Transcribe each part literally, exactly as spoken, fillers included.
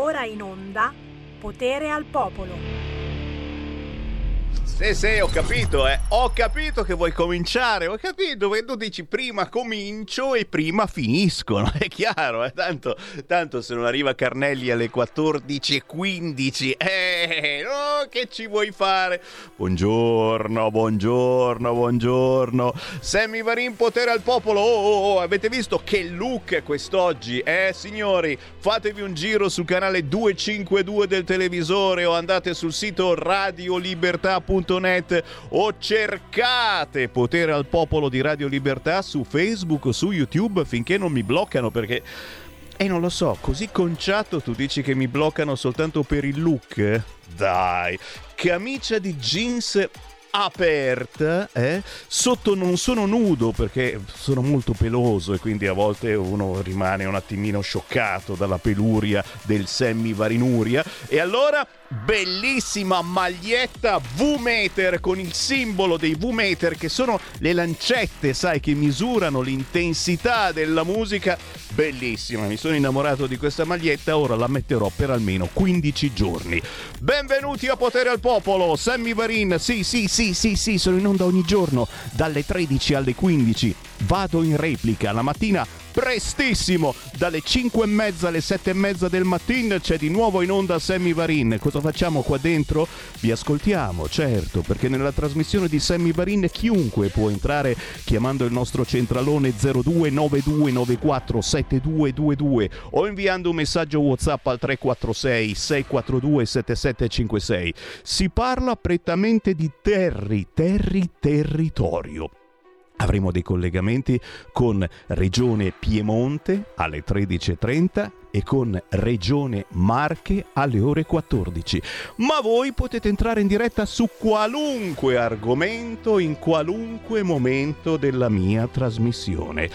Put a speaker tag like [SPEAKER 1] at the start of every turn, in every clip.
[SPEAKER 1] ora in onda Potere al Popolo.
[SPEAKER 2] Sì, sì, ho capito, eh. Ho capito che vuoi cominciare, ho capito, perché tu dici prima comincio e prima finisco, no? È chiaro, eh. Tanto, tanto se non arriva Carnelli alle quattordici e quindici, eh, no, che ci vuoi fare? Buongiorno, buongiorno, buongiorno. Sammy Varin, Potere al Popolo. Oh, oh, oh, avete visto che look quest'oggi, eh, signori? Fatevi un giro sul canale duecentocinquantadue del televisore o andate sul sito radio libertà punto net o cercate Potere al Popolo di Radio Libertà su Facebook o su YouTube finché non mi bloccano, perché e eh, non lo so, così conciato tu dici che mi bloccano soltanto per il look? Dai, camicia di jeans aperta, eh? Sotto non sono nudo perché sono molto peloso e quindi a volte uno rimane un attimino scioccato dalla peluria del semivarinuria. E allora bellissima maglietta V-Meter con il simbolo dei V-Meter, che sono le lancette, sai, che misurano l'intensità della musica. Bellissima, mi sono innamorato di questa maglietta, ora la metterò per almeno quindici giorni. Benvenuti a Potere al Popolo, Sammy Varin, sì sì sì sì sì, sono in onda ogni giorno dalle tredici alle quindici, vado in replica la mattina prestissimo, dalle cinque e mezza alle sette e mezza del mattino c'è di nuovo in onda Sammy Varin. Cosa facciamo qua dentro? Vi ascoltiamo, certo, perché nella trasmissione di Sammy Varin chiunque può entrare chiamando il nostro centralone zero due nove due nove quattro sette due due due o inviando un messaggio WhatsApp al tre quattro sei sei quattro due sette sette cinque sei. Si parla prettamente di terri, terri, territorio. Avremo dei collegamenti con Regione Piemonte alle tredici e trenta e con Regione Marche alle ore quattordici. Ma voi potete entrare in diretta su qualunque argomento in qualunque momento della mia trasmissione.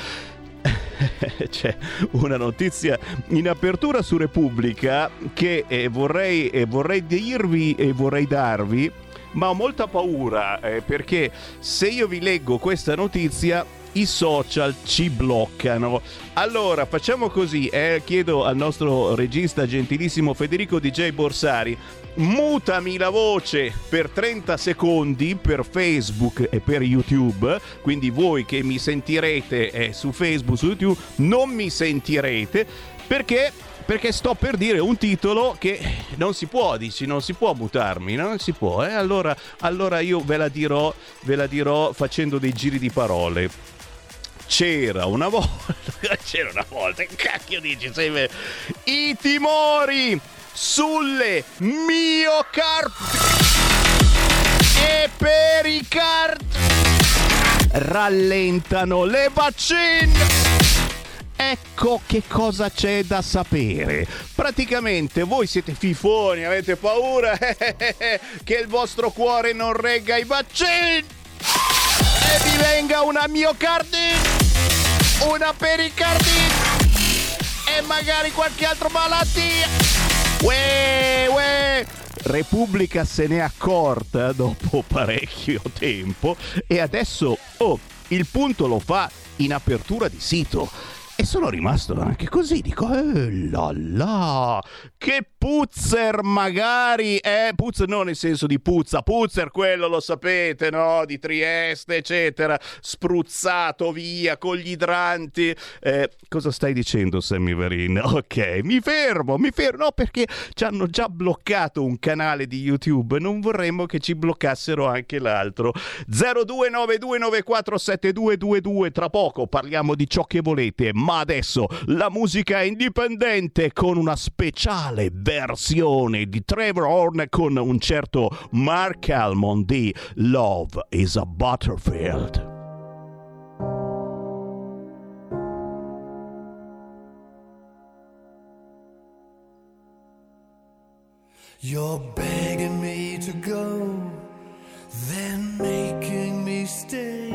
[SPEAKER 2] C'è una notizia in apertura su Repubblica che eh, vorrei, eh, vorrei dirvi e vorrei darvi, ma ho molta paura eh, perché se io vi leggo questa notizia i social ci bloccano. Allora facciamo così, eh, chiedo al nostro regista gentilissimo Federico D J Borsari, mutami la voce per trenta secondi per Facebook e per YouTube, quindi voi che mi sentirete eh, su Facebook, su YouTube, non mi sentirete perché... perché sto per dire un titolo che non si può, dici, non si può mutarmi, non si può, eh? Allora, allora io ve la dirò, ve la dirò facendo dei giri di parole. C'era una volta, c'era una volta, che cacchio dici? Sei me... I timori sulle miocardi e pericardi rallentano le vaccine. Ecco che cosa c'è da sapere. Praticamente voi siete fifoni, avete paura che il vostro cuore non regga i vaccini e vi venga una miocardite, una pericardite e magari qualche altra malattia. Uè, uè. Repubblica se n'è accorta dopo parecchio tempo e adesso, oh, il punto lo fa in apertura di sito. E sono rimasto anche così, dico, eh là là, che puzzer magari, eh, puzzer non nel senso di puzza, puzzer quello lo sapete, no, di Trieste, eccetera, spruzzato via con gli idranti. Eh, cosa stai dicendo, Sammy Varin? Ok, mi fermo, mi fermo, no, perché ci hanno già bloccato un canale di YouTube, non vorremmo che ci bloccassero anche l'altro. zero due nove due nove quattro sette due due due, tra poco parliamo di ciò che volete, ma adesso la musica indipendente con una speciale versione di Trevor Horn con un certo Mark Almond di Love is a Battlefield.
[SPEAKER 3] You're begging me to go, then making me stay.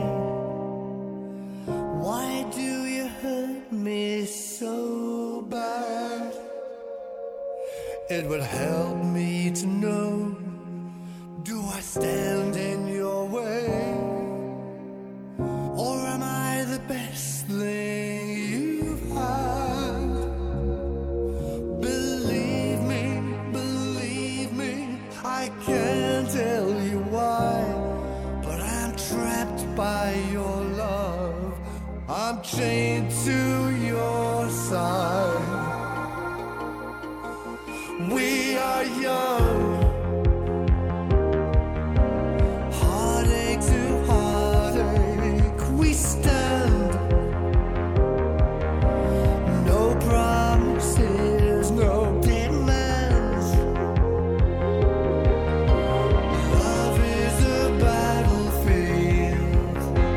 [SPEAKER 3] Why do you hurt me so bad? It would help me to know, do I stand in your way? Or am I the best thing you've had? Believe me, inside. We are young, heartache to heartache we stand. No promises, no demands. Love is a battlefield.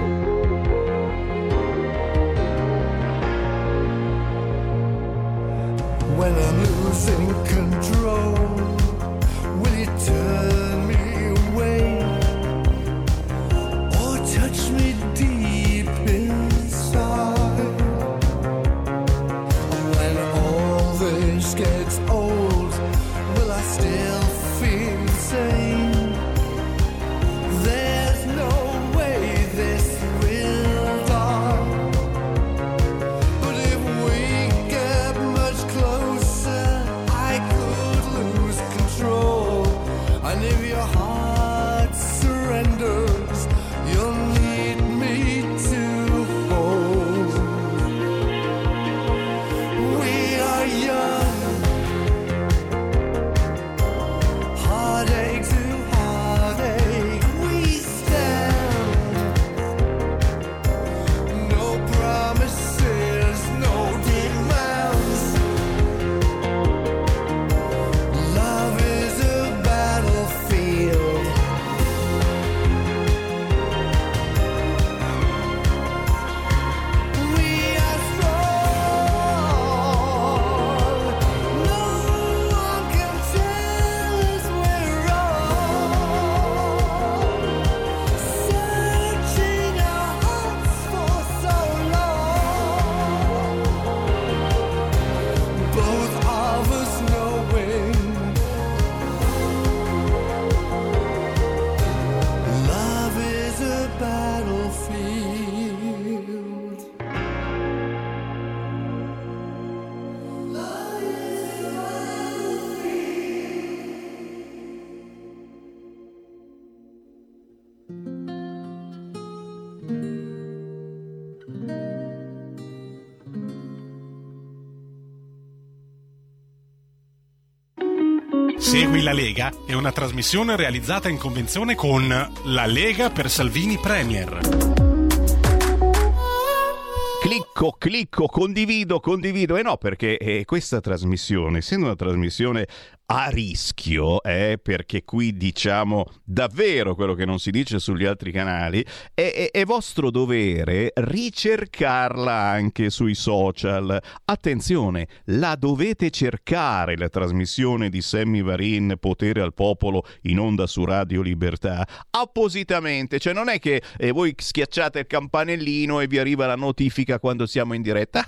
[SPEAKER 3] When I'm losing control, will you turn me away or touch me deep inside? When all this gets old, will I still feel the same? There's no way this will die. But if we get much closer, I could lose control. And if your heart surrenders, you'll need me to hold. We are young, heartache to heartache we stand. No promises, no demands. Love is a battlefield. We are strong. No one can tell us we're wrong. Searching our hearts for so long. Both of us knowing love is a battlefield.
[SPEAKER 4] Segui la Lega è una trasmissione realizzata in convenzione con La Lega per Salvini Premier.
[SPEAKER 2] Clicco, clicco, condivido, condivido. E no, perché eh, questa trasmissione, essendo una trasmissione a rischio, eh, perché qui diciamo davvero quello che non si dice sugli altri canali, è, è, è vostro dovere ricercarla anche sui social. Attenzione, la dovete cercare la trasmissione di Sammy Varin, Potere al Popolo, in onda su Radio Libertà, appositamente. Cioè non è che eh, voi schiacciate il campanellino e vi arriva la notifica quando siamo in diretta.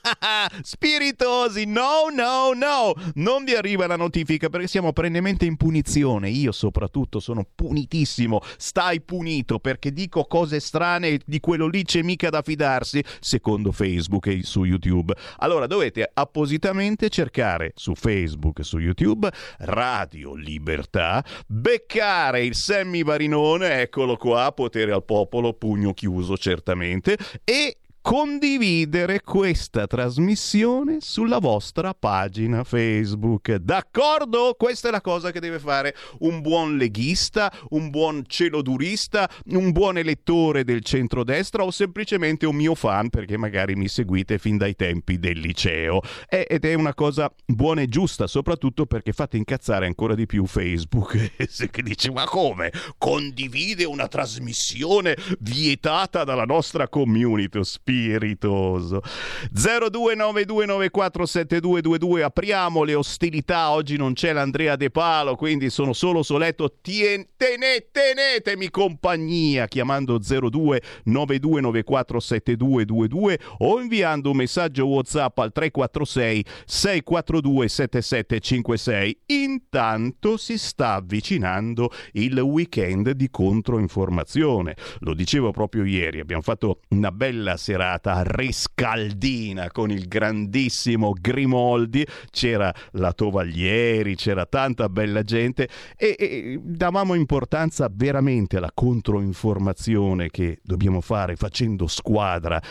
[SPEAKER 2] Spiritosi, no, no, no, non vi arriva la notifica perché siamo perennemente in punizione. Io soprattutto sono punitissimo. Stai punito perché dico cose strane e di quello lì c'è mica da fidarsi, secondo Facebook e su YouTube. Allora dovete appositamente cercare su Facebook e su YouTube Radio Libertà, beccare il Sammy Varinone, eccolo qua, Potere al Popolo, pugno chiuso certamente, e condividere questa trasmissione sulla vostra pagina Facebook. D'accordo? Questa è la cosa che deve fare un buon leghista, un buon celodurista, un buon elettore del centrodestra o semplicemente un mio fan perché magari mi seguite fin dai tempi del liceo. È, ed è una cosa buona e giusta, soprattutto perché fate incazzare ancora di più Facebook che dice: ma come? Condivide una trasmissione vietata dalla nostra community. Spiritoso. zero due nove due nove quattro sette due due due. Apriamo le ostilità. Oggi non c'è l'Andrea De Palo, quindi sono solo soletto. Tien, tene, tenetemi compagnia chiamando zero due nove due nove quattro sette due due due o inviando un messaggio WhatsApp al tre quattro sei sei quattro due sette sette cinque sei. Intanto si sta avvicinando il weekend di controinformazione. Lo dicevo proprio ieri, abbiamo fatto una bella serata riscaldina con il grandissimo Grimoldi, c'era la Tovaglieri, c'era tanta bella gente e, e davamo importanza veramente alla controinformazione che dobbiamo fare facendo squadra.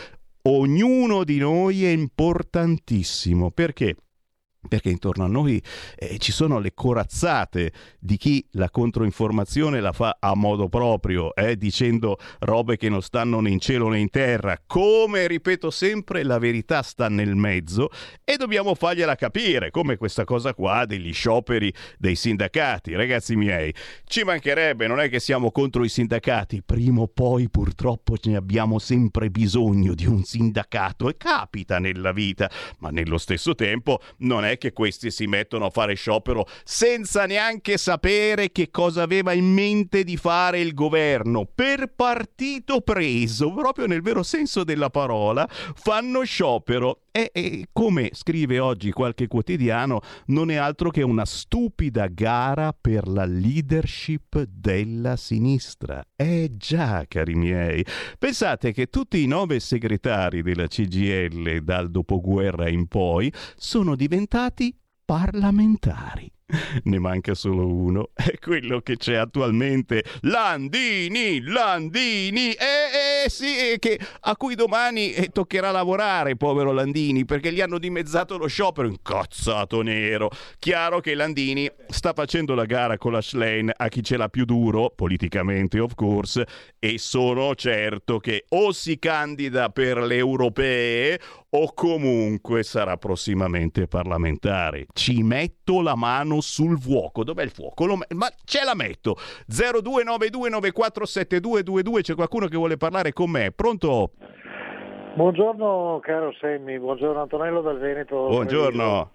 [SPEAKER 2] Ognuno di noi è importantissimo. Perché? Perché intorno a noi eh, ci sono le corazzate di chi la controinformazione la fa a modo proprio, eh, dicendo robe che non stanno né in cielo né in terra. Come ripeto sempre, la verità sta nel mezzo e dobbiamo fargliela capire, come questa cosa qua degli scioperi dei sindacati. Ragazzi miei, ci mancherebbe, non è che siamo contro i sindacati, prima o poi purtroppo ne abbiamo sempre bisogno di un sindacato e capita nella vita, ma nello stesso tempo non è che questi si mettono a fare sciopero senza neanche sapere che cosa aveva in mente di fare il governo. Per partito preso, proprio nel vero senso della parola, fanno sciopero. E, e come scrive oggi qualche quotidiano, non è altro che una stupida gara per la leadership della sinistra. Eh già, cari miei, pensate che tutti i nove segretari della C G I L dal dopoguerra in poi sono diventati parlamentari. Ne manca solo uno, è quello che c'è attualmente, Landini, Landini, eh, eh sì, eh, che, a cui domani eh, toccherà lavorare, povero Landini, perché gli hanno dimezzato lo sciopero, incazzato nero. Chiaro che Landini sta facendo la gara con la Schlein a chi ce l'ha più duro, politicamente of course, e sono certo che o si candida per le europee o comunque sarà prossimamente parlamentare. Ci metto la mano sul fuoco. Dov'è il fuoco? Lo me- ma ce la metto. zero due nove due nove quattro sette due due due. C'è qualcuno che vuole parlare con me? Pronto?
[SPEAKER 5] Buongiorno caro Sammy, buongiorno Antonello dal Veneto.
[SPEAKER 2] Buongiorno.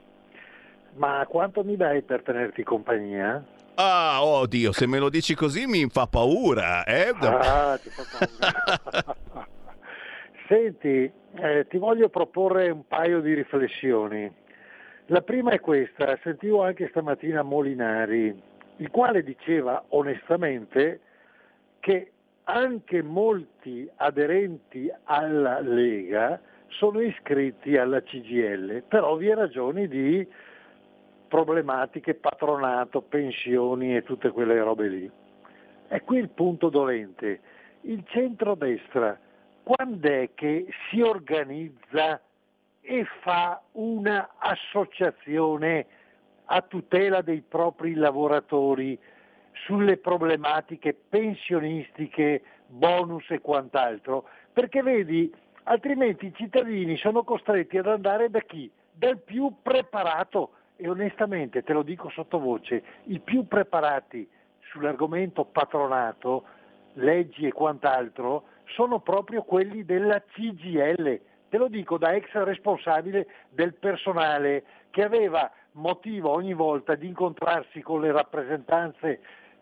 [SPEAKER 5] Ma quanto mi dai per tenerti compagnia?
[SPEAKER 2] Ah, oddio, se me lo dici così mi fa paura, eh?
[SPEAKER 5] Ah, ti fa paura. Senti, eh, ti voglio proporre un paio di riflessioni. La prima è questa: sentivo anche stamattina Molinari, il quale diceva onestamente che anche molti aderenti alla Lega sono iscritti alla C G I L per ovvie ragioni di problematiche, patronato, pensioni e tutte quelle robe lì. È qui il punto dolente. Il centrodestra quando è che si organizza e fa una associazione a tutela dei propri lavoratori sulle problematiche pensionistiche, bonus e quant'altro? Perché vedi, altrimenti i cittadini sono costretti ad andare da chi? Dal più preparato, e onestamente te lo dico sottovoce, i più preparati sull'argomento patronato, leggi e quant'altro sono proprio quelli della C G I L. Te lo dico da ex responsabile del personale che aveva motivo ogni volta di incontrarsi con le rappresentanze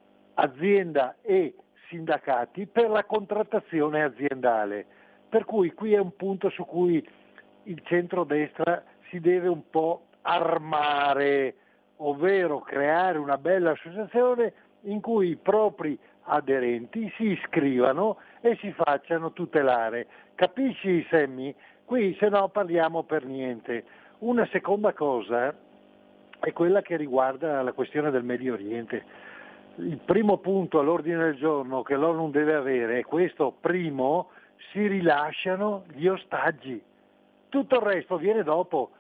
[SPEAKER 5] azienda e sindacati per la contrattazione aziendale. Per cui qui è un punto su cui il centrodestra si deve un po' armare, ovvero creare una bella associazione in cui i propri aderenti si iscrivano e si facciano tutelare. Capisci, Sammy? Qui se no parliamo per niente. Una seconda cosa è quella che riguarda la questione del Medio Oriente. Il primo punto all'ordine del giorno che l'ONU deve avere è questo: primo, si rilasciano gli ostaggi, tutto il resto viene dopo.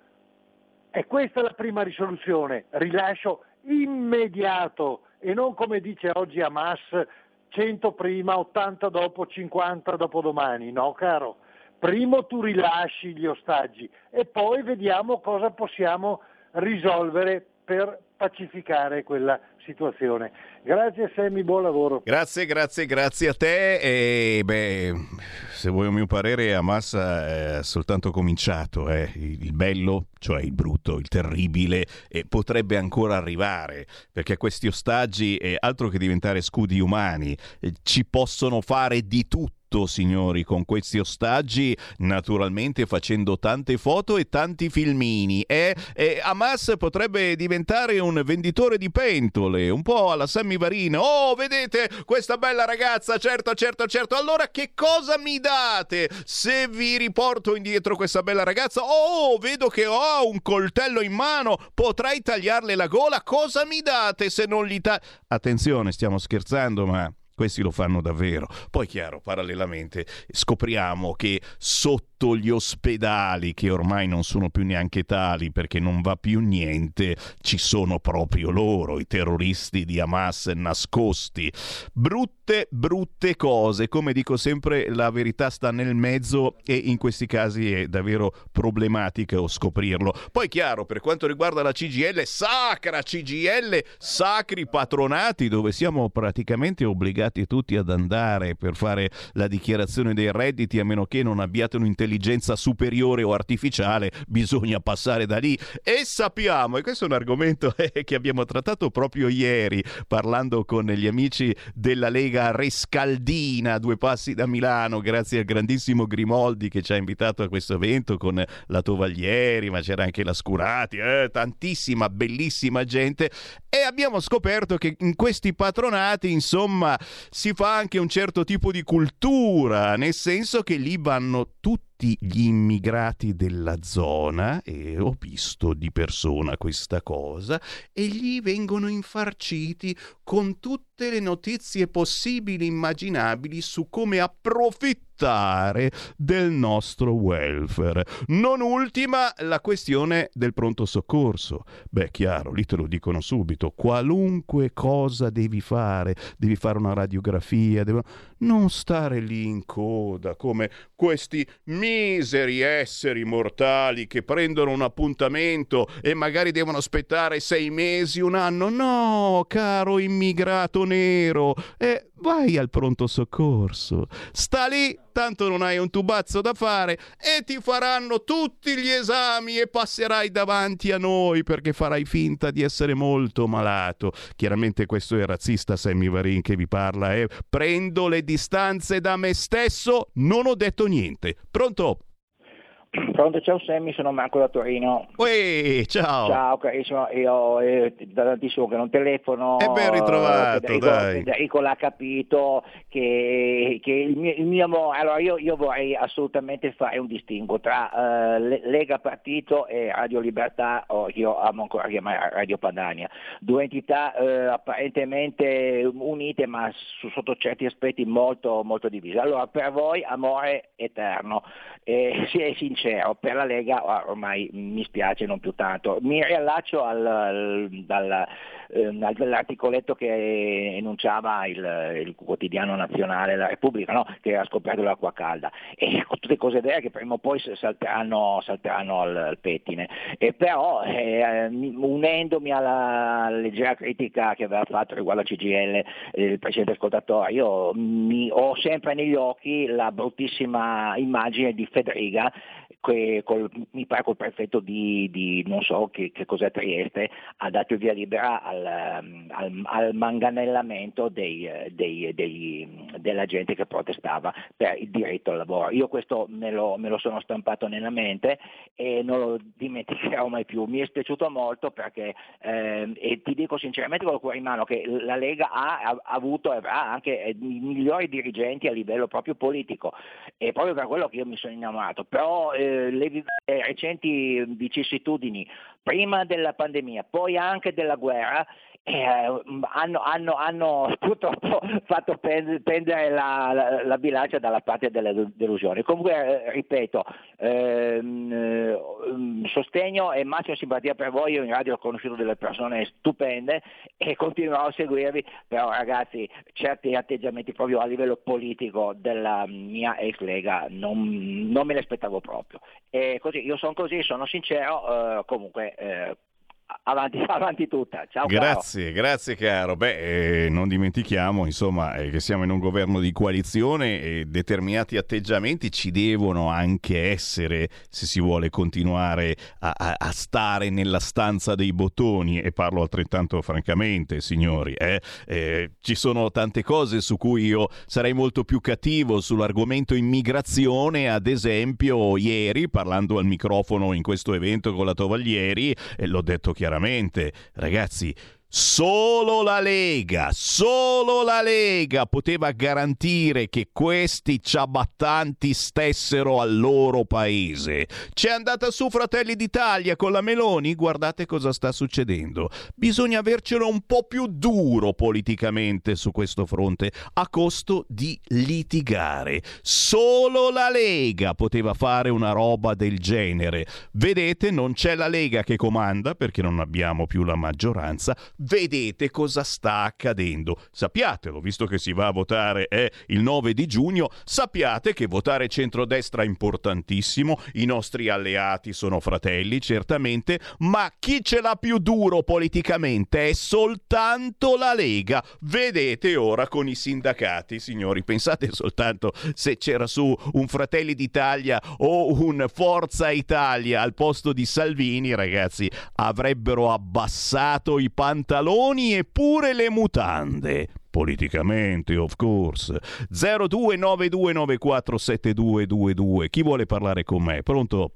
[SPEAKER 5] E questa è la prima risoluzione: rilascio immediato, e non come dice oggi Hamas, cento prima, ottanta dopo, cinquanta dopo domani. No, caro, primo tu rilasci gli ostaggi e poi vediamo cosa possiamo risolvere per pacificare quella situazione. Grazie Sammy, buon lavoro.
[SPEAKER 2] Grazie, grazie, grazie a te. E beh, se vuoi un mio parere, Hamas è soltanto cominciato, eh. Il bello, cioè il brutto, il terribile, e potrebbe ancora arrivare, perché questi ostaggi, eh, altro che diventare scudi umani, eh, ci possono fare di tutto, signori, con questi ostaggi, naturalmente facendo tante foto e tanti filmini. E, e Hamas potrebbe diventare un venditore di pentole, un po' alla Sammy Varin. Oh, vedete questa bella ragazza? Certo, certo, certo. Allora che cosa mi date se vi riporto indietro questa bella ragazza? Oh, vedo che ho un coltello in mano, potrei tagliarle la gola. Cosa mi date se non gli ta... Attenzione, stiamo scherzando, ma questi lo fanno davvero. Poi chiaro, parallelamente scopriamo che sotto gli ospedali, che ormai non sono più neanche tali perché non va più niente, ci sono proprio loro, i terroristi di Hamas nascosti. Brutte, brutte cose. Come dico sempre, la verità sta nel mezzo e in questi casi è davvero problematico scoprirlo. Poi chiaro, per quanto riguarda la C G I L, sacra C G I L, sacri patronati, dove siamo praticamente obbligati tutti ad andare per fare la dichiarazione dei redditi, a meno che non abbiate un'intelligenza superiore o artificiale, bisogna passare da lì. E sappiamo, e questo è un argomento eh, che abbiamo trattato proprio ieri parlando con gli amici della Lega Rescaldina, due passi da Milano, grazie al grandissimo Grimoldi che ci ha invitato a questo evento con la Tovaglieri, ma c'era anche la Scurati, eh, tantissima bellissima gente, e abbiamo scoperto che in questi patronati insomma si fa anche un certo tipo di cultura, nel senso che lì vanno tutti gli immigrati della zona, e ho visto di persona questa cosa, e gli vengono infarciti con tutte le notizie possibili, immaginabili su come approfittare del nostro welfare. Non ultima la questione del pronto soccorso. Beh, chiaro, lì te lo dicono subito, qualunque cosa devi fare, devi fare una radiografia, devi... non stare lì in coda come questi miseri esseri mortali che prendono un appuntamento e magari devono aspettare sei mesi, un anno. No, caro immigrato nero, eh, vai al pronto soccorso, sta lì, tanto non hai un tubazzo da fare, e ti faranno tutti gli esami e passerai davanti a noi perché farai finta di essere molto malato. Chiaramente questo è razzista, Sammy Varin che vi parla, eh. Prendo le distanze da me stesso, non ho detto niente. Pronto?
[SPEAKER 6] Pronto, ciao Sammy, sono Marco da Torino.
[SPEAKER 2] Uè, ciao.
[SPEAKER 6] Ciao carissimo, io eh, da tantissimo che non telefono.
[SPEAKER 2] E ben ritrovato,
[SPEAKER 6] Federico,
[SPEAKER 2] dai.
[SPEAKER 6] Federico l'ha capito che, che il, mio, il mio amore, allora io, io vorrei assolutamente fare un distinguo tra uh, Lega Partito e Radio Libertà, o io amo ancora chiamare Radio Padania, due entità uh, apparentemente unite ma su, sotto certi aspetti molto, molto divise. Allora, per voi amore eterno, eh, si è sincero. Per la Lega ormai mi spiace, non più tanto. Mi riallaccio al, al, dal, ehm, all'articoletto che enunciava il, il quotidiano nazionale La Repubblica, no? Che ha scoperto l'acqua calda, e con tutte cose vere che prima o poi salteranno, salteranno al, al pettine. E però eh, unendomi alla leggera critica che aveva fatto riguardo a C G I L eh, il precedente ascoltatore, io mi, ho sempre negli occhi la bruttissima immagine di Federica, che col, mi pare col prefetto di, di non so che, che cos'è Trieste, ha dato il via libera al, al, al manganellamento dei, dei, dei, della gente che protestava per il diritto al lavoro. Io questo me lo, me lo sono stampato nella mente e non lo dimenticherò mai più. Mi è spiaciuto molto perché eh, e ti dico sinceramente con il cuore in mano che la Lega ha, ha avuto e avrà anche i migliori dirigenti a livello proprio politico, e proprio per quello che io mi sono innamorato. Però eh, le recenti vicissitudini prima della pandemia, poi anche della guerra, eh, hanno, hanno, hanno purtroppo fatto pendere la, la, la bilancia dalla parte delle delusioni. Comunque eh, ripeto, ehm, sostegno e massima simpatia per voi. Io in radio ho conosciuto delle persone stupende e continuerò a seguirvi, però ragazzi, certi atteggiamenti proprio a livello politico della mia ex Lega non, non me li aspettavo proprio. E così, io sono così, sono sincero, eh, comunque eh, Avanti, avanti tutta. Ciao,
[SPEAKER 2] grazie,
[SPEAKER 6] caro.
[SPEAKER 2] Grazie caro. Beh, eh, non dimentichiamo insomma eh, che siamo in un governo di coalizione e determinati atteggiamenti ci devono anche essere se si vuole continuare a, a, a stare nella stanza dei bottoni, e parlo altrettanto francamente, signori. Eh? Eh, ci sono tante cose su cui io sarei molto più cattivo sull'argomento immigrazione, ad esempio ieri parlando al microfono in questo evento con la Tovaglieri, e l'ho detto chiaramente, ragazzi, Solo la Lega, solo la Lega poteva garantire che questi ciabattanti stessero al loro paese. C'è andata su Fratelli d'Italia con la Meloni? Guardate cosa sta succedendo. Bisogna avercelo un po' più duro politicamente su questo fronte, a costo di litigare. Solo la Lega poteva fare una roba del genere. Vedete, non c'è la Lega che comanda perché non abbiamo più la maggioranza. Vedete cosa sta accadendo. Sappiatelo, visto che si va a votare è il nove di giugno, sappiate che votare centrodestra è importantissimo, i nostri alleati sono fratelli, certamente, ma chi ce l'ha più duro politicamente è soltanto la Lega. Vedete ora con i sindacati, signori, pensate soltanto se c'era su un Fratelli d'Italia o un Forza Italia al posto di Salvini, ragazzi, avrebbero abbassato i pantaloni e pure le mutande. Politicamente, of course. zero due nove due nove quattro sette due due due. Chi vuole parlare con me? Pronto?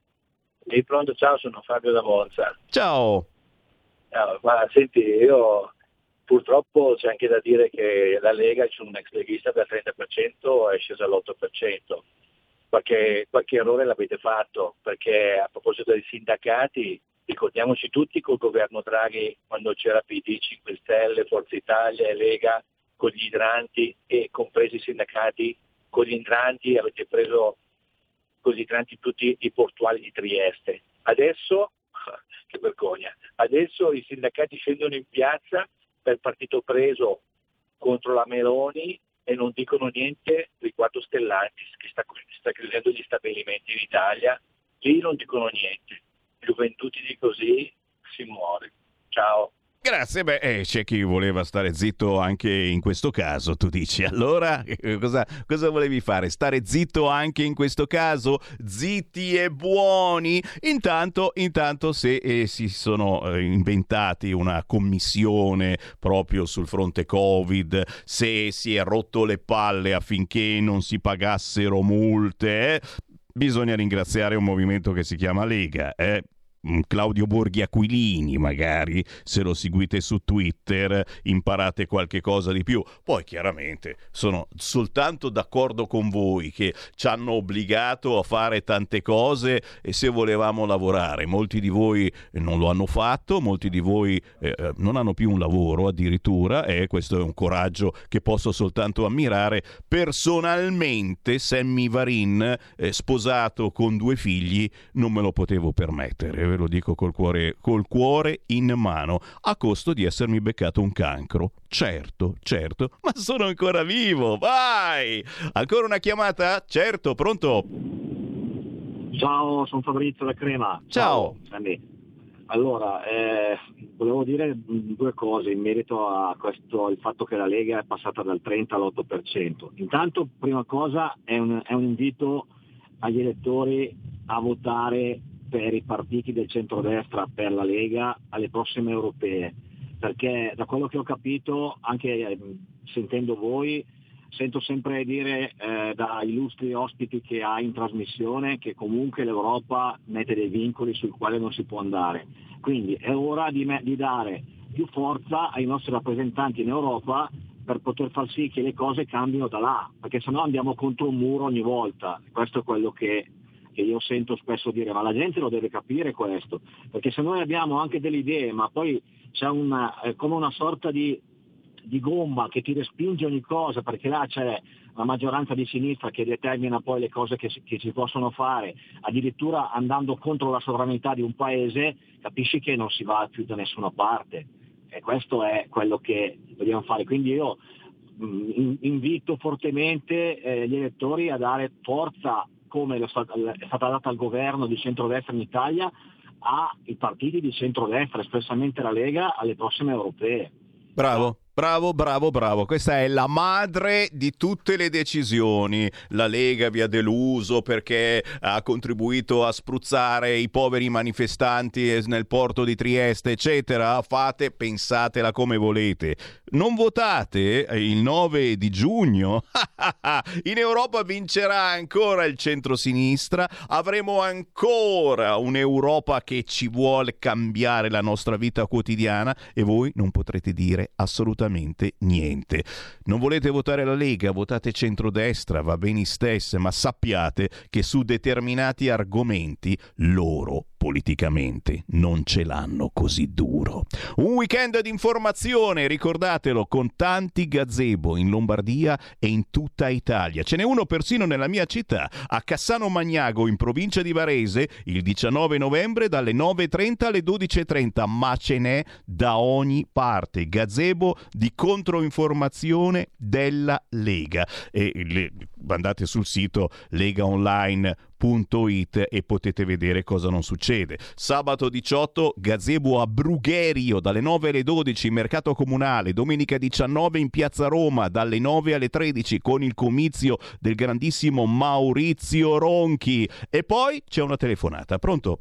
[SPEAKER 7] Sì, pronto, ciao, sono Fabio da Monza.
[SPEAKER 2] Ciao.
[SPEAKER 7] Ciao, ma senti, io purtroppo c'è anche da dire che la Lega, c'è un ex leghista del trenta per cento, è sceso all'otto per cento. Qualche, qualche errore l'avete fatto, perché a proposito dei sindacati, ricordiamoci tutti col governo Draghi, quando c'era P D, cinque Stelle, Forza Italia e Lega, con gli idranti e compresi i sindacati, con gli idranti avete preso con gli idranti tutti i portuali di Trieste. Adesso, che vergogna, adesso i sindacati scendono in piazza per partito preso contro la Meloni e non dicono niente dei quattro stellanti che sta, sta chiudendo gli stabilimenti in Italia, lì non dicono niente. Più venduti di così si muore. Ciao.
[SPEAKER 2] Grazie, beh, eh, c'è chi voleva stare zitto anche in questo caso, tu dici. Allora, eh, cosa, cosa volevi fare? Stare zitto anche in questo caso? Zitti e buoni? Intanto, intanto se eh, si sono eh, inventati una commissione proprio sul fronte Covid, se si è rotto le palle affinché non si pagassero multe, eh, bisogna ringraziare un movimento che si chiama Lega, eh? Claudio Borghi Aquilini, magari se lo seguite su Twitter imparate qualche cosa di più. Poi chiaramente sono soltanto d'accordo con voi che ci hanno obbligato a fare tante cose e se volevamo lavorare, molti di voi non lo hanno fatto, molti di voi eh, non hanno più un lavoro addirittura, e questo è un coraggio che posso soltanto ammirare. Personalmente Sammy Varin, eh, sposato con due figli, non me lo potevo permettere, ve lo dico col cuore, col cuore in mano, a costo di essermi beccato un cancro. Certo, certo, ma sono ancora vivo, vai! Ancora una chiamata? Certo, pronto?
[SPEAKER 8] Ciao, sono Fabrizio da Crema.
[SPEAKER 2] Ciao.
[SPEAKER 8] Ciao Sammy. Allora, eh, volevo dire due cose in merito a questo, il fatto che la Lega è passata dal trenta all'otto per cento. Intanto, prima cosa, è un, è un invito agli elettori a votare per i partiti del centrodestra, per la Lega, alle prossime europee, perché da quello che ho capito, anche eh, sentendo voi, sento sempre dire eh, da illustri ospiti che ha in trasmissione che comunque l'Europa mette dei vincoli sul quale non si può andare. Quindi è ora di, me- di dare più forza ai nostri rappresentanti in Europa per poter far sì che le cose cambino da là, perché sennò andiamo contro un muro ogni volta. Questo è quello che che io sento spesso dire, ma la gente lo deve capire questo, perché se noi abbiamo anche delle idee, ma poi c'è una, è come una sorta di, di gomma che ti respinge ogni cosa, perché là c'è la maggioranza di sinistra che determina poi le cose che si, che si possono fare, addirittura andando contro la sovranità di un paese, capisci che non si va più da nessuna parte, e questo è quello che dobbiamo fare. Quindi io mh, invito fortemente eh, gli elettori a dare forza, come è stata data al governo di centrodestra in Italia, ai partiti di centrodestra, espressamente la Lega, alle prossime europee.
[SPEAKER 2] Bravo, Bravo, bravo, bravo. Questa è la madre di tutte le decisioni. La Lega vi ha deluso perché ha contribuito a spruzzare i poveri manifestanti nel porto di Trieste, eccetera. Fate, pensatela come volete. Non votate il nove di giugno. In Europa vincerà ancora il centrosinistra. Avremo ancora un'Europa che ci vuole cambiare la nostra vita quotidiana e voi non potrete dire assolutamente niente. Non volete votare la Lega, votate centrodestra, va bene stesse, ma sappiate che su determinati argomenti loro politicamente non ce l'hanno così duro. Un weekend di informazione, ricordatelo, con tanti gazebo in Lombardia e in tutta Italia. Ce n'è uno persino nella mia città, a Cassano Magnago, in provincia di Varese, il diciannove novembre dalle nove e trenta alle dodici e trenta, ma ce n'è da ogni parte. Gazebo di controinformazione della Lega. E le, andate sul sito legaonline punto it e potete vedere cosa non succede. Sabato diciotto gazebo a Brugherio dalle nove alle dodici, mercato comunale. Domenica diciannove in piazza Roma dalle nove alle tredici con il comizio del grandissimo Maurizio Ronchi. E poi c'è una telefonata. Pronto?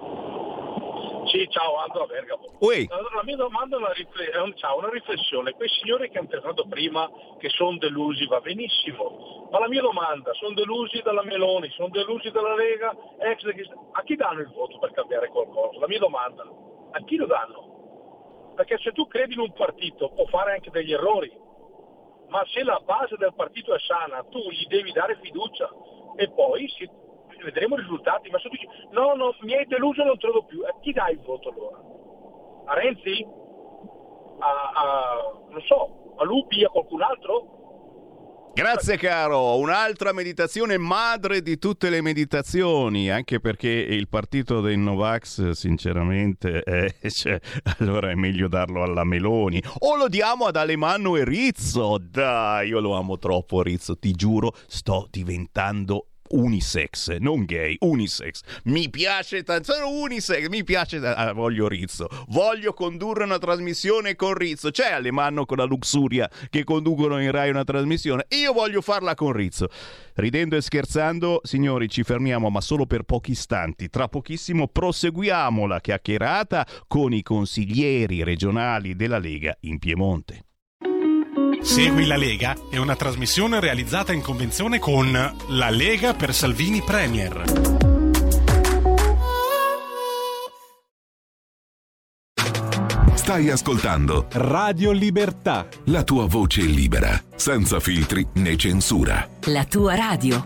[SPEAKER 9] Sì, ciao, Aldo Bergamo.
[SPEAKER 2] Ui.
[SPEAKER 9] Allora, la mia domanda è una, rifle- è un, ciao, una riflessione. Quei signori che hanno parlato prima, che sono delusi, va benissimo, ma la mia domanda, sono delusi dalla Meloni, sono delusi dalla Lega, ex, a chi danno il voto per cambiare qualcosa? La mia domanda, a chi lo danno? Perché se tu credi in un partito può fare anche degli errori, ma se la base del partito è sana, tu gli devi dare fiducia e poi si vedremo i risultati. Ma se tu dici no, no, mi hai deluso, non te lo do più, a chi dai il voto allora? A Renzi? A, a non so, a Lupi, a qualcun altro?
[SPEAKER 2] Grazie caro, un'altra meditazione madre di tutte le meditazioni, anche perché il partito dei Novax sinceramente eh, cioè, allora è meglio darlo alla Meloni o lo diamo ad Alemanno e Rizzo. Dai, io lo amo troppo Rizzo, ti giuro, sto diventando unisex, non gay, unisex. Mi piace tanto, sono unisex, mi piace, ah, voglio Rizzo, voglio condurre una trasmissione con Rizzo. C'è Alemanno con la Luxuria che conducono in Rai una trasmissione, io voglio farla con Rizzo. Ridendo e scherzando, signori, ci fermiamo ma solo per pochi istanti. Tra pochissimo proseguiamo la chiacchierata con i consiglieri regionali della Lega in Piemonte.
[SPEAKER 4] Segui la Lega è una trasmissione realizzata in convenzione con La Lega per Salvini Premier.
[SPEAKER 10] Stai ascoltando
[SPEAKER 11] Radio Libertà,
[SPEAKER 10] la tua voce libera, senza filtri né censura.
[SPEAKER 12] La tua radio.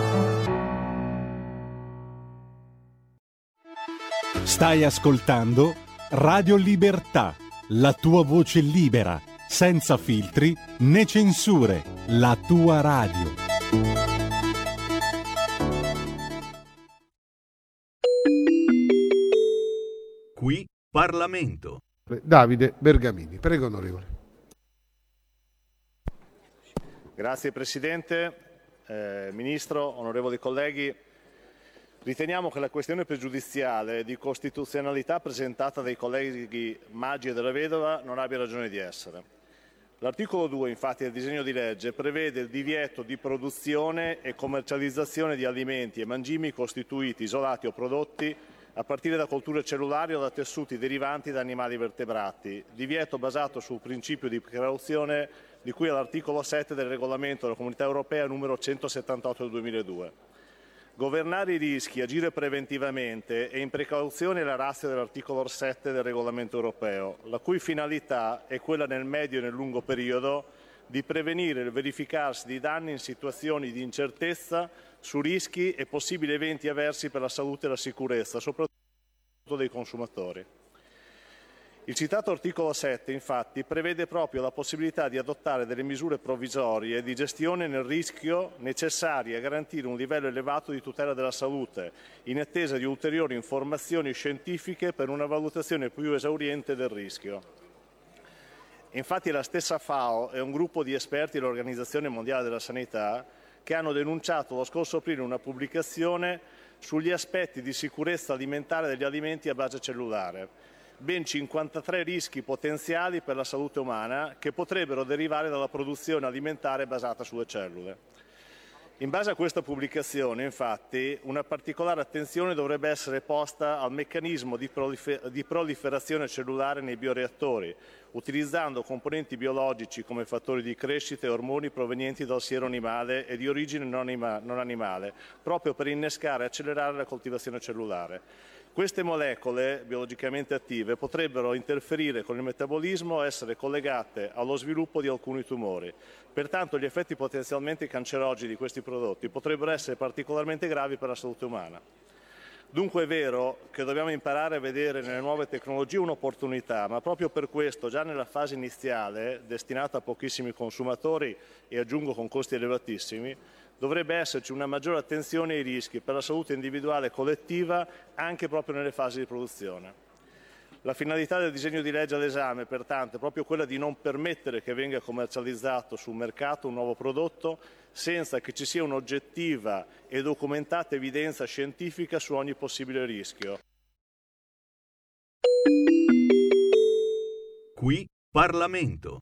[SPEAKER 11] Stai ascoltando Radio Libertà, la tua voce libera, senza filtri né censure, la tua radio.
[SPEAKER 2] Qui Parlamento.
[SPEAKER 13] Davide Bergamini, prego onorevole.
[SPEAKER 14] Grazie Presidente, eh, Ministro, onorevoli colleghi. Riteniamo che la questione pregiudiziale di costituzionalità presentata dai colleghi Maggi e Della Vedova non abbia ragione di essere. L'articolo due, infatti, del disegno di legge prevede il divieto di produzione e commercializzazione di alimenti e mangimi costituiti, isolati o prodotti a partire da colture cellulari o da tessuti derivanti da animali vertebrati, divieto basato sul principio di precauzione di cui all'articolo sette del regolamento della Comunità Europea numero centosettantotto del duemiladue. Governare i rischi, agire preventivamente e in precauzione è la ratio dell'articolo sette del regolamento europeo, la cui finalità è quella nel medio e nel lungo periodo di prevenire il verificarsi di danni in situazioni di incertezza su rischi e possibili eventi avversi per la salute e la sicurezza, soprattutto dei consumatori. Il citato articolo sette, infatti, prevede proprio la possibilità di adottare delle misure provvisorie di gestione nel rischio necessarie a garantire un livello elevato di tutela della salute, in attesa di ulteriori informazioni scientifiche per una valutazione più esauriente del rischio. Infatti la stessa FAO e un gruppo di esperti dell'Organizzazione Mondiale della Sanità che hanno denunciato lo scorso aprile una pubblicazione sugli aspetti di sicurezza alimentare degli alimenti a base cellulare, ben cinquantatré rischi potenziali per la salute umana che potrebbero derivare dalla produzione alimentare basata sulle cellule. In base a questa pubblicazione, infatti, una particolare attenzione dovrebbe essere posta al meccanismo di, prolifer- di proliferazione cellulare nei bioreattori, utilizzando componenti biologici come fattori di crescita e ormoni provenienti dal siero animale e di origine non, anima- non animale, proprio per innescare e accelerare la coltivazione cellulare. Queste molecole biologicamente attive potrebbero interferire con il metabolismo e essere collegate allo sviluppo di alcuni tumori. Pertanto gli effetti potenzialmente cancerogeni di questi prodotti potrebbero essere particolarmente gravi per la salute umana. Dunque è vero che dobbiamo imparare a vedere nelle nuove tecnologie un'opportunità, ma proprio per questo già nella fase iniziale, destinata a pochissimi consumatori e aggiungo con costi elevatissimi, dovrebbe esserci una maggiore attenzione ai rischi per la salute individuale e collettiva anche proprio nelle fasi di produzione. La finalità del disegno di legge all'esame, pertanto, è proprio quella di non permettere che venga commercializzato sul mercato un nuovo prodotto senza che ci sia un'oggettiva e documentata evidenza scientifica su ogni possibile rischio.
[SPEAKER 12] Qui Parlamento.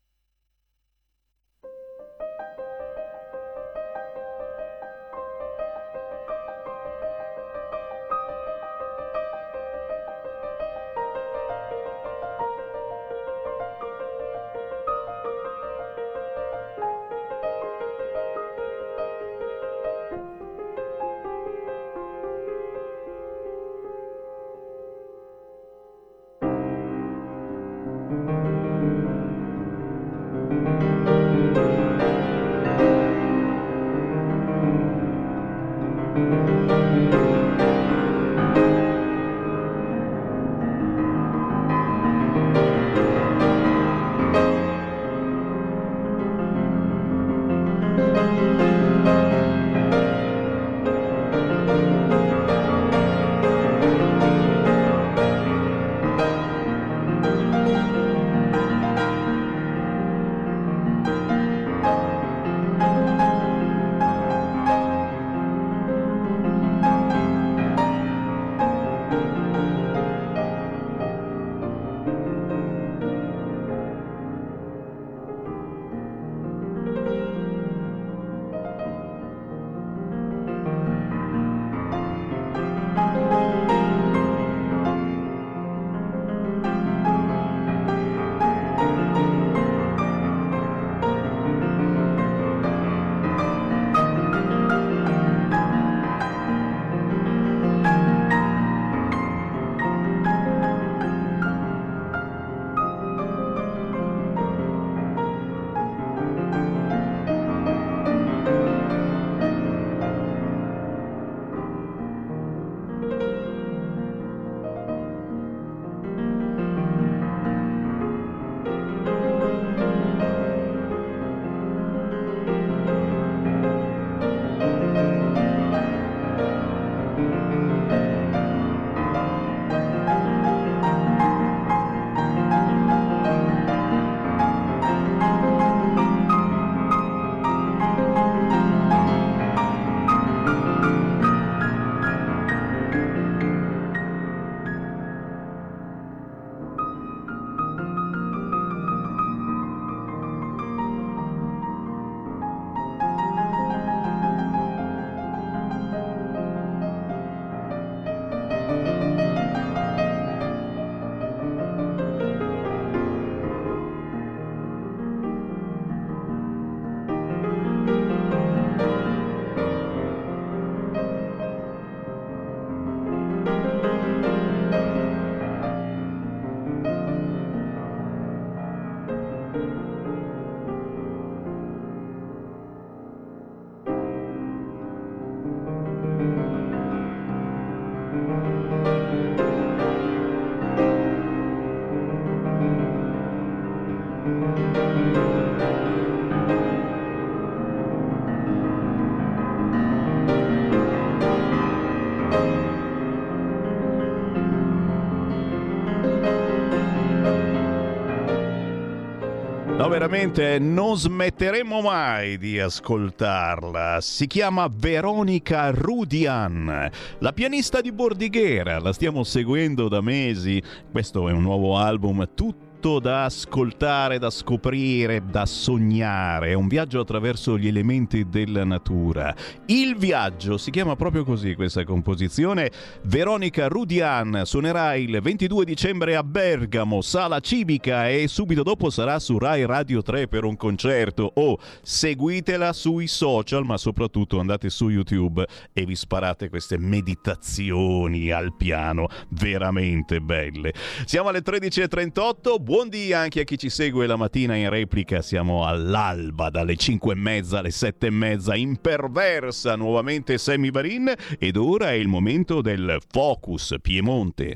[SPEAKER 2] No, veramente non smetteremo mai di ascoltarla. Si chiama Veronica Rudian, la pianista di Bordighera. La stiamo seguendo da mesi. Questo è un nuovo album tutto da ascoltare, da scoprire, da sognare. È un viaggio attraverso gli elementi della natura. Il viaggio, si chiama proprio così questa composizione. Veronica Rudian suonerà il ventidue dicembre a Bergamo, Sala Civica, e subito dopo sarà su Rai Radio tre per un concerto. Oh, seguitela sui social, ma soprattutto andate su YouTube e vi sparate queste meditazioni al piano veramente belle. Siamo alle tredici e trentotto. Buondì anche a chi ci segue la mattina in replica. Siamo all'alba dalle cinque e mezza alle sette e mezza, imperversa nuovamente Sammy Varin, ed ora è il momento del Focus Piemonte.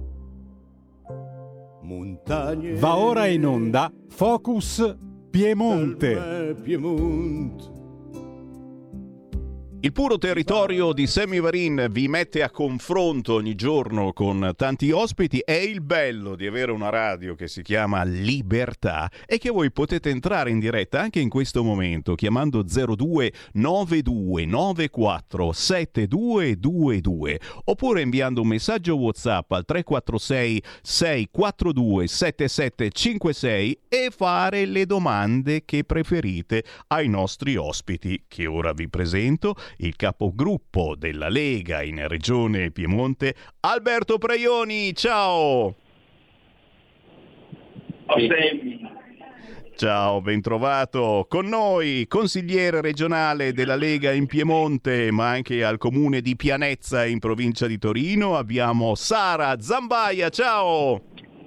[SPEAKER 11] Montagne. Va ora in onda Focus Piemonte. Piemonte.
[SPEAKER 2] Il puro territorio di Sammy Varin vi mette a confronto ogni giorno con tanti ospiti. È il bello di avere una radio che si chiama Libertà e che voi potete entrare in diretta anche in questo momento chiamando zero due nove due nove quattro sette due due due oppure inviando un messaggio WhatsApp al tre quattro sei sei quattro due sette sette cinque sei e fare le domande che preferite ai nostri ospiti, che ora vi presento. Il capogruppo della Lega in Regione Piemonte, Alberto Preioni. Ciao! Ciao, ben trovato. Con noi, consigliere regionale della Lega in Piemonte, ma anche al comune di Pianezza in provincia di Torino, abbiamo Sara Zambaia. Ciao!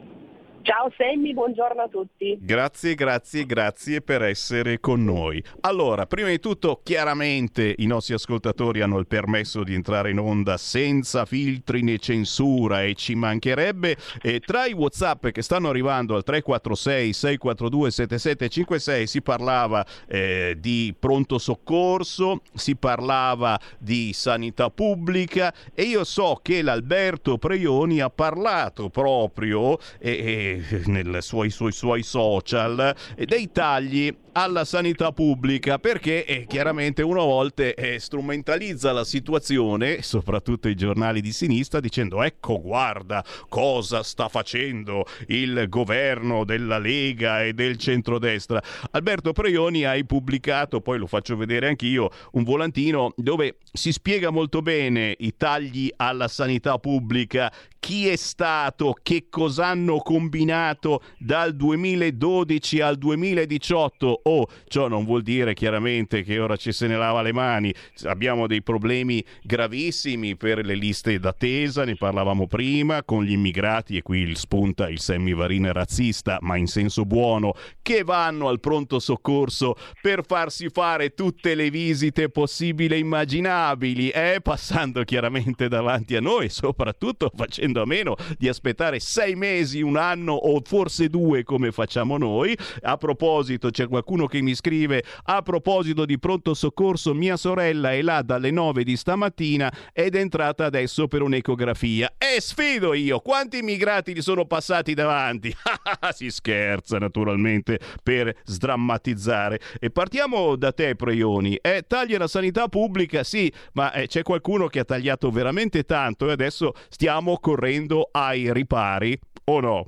[SPEAKER 15] Ciao Sammy, buongiorno a tutti.
[SPEAKER 2] Grazie, grazie, grazie per essere con noi. Allora, prima di tutto, chiaramente i nostri ascoltatori hanno il permesso di entrare in onda senza filtri né censura, e ci mancherebbe. E tra i WhatsApp che stanno arrivando al tre quattro sei sei quattro due sette sette cinque sei si parlava eh, di pronto soccorso, si parlava di sanità pubblica, e io so che l'Alberto Preioni ha parlato proprio e, e nei suoi, suoi, suoi social dei tagli alla sanità pubblica, perché eh, chiaramente uno a volte eh, strumentalizza la situazione, soprattutto i giornali di sinistra, dicendo ecco guarda cosa sta facendo il governo della Lega e del centrodestra. Alberto Preioni, hai pubblicato, poi lo faccio vedere anch'io, un volantino dove si spiega molto bene i tagli alla sanità pubblica, chi è stato, che cosa hanno combinato dal duemiladodici al duemiladiciotto. Oh, ciò non vuol dire chiaramente che ora ci se ne lava le mani. Abbiamo dei problemi gravissimi per le liste d'attesa, ne parlavamo prima, con gli immigrati, e qui spunta il Sammy Varin razzista, ma in senso buono, che vanno al pronto soccorso per farsi fare tutte le visite possibili e immaginabili, eh? Passando chiaramente davanti a noi, soprattutto facendo a meno di aspettare sei mesi, un anno o forse due come facciamo noi. A proposito, c'è qualcuno che mi scrive: a proposito di pronto soccorso, mia sorella è là dalle nove di stamattina ed è entrata adesso per un'ecografia. E sfido io, quanti immigrati gli sono passati davanti? Si scherza naturalmente per sdrammatizzare. E partiamo da te, Preioni. Eh, tagli alla sanità pubblica, sì, ma eh, c'è qualcuno che ha tagliato veramente tanto e adesso stiamo correndo ai ripari, o no?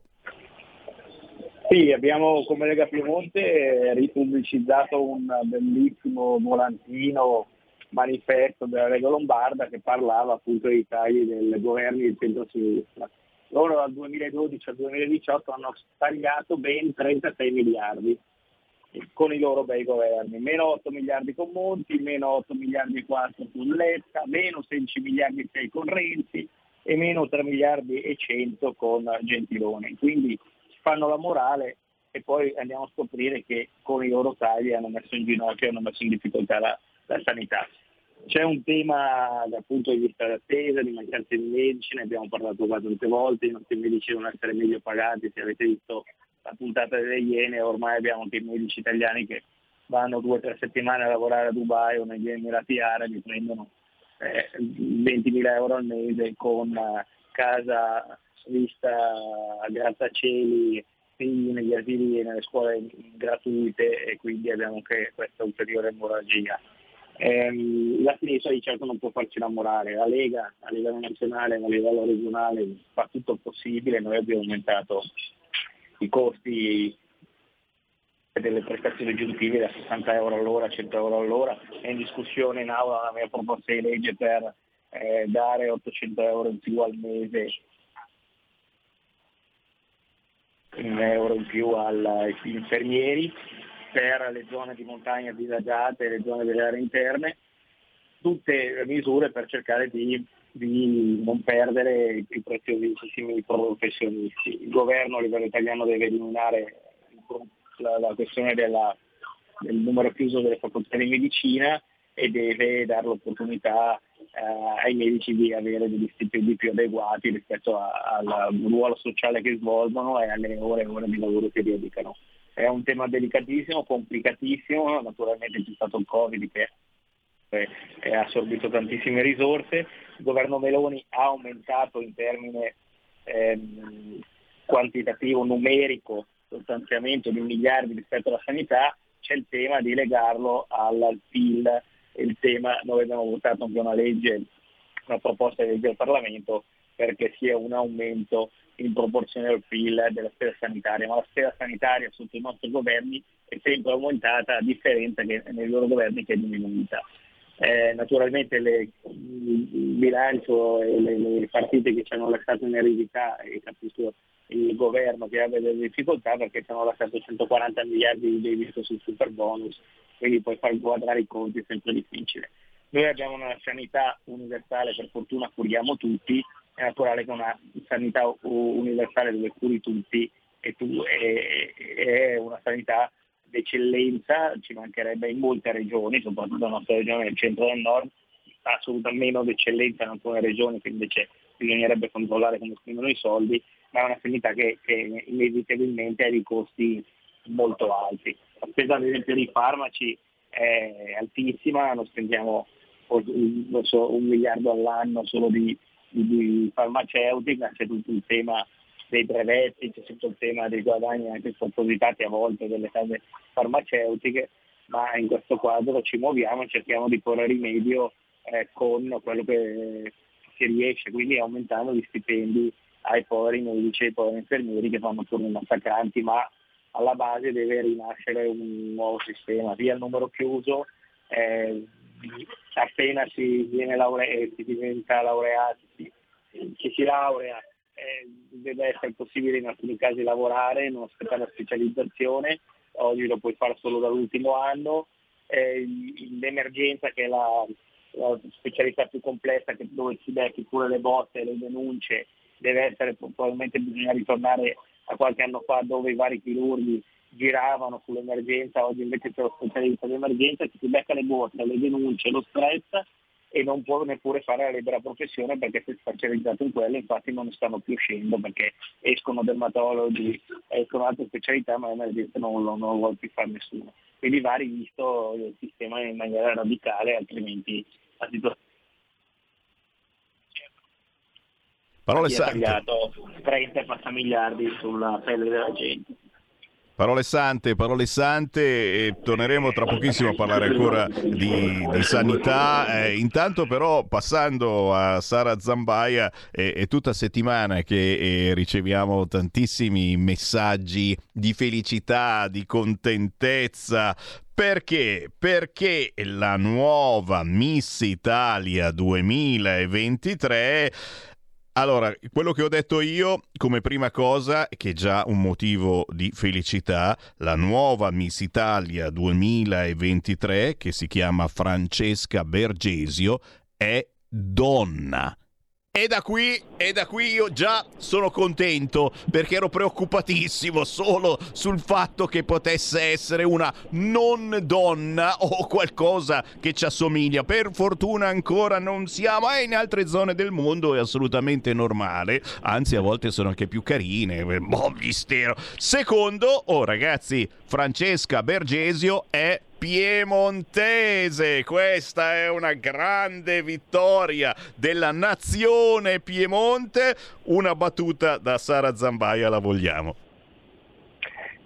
[SPEAKER 16] Sì, abbiamo come Lega Piemonte ripubblicizzato un bellissimo volantino manifesto della Lega Lombarda che parlava appunto dei tagli del governo di centro-sinistra. Loro dal duemiladodici al duemiladiciotto hanno tagliato ben trentasei miliardi con i loro bei governi, meno otto miliardi con Monti, meno otto miliardi e quattro con Letta, meno sedici miliardi e sei con Renzi e meno tre miliardi e cento con Gentiloni. Quindi fanno la morale e poi andiamo a scoprire che con i loro tagli hanno messo in ginocchio, hanno messo in difficoltà la, la sanità. C'è un tema dal punto di vista d'attesa, di mancanza di medici, ne abbiamo parlato qua tante volte, i nostri medici devono essere meglio pagati. Se avete visto la puntata delle Iene, ormai abbiamo anche i medici italiani che vanno due o tre settimane a lavorare a Dubai o negli Emirati Arabi, prendono eh, ventimila euro al mese con uh, casa vista a grattacieli negli, negli asili e nelle scuole gratuite, e quindi abbiamo anche questa ulteriore emorragia. Ehm, la sinistra di certo non può farci innamorare, la Lega a livello nazionale, a livello regionale fa tutto il possibile. Noi abbiamo aumentato i costi delle prestazioni aggiuntive da sessanta euro all'ora a cento euro all'ora. È in discussione in aula la mia proposta di legge per eh, dare ottocento euro in più al mese, un euro in più agli infermieri per le zone di montagna disagiate e le zone delle aree interne, tutte misure per cercare di, di non perdere i preziosissimi professionisti. Il governo a livello italiano deve eliminare la, la questione della, del numero chiuso delle facoltà di medicina e deve dare l'opportunità eh, ai medici di avere degli stipendi più adeguati rispetto a, al ruolo sociale che svolgono e alle ore e ore di lavoro che dedicano. È un tema delicatissimo, complicatissimo, naturalmente c'è stato il Covid che eh, ha assorbito tantissime risorse. Il governo Meloni ha aumentato in termine ehm, quantitativo, numerico, lo stanziamento di miliardi rispetto alla sanità. C'è il tema di legarlo al P I L, il tema, noi abbiamo votato anche una legge, una proposta di legge al Parlamento perché sia un aumento in proporzione al P I L della spesa sanitaria, ma la spesa sanitaria sotto i nostri governi è sempre aumentata, a differenza che nei loro governi che è diminuita. Eh, naturalmente le, il bilancio e le, le partite che ci hanno lasciato in eredità, e capisco il governo che ha delle difficoltà perché ci hanno lasciato centoquaranta miliardi di debito sul super bonus, quindi poi far quadrare i conti è sempre difficile. Noi abbiamo una sanità universale, per fortuna curiamo tutti, è naturale che una sanità universale dove curi tutti e tu è, è una sanità d'eccellenza, ci mancherebbe in molte regioni, soprattutto la nostra regione del centro e del nord, assolutamente meno d'eccellenza in alcune regioni che invece bisognerebbe controllare come spendono i soldi, ma è una sanità che, che inevitabilmente ha dei costi molto alti. La spesa ad esempio di farmaci è altissima, non spendiamo non so, un miliardo all'anno solo di, di, di farmaceutica, c'è tutto il tema dei brevetti, c'è tutto il tema dei guadagni anche spropositati a volte delle case farmaceutiche, ma in questo quadro ci muoviamo e cerchiamo di porre rimedio eh, con quello che si riesce, quindi aumentando gli stipendi ai poveri medici e ai poveri infermieri che fanno turni massacranti, ma alla base deve rinascere un nuovo sistema, via il numero chiuso, eh, appena si viene laureati, si diventa laureati, si, che si laurea, eh, deve essere possibile in alcuni casi lavorare, non aspettare la specializzazione, oggi lo puoi fare solo dall'ultimo anno, eh, l'emergenza che è la, la specialità più complessa che, dove si becchi pure le botte, le denunce, deve essere, probabilmente bisogna ritornare a qualche anno fa dove i vari chirurghi giravano sull'emergenza, oggi invece c'è lo specialista d'emergenza che si becca le botte, le denunce, lo stress e non può neppure fare la libera professione perché si è specializzato in quello, infatti non stanno più uscendo perché escono dermatologi, escono altre specialità, ma l'emergenza non lo, non lo vuole più fare nessuno. Quindi va rivisto il sistema in maniera radicale, altrimenti la situazione.
[SPEAKER 2] Parole
[SPEAKER 16] si è
[SPEAKER 2] sante.
[SPEAKER 16] tagliato trenta passa miliardi sulla pelle della gente.
[SPEAKER 2] Parole sante, parole sante, e torneremo tra pochissimo a parlare ancora di, di sanità. Eh, intanto però, passando a Sara Zambaia, è, è tutta settimana che eh, riceviamo tantissimi messaggi di felicità, di contentezza. Perché? Perché la nuova Miss Italia duemilaventitré... Allora, quello che ho detto io come prima cosa, che è già un motivo di felicità, la nuova Miss Italia duemilaventitré, che si chiama Francesca Bergesio, è donna. E da qui, e da qui io già sono contento, perché ero preoccupatissimo solo sul fatto che potesse essere una non donna o qualcosa che ci assomiglia. Per fortuna ancora non siamo, e in altre zone del mondo è assolutamente normale, anzi a volte sono anche più carine, boh, mistero. Secondo, oh ragazzi, Francesca Bergesio è piemontese, questa è una grande vittoria della nazione Piemonte. Una battuta da Sara Zambaia la vogliamo.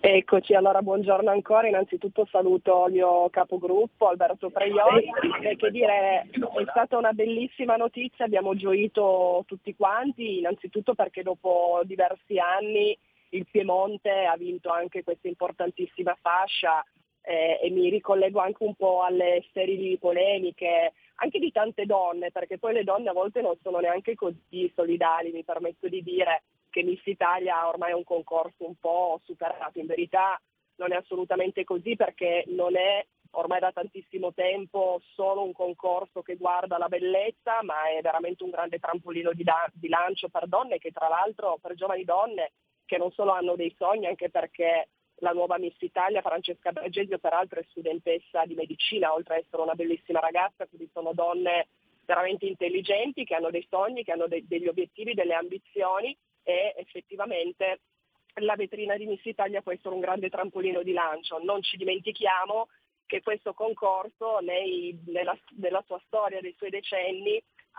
[SPEAKER 15] Eccoci, allora buongiorno ancora, innanzitutto saluto il mio capogruppo Alberto Preioni, e che dire, è stata una bellissima notizia, abbiamo gioito tutti quanti, innanzitutto perché dopo diversi anni il Piemonte ha vinto anche questa importantissima fascia, eh, e mi ricollego anche un po' alle sterili polemiche, anche di tante donne, perché poi le donne a volte non sono neanche così solidali, mi permetto di dire che Miss Italia ormai è un concorso un po' superato. In verità non è assolutamente così, perché non è ormai da tantissimo tempo solo un concorso che guarda la bellezza, ma è veramente un grande trampolino di, da- di lancio per donne, che tra l'altro per giovani donne che non solo hanno dei sogni, anche perché la nuova Miss Italia, Francesca Bergesio, peraltro è studentessa di medicina, oltre ad essere una bellissima ragazza, quindi sono donne veramente intelligenti, che hanno dei sogni, che hanno de- degli obiettivi, delle ambizioni, e effettivamente la vetrina di Miss Italia può essere un grande trampolino di lancio. Non ci dimentichiamo che questo concorso nei, nella, nella sua storia, dei suoi decenni,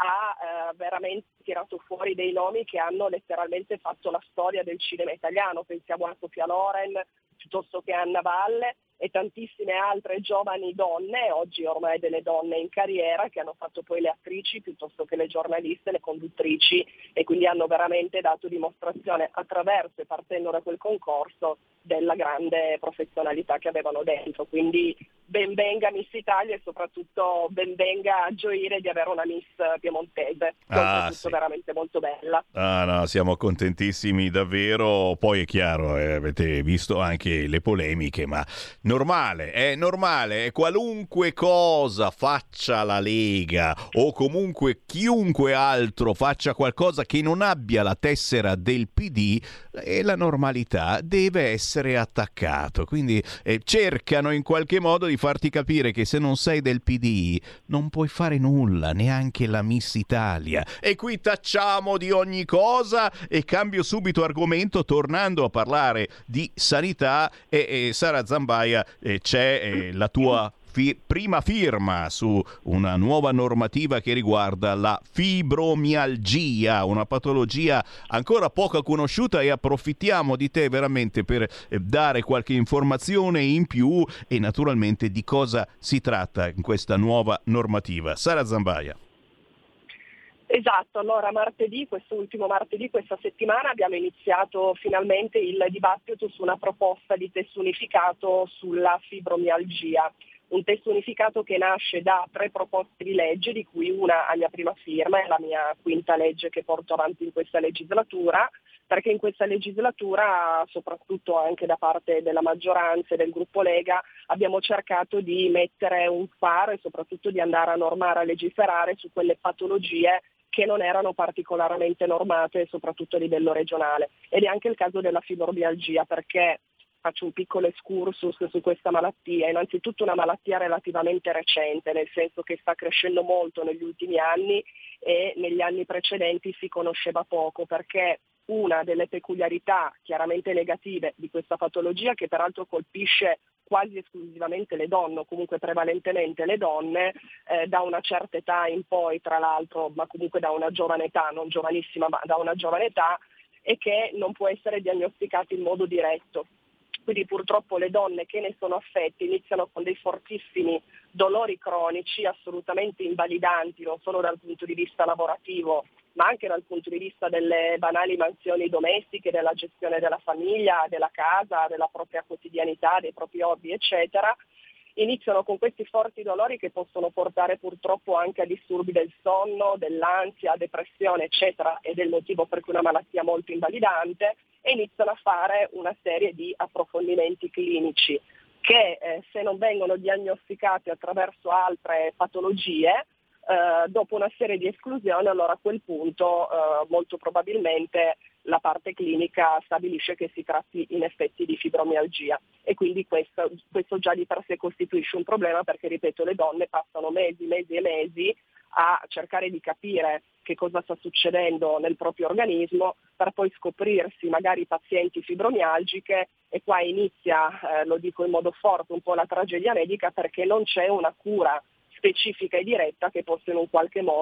[SPEAKER 15] ha eh, veramente tirato fuori dei nomi che hanno letteralmente fatto la storia del cinema italiano. Pensiamo a Sofia Loren, piuttosto che Anna Valle, e tantissime altre giovani donne, oggi ormai delle donne in carriera, che hanno fatto poi le attrici piuttosto che le giornaliste, le conduttrici, e quindi hanno veramente dato dimostrazione, attraverso e partendo da quel concorso, della grande professionalità che avevano dentro. Quindi ben venga Miss Italia, e soprattutto ben venga a gioire di avere una Miss piemontese,
[SPEAKER 2] Ah,
[SPEAKER 15] oltretutto
[SPEAKER 2] sì.
[SPEAKER 15] veramente molto bella.
[SPEAKER 2] Ah no, siamo contentissimi davvero. Poi è chiaro, eh, avete visto anche le polemiche, ma normale, è normale, è qualunque cosa faccia la Lega o comunque chiunque altro faccia qualcosa che non abbia la tessera del P D, e la normalità deve essere attaccato. Quindi eh, cercano in qualche modo di farti capire che se non sei del P D non puoi fare nulla, neanche la Miss Italia. E qui tacciamo di ogni cosa e cambio subito argomento, tornando a parlare di sanità. E, e Sara Zambaia, eh, c'è eh, la tua Fi- prima firma su una nuova normativa che riguarda la fibromialgia, una patologia ancora poco conosciuta, e approfittiamo di te veramente per eh, dare qualche informazione in più e naturalmente di cosa si tratta in questa nuova normativa. Sara Zambaia.
[SPEAKER 15] Esatto, allora martedì, questo ultimo martedì, questa settimana abbiamo iniziato finalmente il dibattito su una proposta di testo unificato sulla fibromialgia. Un testo unificato che nasce da tre proposte di legge, di cui una a mia prima firma, è la mia quinta legge che porto avanti in questa legislatura, perché in questa legislatura, soprattutto anche da parte della maggioranza e del gruppo Lega, abbiamo cercato di mettere un faro e soprattutto di andare a normare, a legiferare su quelle patologie che non erano particolarmente normate, soprattutto a livello regionale. Ed è anche il caso della fibromialgia, perché faccio un piccolo excursus su questa malattia. Innanzitutto una malattia relativamente recente, nel senso che sta crescendo molto negli ultimi anni, e negli anni precedenti si conosceva poco, perché una delle peculiarità chiaramente negative di questa patologia, che peraltro colpisce quasi esclusivamente le donne, o comunque prevalentemente le donne, eh, da una certa età in poi, tra l'altro, ma comunque da una giovane età, non giovanissima, ma da una giovane età, e che non può essere diagnosticata in modo diretto. Quindi purtroppo le donne che ne sono affette iniziano con dei fortissimi dolori cronici, assolutamente invalidanti, non solo dal punto di vista lavorativo, ma anche dal punto di vista delle banali mansioni domestiche, della gestione della famiglia, della casa, della propria quotidianità, dei propri hobby, eccetera. Iniziano con questi forti dolori che possono portare purtroppo anche a disturbi del sonno, dell'ansia, depressione, eccetera, ed è il motivo per cui è una malattia molto invalidante, e iniziano a fare una serie di approfondimenti clinici che eh, se non vengono diagnosticati attraverso altre patologie, eh, dopo una serie di esclusioni, allora a quel punto eh, molto probabilmente la parte clinica stabilisce che si tratti in effetti di fibromialgia, e quindi questo, questo già di per sé costituisce un problema, perché, ripeto, le donne passano mesi, mesi e mesi a cercare di capire che cosa sta succedendo nel proprio organismo, per poi scoprirsi magari pazienti fibromialgiche, e qua inizia, eh, lo dico in modo forte, un po' la tragedia medica, perché non c'è una cura specifica e diretta che possa in un qualche modo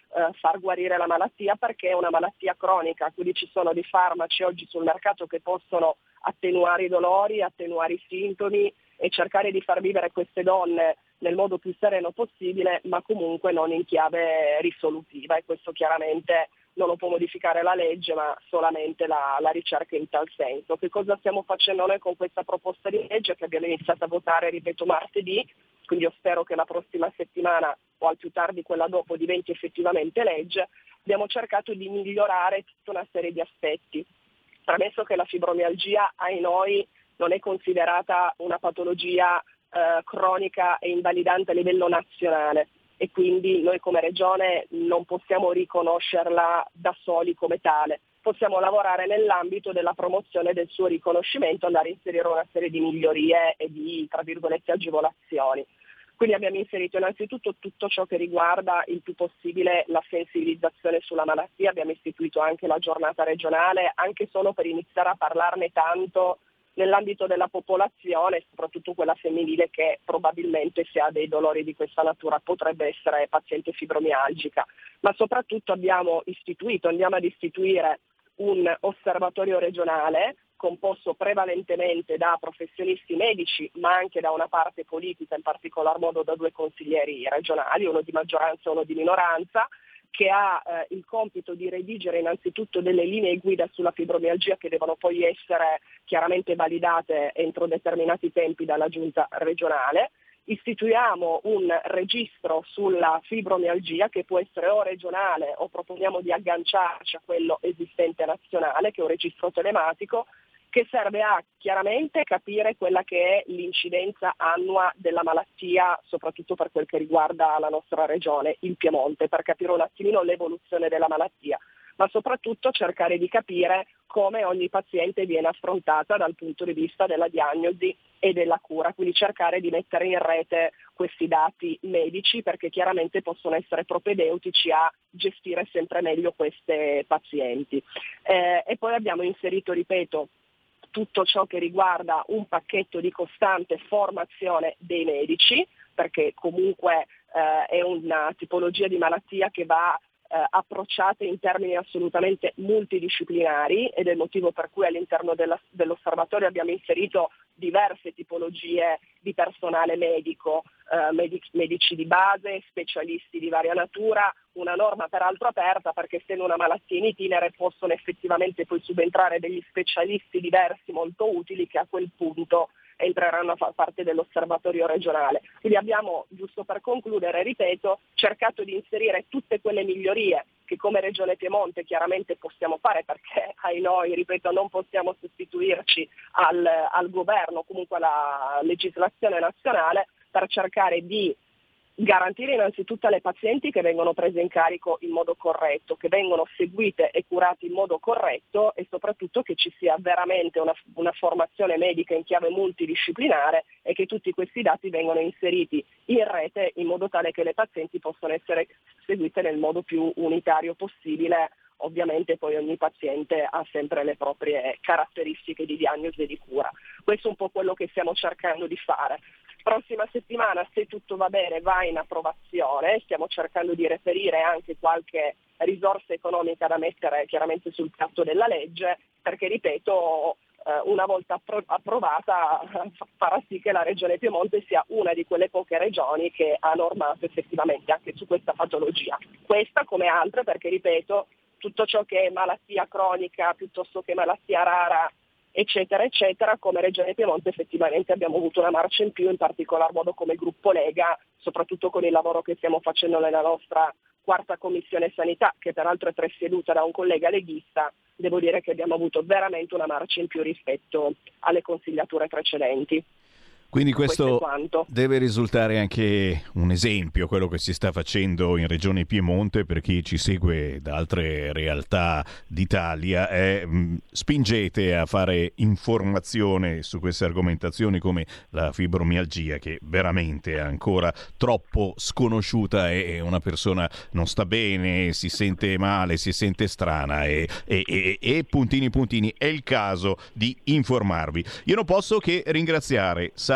[SPEAKER 15] eh, far guarire la malattia, perché è una malattia cronica, quindi ci sono dei farmaci oggi sul mercato che possono attenuare i dolori, attenuare i sintomi e cercare di far vivere queste donne nel modo più sereno possibile, ma comunque non in chiave risolutiva, e questo chiaramente non lo può modificare la legge, ma solamente la, la ricerca in tal senso. Che cosa stiamo facendo noi con questa proposta di legge che abbiamo iniziato a votare, ripeto, martedì, quindi io spero che la prossima settimana o al più tardi quella dopo diventi effettivamente legge. Abbiamo cercato di migliorare tutta una serie di aspetti, premesso che la fibromialgia, ai noi, non è considerata una patologia eh, cronica e invalidante a livello nazionale, e quindi noi come Regione non possiamo riconoscerla da soli come tale. Possiamo lavorare nell'ambito della promozione del suo riconoscimento, andare a inserire una serie di migliorie e di, tra virgolette, agevolazioni. Quindi abbiamo inserito innanzitutto tutto ciò che riguarda il più possibile la sensibilizzazione sulla malattia, abbiamo istituito anche la giornata regionale, anche solo per iniziare a parlarne tanto nell'ambito della popolazione, soprattutto quella femminile che probabilmente, se ha dei dolori di questa natura, potrebbe essere paziente fibromialgica. Ma soprattutto abbiamo istituito, andiamo ad istituire un osservatorio regionale composto prevalentemente da professionisti medici, ma anche da una parte politica, in particolar modo da due consiglieri regionali, uno di maggioranza e uno di minoranza, che ha eh, il compito di redigere innanzitutto delle linee guida sulla fibromialgia che devono poi essere chiaramente validate entro determinati tempi dalla giunta regionale. Istituiamo un registro sulla fibromialgia che può essere o regionale o proponiamo di agganciarci a quello esistente nazionale, che è un registro telematico che serve a chiaramente capire quella che è l'incidenza annua della malattia, soprattutto per quel che riguarda la nostra regione, il Piemonte, per capire un attimino l'evoluzione della malattia, ma soprattutto cercare di capire come ogni paziente viene affrontata dal punto di vista della diagnosi e della cura, quindi cercare di mettere in rete questi dati medici, perché chiaramente possono essere propedeutici a gestire sempre meglio queste pazienti. Eh, e poi abbiamo inserito, ripeto, tutto ciò che riguarda un pacchetto di costante formazione dei medici, perché comunque eh, è una tipologia di malattia che va eh, approcciata in termini assolutamente multidisciplinari, ed è il motivo per cui all'interno della, dell'osservatorio abbiamo inserito diverse tipologie di personale medico, eh, medici, medici di base, specialisti di varia natura, una norma peraltro aperta, perché essendo una malattia in itinere possono effettivamente poi subentrare degli specialisti diversi molto utili che a quel punto entreranno a far parte dell'osservatorio regionale. Quindi abbiamo, giusto per concludere, ripeto, cercato di inserire tutte quelle migliorie che come Regione Piemonte chiaramente possiamo fare, perché ai noi, ripeto, non possiamo sostituirci al, al governo, comunque alla legislazione nazionale, per cercare di garantire innanzitutto alle pazienti che vengono prese in carico in modo corretto, che vengono seguite e curate in modo corretto, e soprattutto che ci sia veramente una, una formazione medica in chiave multidisciplinare e che tutti questi dati vengano inseriti in rete in modo tale che le pazienti possano essere seguite nel modo più unitario possibile. Ovviamente poi ogni paziente ha sempre le proprie caratteristiche di diagnosi e di cura. Questo è un po' quello che stiamo cercando di fare. Prossima settimana, se tutto va bene, va in approvazione. Stiamo cercando di reperire anche qualche risorsa economica da mettere chiaramente sul piatto della legge, perché ripeto, una volta appro- approvata farà sì che la Regione Piemonte sia una di quelle poche regioni che ha normato effettivamente anche su questa patologia. Questa come altre, perché ripeto, tutto ciò che è malattia cronica piuttosto che malattia rara, eccetera, eccetera, come Regione Piemonte effettivamente abbiamo avuto una marcia in più, in particolar modo come gruppo Lega, soprattutto con il lavoro che stiamo facendo nella nostra quarta commissione sanità, che peraltro è presieduta da un collega leghista. Devo dire che abbiamo avuto veramente una marcia in più rispetto alle consigliature precedenti.
[SPEAKER 2] Quindi questo,
[SPEAKER 15] questo
[SPEAKER 2] deve risultare anche un esempio, quello che si sta facendo in Regione Piemonte, per chi ci segue da altre realtà d'Italia. È, mh, spingete a fare informazione su queste argomentazioni come la fibromialgia, che veramente è ancora troppo sconosciuta, e una persona non sta bene, si sente male, si sente strana e, e, e, e puntini puntini, è il caso di informarvi. Io non posso che ringraziare Sara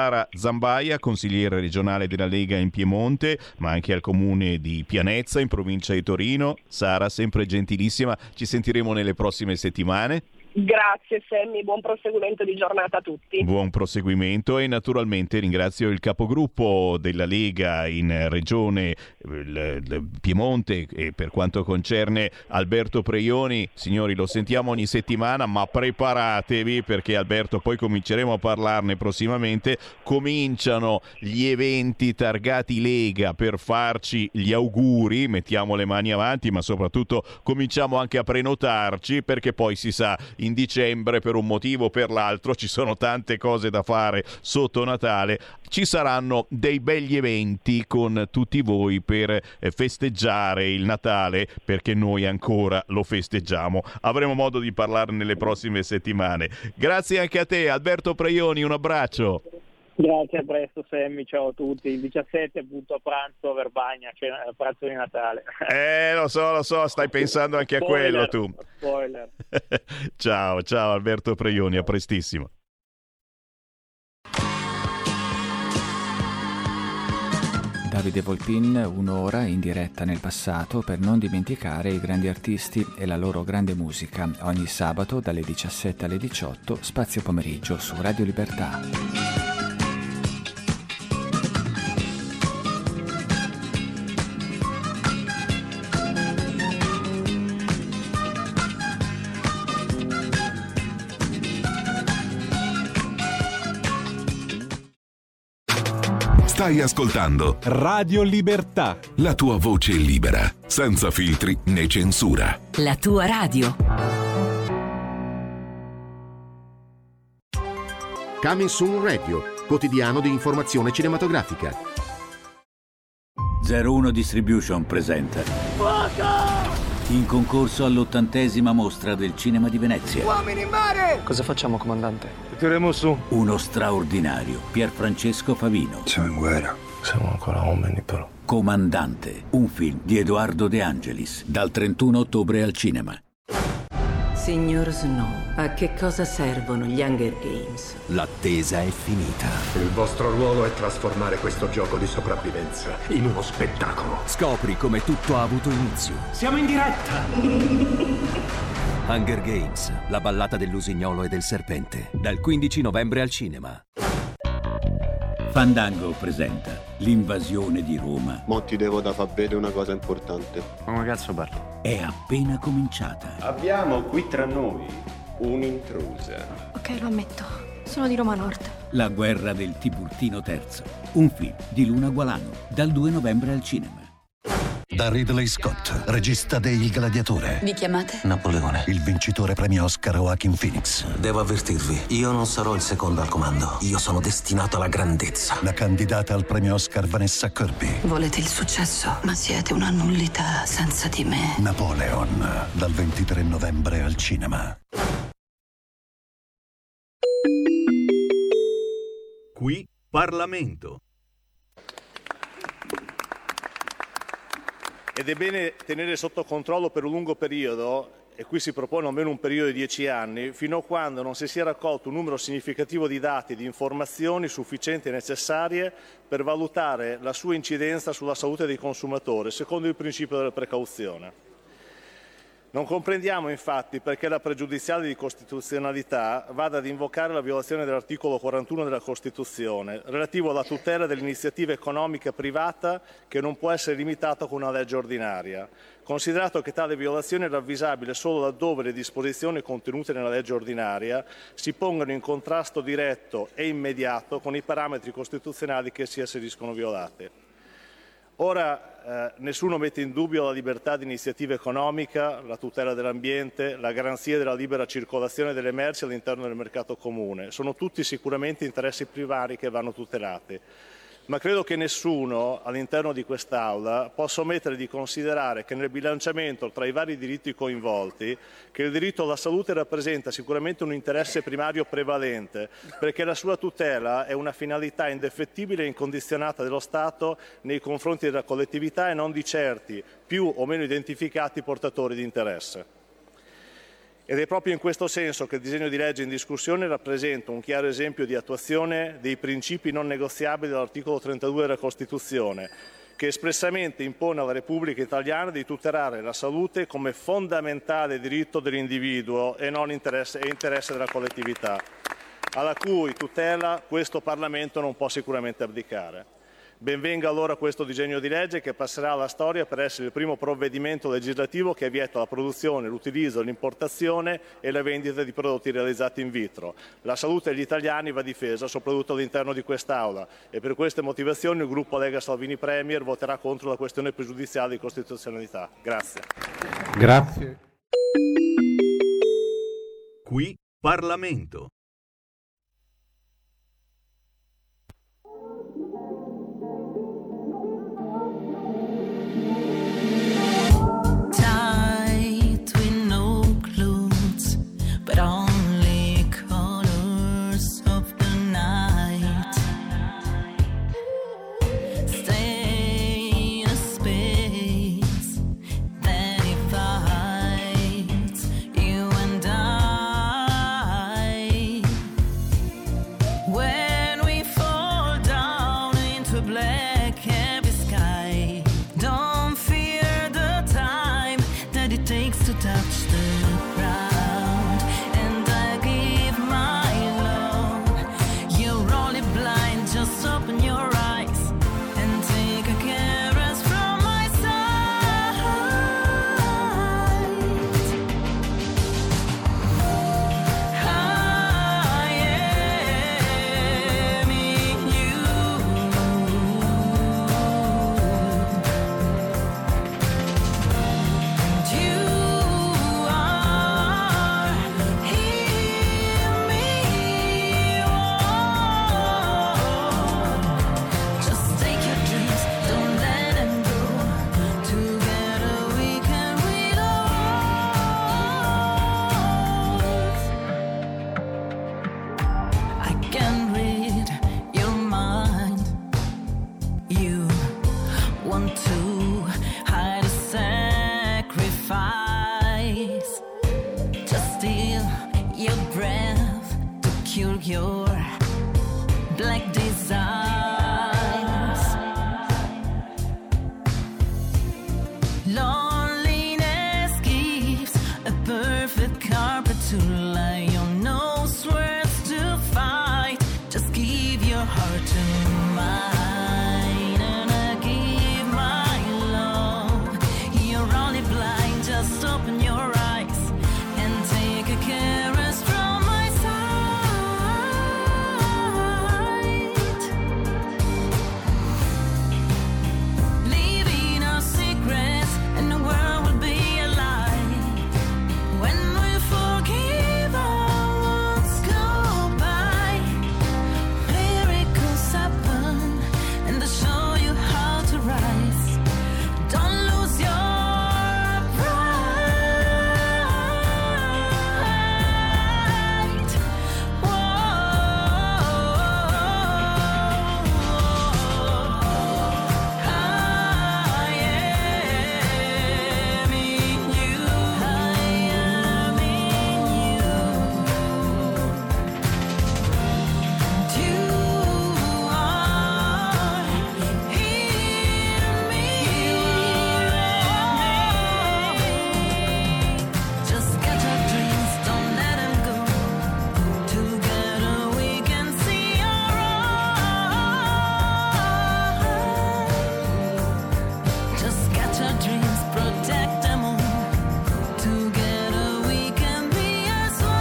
[SPEAKER 2] Sara Zambaia, consigliere regionale della Lega in Piemonte, ma anche al comune di Pianezza in provincia di Torino. Sara, sempre gentilissima, ci sentiremo nelle prossime settimane.
[SPEAKER 15] Grazie Sammy, buon proseguimento di giornata a tutti.
[SPEAKER 2] Buon proseguimento e naturalmente ringrazio il capogruppo della Lega in regione il, il Piemonte e per quanto concerne Alberto Preioni. Signori, lo sentiamo ogni settimana, ma preparatevi perché Alberto, poi cominceremo a parlarne prossimamente, cominciano gli eventi targati Lega per farci gli auguri, mettiamo le mani avanti, ma soprattutto cominciamo anche a prenotarci perché poi si sa in dicembre per un motivo o per l'altro ci sono tante cose da fare sotto Natale, ci saranno dei begli eventi con tutti voi per festeggiare il Natale perché noi ancora lo festeggiamo. Avremo modo di parlarne nelle prossime settimane. Grazie anche a te Alberto Preioni, un abbraccio.
[SPEAKER 16] Grazie, a presto Sammy, ciao a tutti. Il diciassette appunto a pranzo a Verbagna, cena, pranzo di Natale.
[SPEAKER 2] Eh, lo so, lo so, stai pensando anche
[SPEAKER 16] Spoiler,
[SPEAKER 2] a quello tu.
[SPEAKER 16] Spoiler.
[SPEAKER 2] Ciao, ciao Alberto Preioni, a prestissimo.
[SPEAKER 17] Davide Volpin, un'ora in diretta nel passato per non dimenticare i grandi artisti e la loro grande musica. Ogni sabato dalle diciassette alle diciotto, spazio pomeriggio su Radio Libertà.
[SPEAKER 10] Stai ascoltando
[SPEAKER 11] Radio Libertà,
[SPEAKER 10] la tua voce libera, senza filtri né censura.
[SPEAKER 18] La tua radio.
[SPEAKER 19] Coming Soon Radio, quotidiano di informazione cinematografica.
[SPEAKER 20] zero uno Distribution presenta
[SPEAKER 21] Fuoco!
[SPEAKER 20] in concorso all'ottantesima mostra del cinema di Venezia.
[SPEAKER 21] Uomini in mare!
[SPEAKER 22] Cosa facciamo, comandante?
[SPEAKER 20] Tireremo su uno straordinario Pierfrancesco Favino.
[SPEAKER 22] Siamo in guerra, siamo ancora uomini però.
[SPEAKER 20] Comandante, un film di Edoardo De Angelis, dal trentuno ottobre al cinema.
[SPEAKER 23] Signor Snow, a che cosa servono gli Hunger Games?
[SPEAKER 24] L'attesa è finita. Il vostro ruolo è trasformare questo gioco di sopravvivenza in uno spettacolo. Scopri come tutto ha avuto inizio.
[SPEAKER 21] Siamo in diretta!
[SPEAKER 24] Hunger Games, la ballata dell'usignolo e del serpente, dal quindici novembre al cinema.
[SPEAKER 20] Fandango presenta l'invasione di Roma.
[SPEAKER 25] Mo ti devo da far vedere una cosa importante.
[SPEAKER 22] Ma come cazzo parli?
[SPEAKER 20] È appena cominciata.
[SPEAKER 25] Abbiamo qui tra noi un'intrusa.
[SPEAKER 26] Ok, lo ammetto. Sono di Roma Nord.
[SPEAKER 20] La guerra del Tiburtino terzo. Un film di Luna Gualano, dal due novembre al cinema.
[SPEAKER 27] Da Ridley Scott, regista de Il Gladiatore.
[SPEAKER 26] Vi chiamate?
[SPEAKER 27] Napoleone. Il vincitore premio Oscar Joaquin Phoenix.
[SPEAKER 28] Devo avvertirvi, io non sarò il secondo al comando. Io sono destinato alla grandezza.
[SPEAKER 27] La candidata al premio Oscar Vanessa Kirby.
[SPEAKER 26] Volete il successo, ma siete una nullità senza di me.
[SPEAKER 27] Napoleon, dal ventitré novembre al cinema.
[SPEAKER 12] Qui Parlamento.
[SPEAKER 14] Ed è bene tenere sotto controllo per un lungo periodo, e qui si propone almeno un periodo di dieci anni, fino a quando non si sia raccolto un numero significativo di dati e di informazioni sufficienti e necessarie per valutare la sua incidenza sulla salute dei consumatori, secondo il principio della precauzione. Non comprendiamo infatti perché la pregiudiziale di costituzionalità vada ad invocare la violazione dell'articolo quarantuno della Costituzione, relativo alla tutela dell'iniziativa economica privata che non può essere limitata con una legge ordinaria, considerato che tale violazione è ravvisabile solo laddove le disposizioni contenute nella legge ordinaria si pongano in contrasto diretto e immediato con i parametri costituzionali che si asseriscono violati. Ora, eh, nessuno mette in dubbio la libertà di iniziativa economica, la tutela dell'ambiente, la garanzia della libera circolazione delle merci all'interno del mercato comune. Sono tutti sicuramente interessi primari che vanno tutelati. Ma credo che nessuno all'interno di quest'Aula possa omettere di considerare che nel bilanciamento tra i vari diritti coinvolti, che il diritto alla salute rappresenta sicuramente un interesse primario prevalente, perché la sua tutela è una finalità indefettibile e incondizionata dello Stato nei confronti della collettività e non di certi, più o meno identificati portatori di interesse. Ed è proprio in questo senso che il disegno di legge in discussione rappresenta un chiaro esempio di attuazione dei principi non negoziabili dell'articolo trentadue della Costituzione, che espressamente impone alla Repubblica Italiana di tutelare la salute come fondamentale diritto dell'individuo e non interesse, e interesse della collettività, alla cui tutela questo Parlamento non può sicuramente abdicare. Ben venga allora questo disegno di legge che passerà alla storia per essere il primo provvedimento legislativo che vieta la produzione, l'utilizzo, l'importazione e la vendita di prodotti realizzati in vitro. La salute degli italiani va difesa soprattutto all'interno di quest'Aula e per queste motivazioni il gruppo Lega Salvini Premier voterà contro la questione pregiudiziale di costituzionalità. Grazie.
[SPEAKER 13] Grazie.
[SPEAKER 12] Qui Parlamento.
[SPEAKER 1] But only colors of the night. Stay in a space that divides you and I. When we fall down into black heavy sky, don't fear the time that it takes to touch the ground. Open your eyes and take a caress from my side. I am in you. And you are in me. Just take your dreams, don't let them go. Together we can read I can read your mind. You want to hide a sacrifice. Just steal your breath to cure your black desires. Loneliness gives a perfect carpet to lie on, no swords to fight. Just give your heart to mine, and I give my love. You're only blind, just open your eyes and take a caress from my side. Leaving our secrets and the world will be alive. When we forgive our wounds go by, miracles happen and they show you how to rise. Don't lose your pride. I am in you. I am in you. And you are in me. Just get your dreams, don't let them go. Together we can see our own. Just get your dreams, protect them all. Together we can be as one.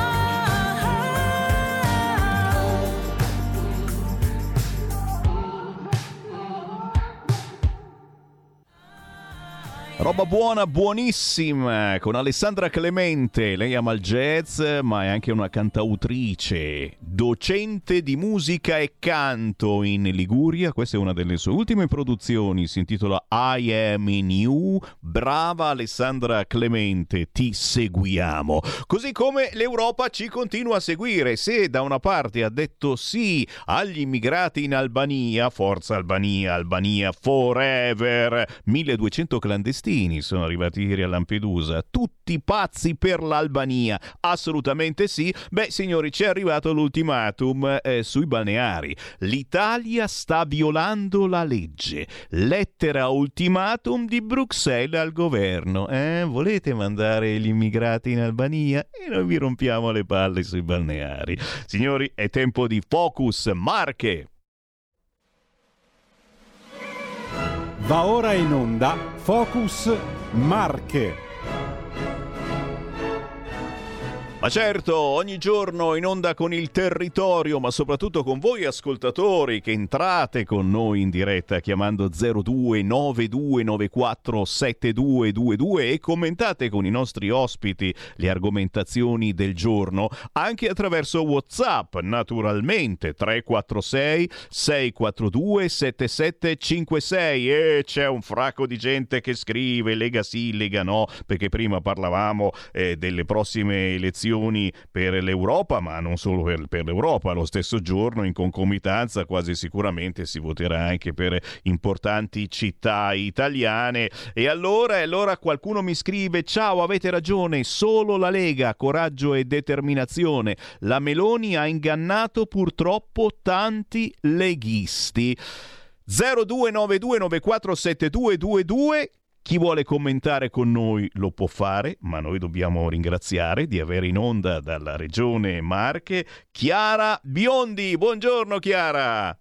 [SPEAKER 2] Roba buona, buonissima, con Alessandra Clemente. Lei ama il jazz, ma è anche una cantautrice, docente di musica e canto in Liguria. Questa è una delle sue ultime produzioni, si intitola I Am in You. Brava Alessandra Clemente, ti seguiamo. Così come l'Europa ci continua a seguire. Se da una parte ha detto sì agli immigrati in Albania, forza Albania, Albania forever, milleduecento clandestini clandestini sono arrivati ieri a Lampedusa, tutti pazzi per l'Albania, assolutamente sì. Beh signori, c'è arrivato l'ultimatum eh, sui balneari, l'Italia sta violando la legge, lettera ultimatum di Bruxelles al governo, eh? Volete mandare gli immigrati in Albania e noi vi rompiamo le palle sui balneari. Signori, è tempo di Focus Marche.
[SPEAKER 11] Va ora in onda Focus Marche.
[SPEAKER 2] Ma certo, ogni giorno in onda con il territorio, ma soprattutto con voi ascoltatori che entrate con noi in diretta chiamando zero due nove due nove quattro sette due due due e commentate con i nostri ospiti le argomentazioni del giorno anche attraverso WhatsApp, naturalmente tre quattro sei sei quattro due sette sette cinque sei, e c'è un fracco di gente che scrive Lega sì, Lega no, perché prima parlavamo eh, delle prossime elezioni per l'Europa, ma non solo per, per l'Europa. Lo stesso giorno, in concomitanza, quasi sicuramente si voterà anche per importanti città italiane. E allora, e allora qualcuno mi scrive: ciao, avete ragione, solo la Lega, coraggio e determinazione. La Meloni ha ingannato purtroppo tanti leghisti. zero due nove due nove quattro sette due due due. Chi vuole commentare con noi lo può fare, ma noi dobbiamo ringraziare di avere in onda dalla regione Marche Chiara Biondi. Buongiorno Chiara.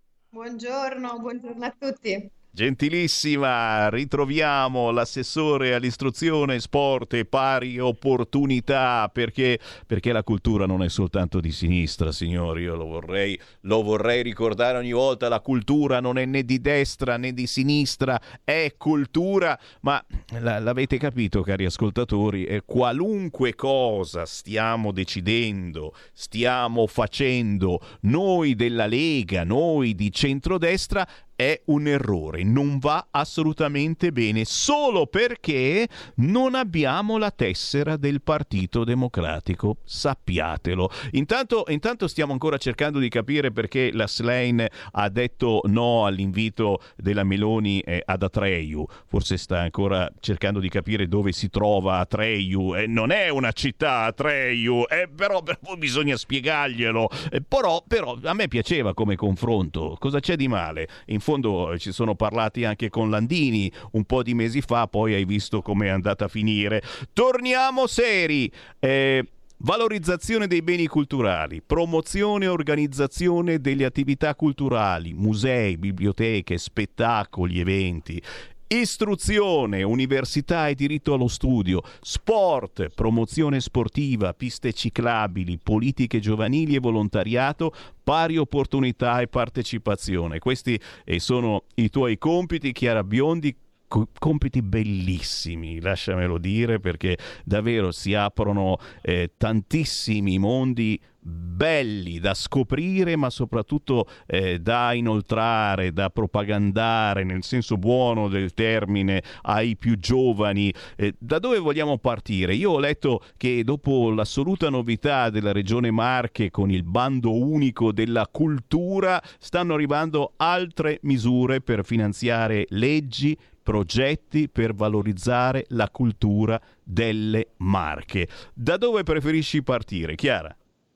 [SPEAKER 3] Buongiorno, buongiorno a tutti.
[SPEAKER 2] Gentilissima, ritroviamo l'assessore all'istruzione, sport e pari opportunità, perché, perché la cultura non è soltanto di sinistra, signori, io lo vorrei, lo vorrei ricordare ogni volta, la cultura non è né di destra né di sinistra, è cultura, ma la, l'avete capito cari ascoltatori, eh, qualunque cosa stiamo decidendo, stiamo facendo, noi della Lega, noi di centrodestra, è un errore, non va assolutamente bene, solo perché non abbiamo la tessera del Partito Democratico, sappiatelo. Intanto, intanto stiamo ancora cercando di capire perché la Schlein ha detto no all'invito della Meloni eh, ad Atreju, forse sta ancora cercando di capire dove si trova Atreju, eh, non è una città Atreju, eh, però, però bisogna spiegarglielo, eh, però, però a me piaceva come confronto, cosa c'è di male? In fondo ci sono parlati anche con Landini un po' di mesi fa, poi hai visto come è andata a finire. Torniamo seri. Eh, valorizzazione dei beni culturali, promozione e organizzazione delle attività culturali, musei, biblioteche, spettacoli, eventi. Istruzione, università e diritto allo studio, sport, promozione sportiva, piste ciclabili, politiche giovanili e volontariato, pari opportunità e partecipazione. Questi eh, sono i tuoi compiti, Chiara Biondi, co- compiti bellissimi, lasciamelo dire, perché davvero si aprono eh, tantissimi mondi belli da scoprire, ma soprattutto eh, da inoltrare, da propagandare nel senso buono del termine ai più giovani. Eh, da dove vogliamo partire? Io ho letto che dopo l'assoluta novità della regione Marche con il bando unico della cultura stanno arrivando altre misure per finanziare leggi, progetti per valorizzare la cultura delle Marche. Da dove preferisci partire, Chiara?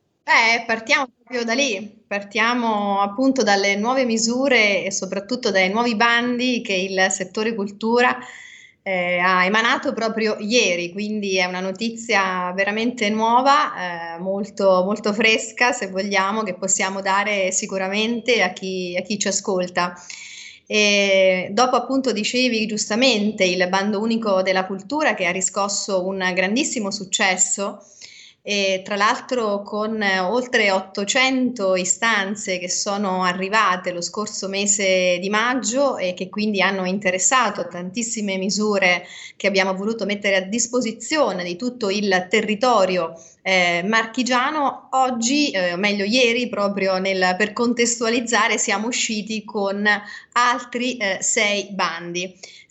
[SPEAKER 3] Eh, partiamo proprio da lì, partiamo appunto dalle nuove misure e soprattutto dai nuovi bandi che il settore cultura eh, ha emanato proprio ieri, quindi è una notizia veramente nuova, eh, molto, molto fresca se vogliamo, che possiamo dare sicuramente a chi, a chi ci ascolta. E dopo appunto dicevi giustamente il bando unico della cultura che ha riscosso un grandissimo successo, e tra l'altro con oltre ottocento istanze che sono arrivate lo scorso mese di maggio e che quindi hanno interessato tantissime misure che abbiamo voluto mettere a disposizione di tutto il territorio eh, marchigiano. Oggi, eh, o meglio ieri, proprio nel, per contestualizzare, siamo usciti con altri eh, sei bandi.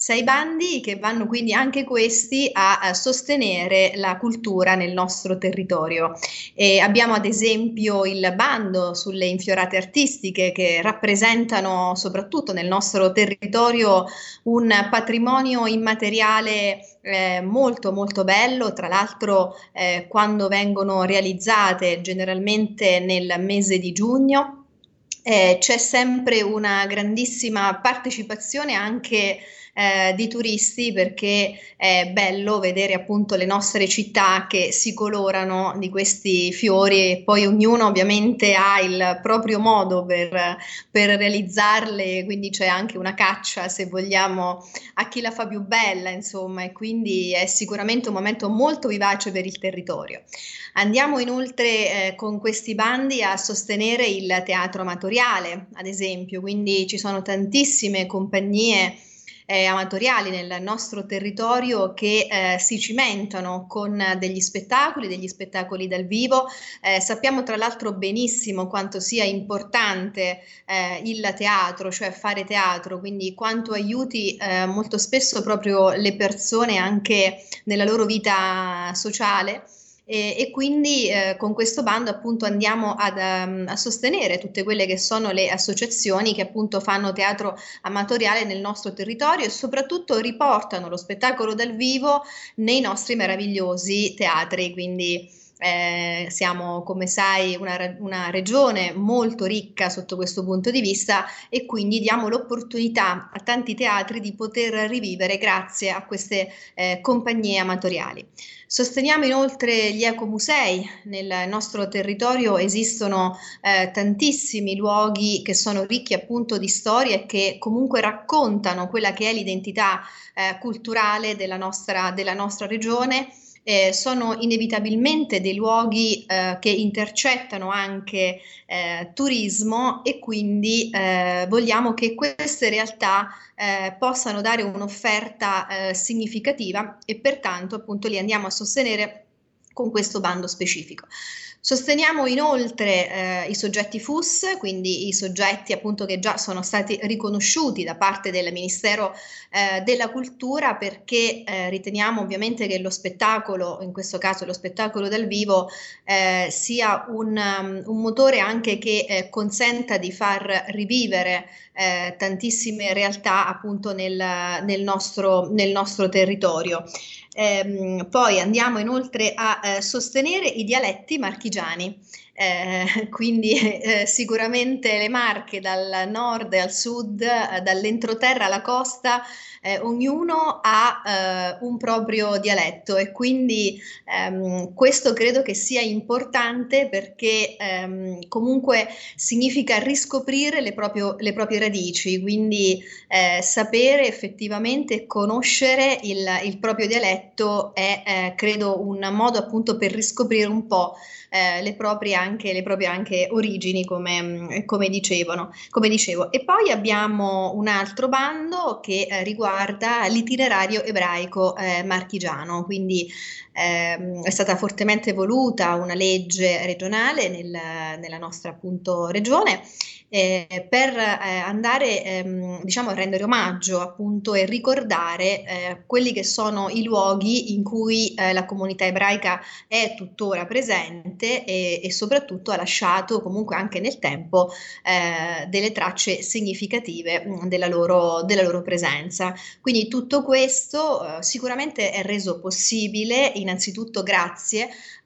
[SPEAKER 3] Sei bandi che vanno quindi anche questi a, a sostenere la cultura nel nostro territorio. E abbiamo ad esempio il bando sulle infiorate artistiche che rappresentano soprattutto nel nostro territorio un patrimonio immateriale eh, molto molto bello, tra l'altro eh, quando vengono realizzate generalmente nel mese di giugno eh, c'è sempre una grandissima partecipazione anche Eh, di turisti, perché è bello vedere appunto le nostre città che si colorano di questi fiori e poi ognuno ovviamente ha il proprio modo per, per realizzarle, quindi c'è anche una caccia, se vogliamo, a chi la fa più bella, insomma, e quindi è sicuramente un momento molto vivace per il territorio. Andiamo inoltre eh, con questi bandi a sostenere il teatro amatoriale, ad esempio, quindi ci sono tantissime compagnie Eh, amatoriali nel nostro territorio che eh, si cimentano con degli spettacoli, degli spettacoli dal vivo. Eh, sappiamo tra l'altro benissimo quanto sia importante eh, il teatro, cioè fare teatro, quindi quanto aiuti eh, molto spesso proprio le persone anche nella loro vita sociale. E, e quindi eh, con questo bando appunto andiamo ad, um, a sostenere tutte quelle che sono le associazioni che appunto fanno teatro amatoriale nel nostro territorio e soprattutto riportano lo spettacolo dal vivo nei nostri meravigliosi teatri, quindi Eh, siamo, come sai, una, una regione molto ricca sotto questo punto di vista e quindi diamo l'opportunità a tanti teatri di poter rivivere grazie a queste eh, compagnie amatoriali. Sosteniamo inoltre gli ecomusei. Nel nostro territorio esistono eh, tantissimi luoghi che sono ricchi appunto di storie e che comunque raccontano quella che è l'identità eh, culturale della nostra, della nostra regione. Eh, sono inevitabilmente dei luoghi eh, che intercettano anche eh, turismo e quindi eh, vogliamo che queste realtà eh, possano dare un'offerta eh, significativa e pertanto appunto li andiamo a sostenere con questo bando specifico. Sosteniamo inoltre eh, i soggetti F U S, quindi i soggetti appunto che già sono stati riconosciuti da parte del Ministero eh, della Cultura, perché eh, riteniamo ovviamente che lo spettacolo, in questo caso lo spettacolo dal vivo, eh, sia un, um, un motore anche che eh, consenta di far rivivere eh, tantissime realtà appunto nel, nel, nostro, nel nostro territorio. Eh, poi andiamo inoltre a eh, sostenere i dialetti marchigiani, eh, quindi eh, sicuramente le Marche dal nord al sud, eh, dall'entroterra alla costa, eh, ognuno ha eh, un proprio dialetto e quindi ehm, questo credo che sia importante perché ehm, comunque significa riscoprire le, proprio, le proprie radici, quindi eh, sapere effettivamente conoscere il, il proprio dialetto è eh, credo un modo appunto per riscoprire un po' eh, le proprie anche le proprie anche origini, come, come dicevano, come dicevo. E poi abbiamo un altro bando che eh, riguarda l'itinerario ebraico eh, marchigiano, quindi eh, è stata fortemente voluta una legge regionale nel, nella nostra appunto regione eh, per eh, andare ehm, diciamo a rendere omaggio appunto e ricordare eh, quelli che sono i luoghi in cui eh, la comunità ebraica è tuttora presente e, e soprattutto ha lasciato comunque anche nel tempo eh, delle tracce significative mh, della loro, della loro presenza. Quindi tutto questo eh, sicuramente è reso possibile innanzitutto grazie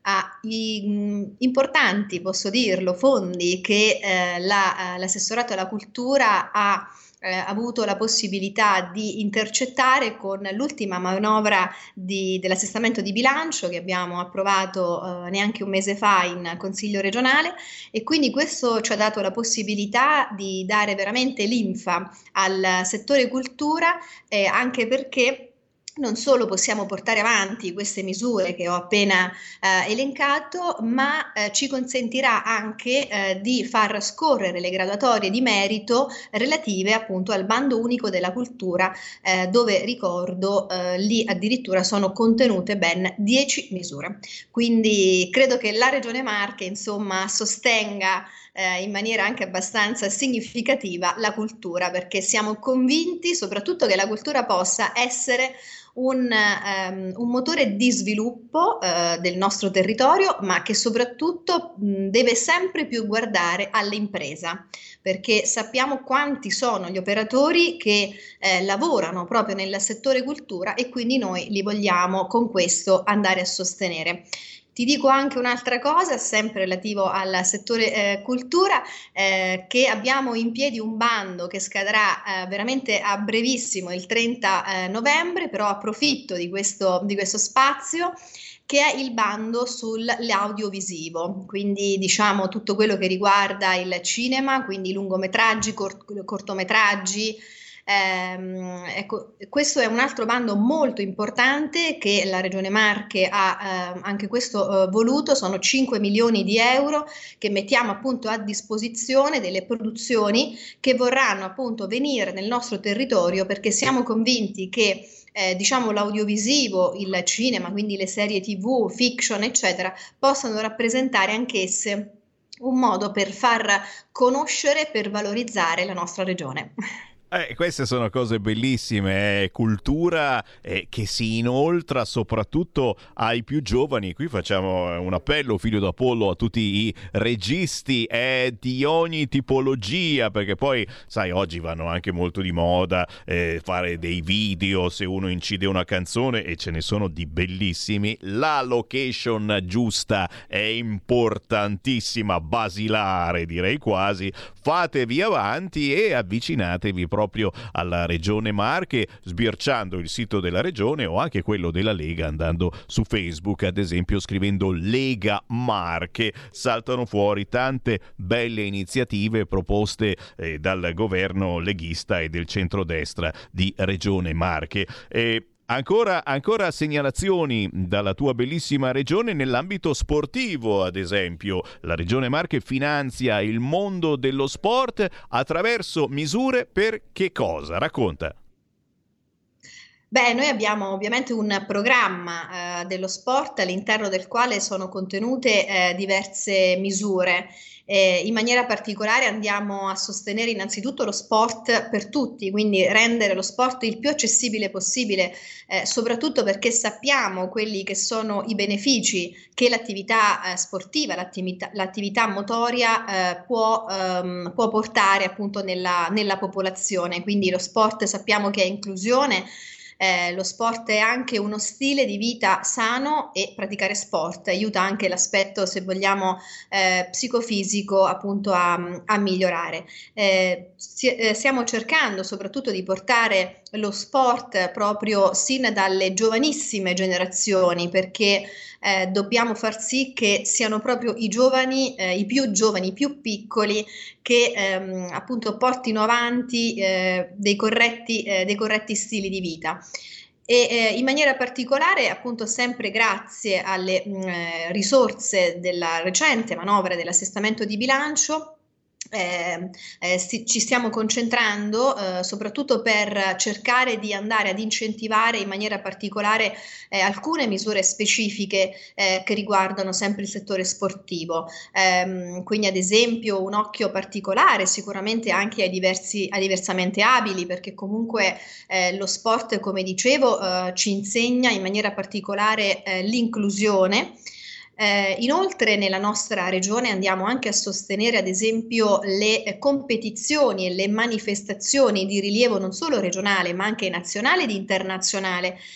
[SPEAKER 3] ai mh, importanti, posso dirlo, fondi che eh, la, l'assessorato alla cultura ha eh, avuto la possibilità di intercettare con l'ultima manovra di, dell'assestamento di bilancio che abbiamo approvato eh, neanche un mese fa in Consiglio regionale, e quindi questo ci ha dato la possibilità di dare veramente linfa al settore cultura, eh, anche perché non solo possiamo portare avanti queste misure che ho appena eh, elencato, ma eh, ci consentirà anche eh, di far scorrere le graduatorie di merito relative appunto al bando unico della cultura, eh, dove ricordo eh, lì addirittura sono contenute ben dieci misure. Quindi credo che la Regione Marche insomma sostenga Eh, in maniera anche abbastanza significativa la cultura, perché siamo convinti soprattutto che la cultura possa essere un, um, un motore di sviluppo uh, del nostro territorio, ma che soprattutto mh, deve sempre più guardare all'impresa, perché sappiamo quanti sono gli operatori che eh, lavorano proprio nel settore cultura e quindi noi li vogliamo con questo andare a sostenere. Ti dico anche un'altra cosa, sempre relativo al settore eh, cultura, eh, che abbiamo in piedi un bando che scadrà eh, veramente a brevissimo, il trenta eh, novembre, però approfitto di questo, di questo spazio, che è il bando sull'audiovisivo, quindi diciamo tutto quello che riguarda il cinema, quindi lungometraggi, cort- cortometraggi. Eh, ecco, questo è un altro bando molto importante che la Regione Marche ha eh, anche questo eh, voluto, sono cinque milioni di euro che mettiamo appunto a disposizione delle produzioni che vorranno appunto venire nel nostro territorio, perché siamo convinti che Eh, diciamo l'audiovisivo, il cinema, quindi le serie tv, fiction eccetera, possano rappresentare anch'esse un modo per far conoscere, per valorizzare la nostra regione.
[SPEAKER 2] Eh, queste sono cose bellissime, eh, cultura eh, che si inoltra soprattutto ai più giovani. Qui facciamo un appello, figlio d'Apollo, a tutti i registi eh, di ogni tipologia, perché poi, sai, oggi vanno anche molto di moda eh, fare dei video, se uno incide una canzone, e ce ne sono di bellissimi. La location giusta è importantissima, basilare direi quasi. Fatevi avanti e avvicinatevi proprio alla Regione Marche, sbirciando il sito della Regione o anche quello della Lega, andando su Facebook ad esempio scrivendo Lega Marche. Saltano fuori tante belle iniziative proposte eh, dal governo leghista e del centrodestra di Regione Marche. E Ancora, ancora segnalazioni dalla tua bellissima regione nell'ambito sportivo, ad esempio. La Regione Marche finanzia il mondo dello sport attraverso misure per che cosa? Racconta.
[SPEAKER 3] Beh, noi abbiamo ovviamente un programma eh, dello sport all'interno del quale sono contenute eh, diverse misure. Eh, in maniera particolare andiamo a sostenere innanzitutto lo sport per tutti, quindi rendere lo sport il più accessibile possibile, eh, soprattutto perché sappiamo quelli che sono i benefici che l'attività eh, sportiva, l'attività, l'attività motoria eh, può, ehm, può portare appunto nella, nella popolazione. Quindi lo sport sappiamo che è inclusione. Eh, lo sport è anche uno stile di vita sano e praticare sport aiuta anche l'aspetto, se vogliamo, eh, psicofisico appunto a, a migliorare. Eh, si, eh, stiamo cercando soprattutto di portare lo sport proprio sin dalle giovanissime generazioni, perché eh, dobbiamo far sì che siano proprio i giovani, eh, i più giovani, i più piccoli, che ehm, appunto portino avanti eh, dei corretti, eh, dei corretti stili di vita. E eh, in maniera particolare, appunto, sempre grazie alle mh, risorse della recente manovra dell'assestamento di bilancio, Eh, eh, si, ci stiamo concentrando eh, soprattutto per cercare di andare ad incentivare in maniera particolare eh, alcune misure specifiche eh, che riguardano sempre il settore sportivo, eh, quindi ad esempio un occhio particolare sicuramente anche ai diversi ai diversamente abili, perché comunque eh, lo sport, come dicevo, eh, ci insegna in maniera particolare eh, l'inclusione. Eh, inoltre nella nostra regione andiamo anche a sostenere ad esempio le eh, competizioni e le manifestazioni di rilievo non solo regionale ma anche nazionale ed internazionale,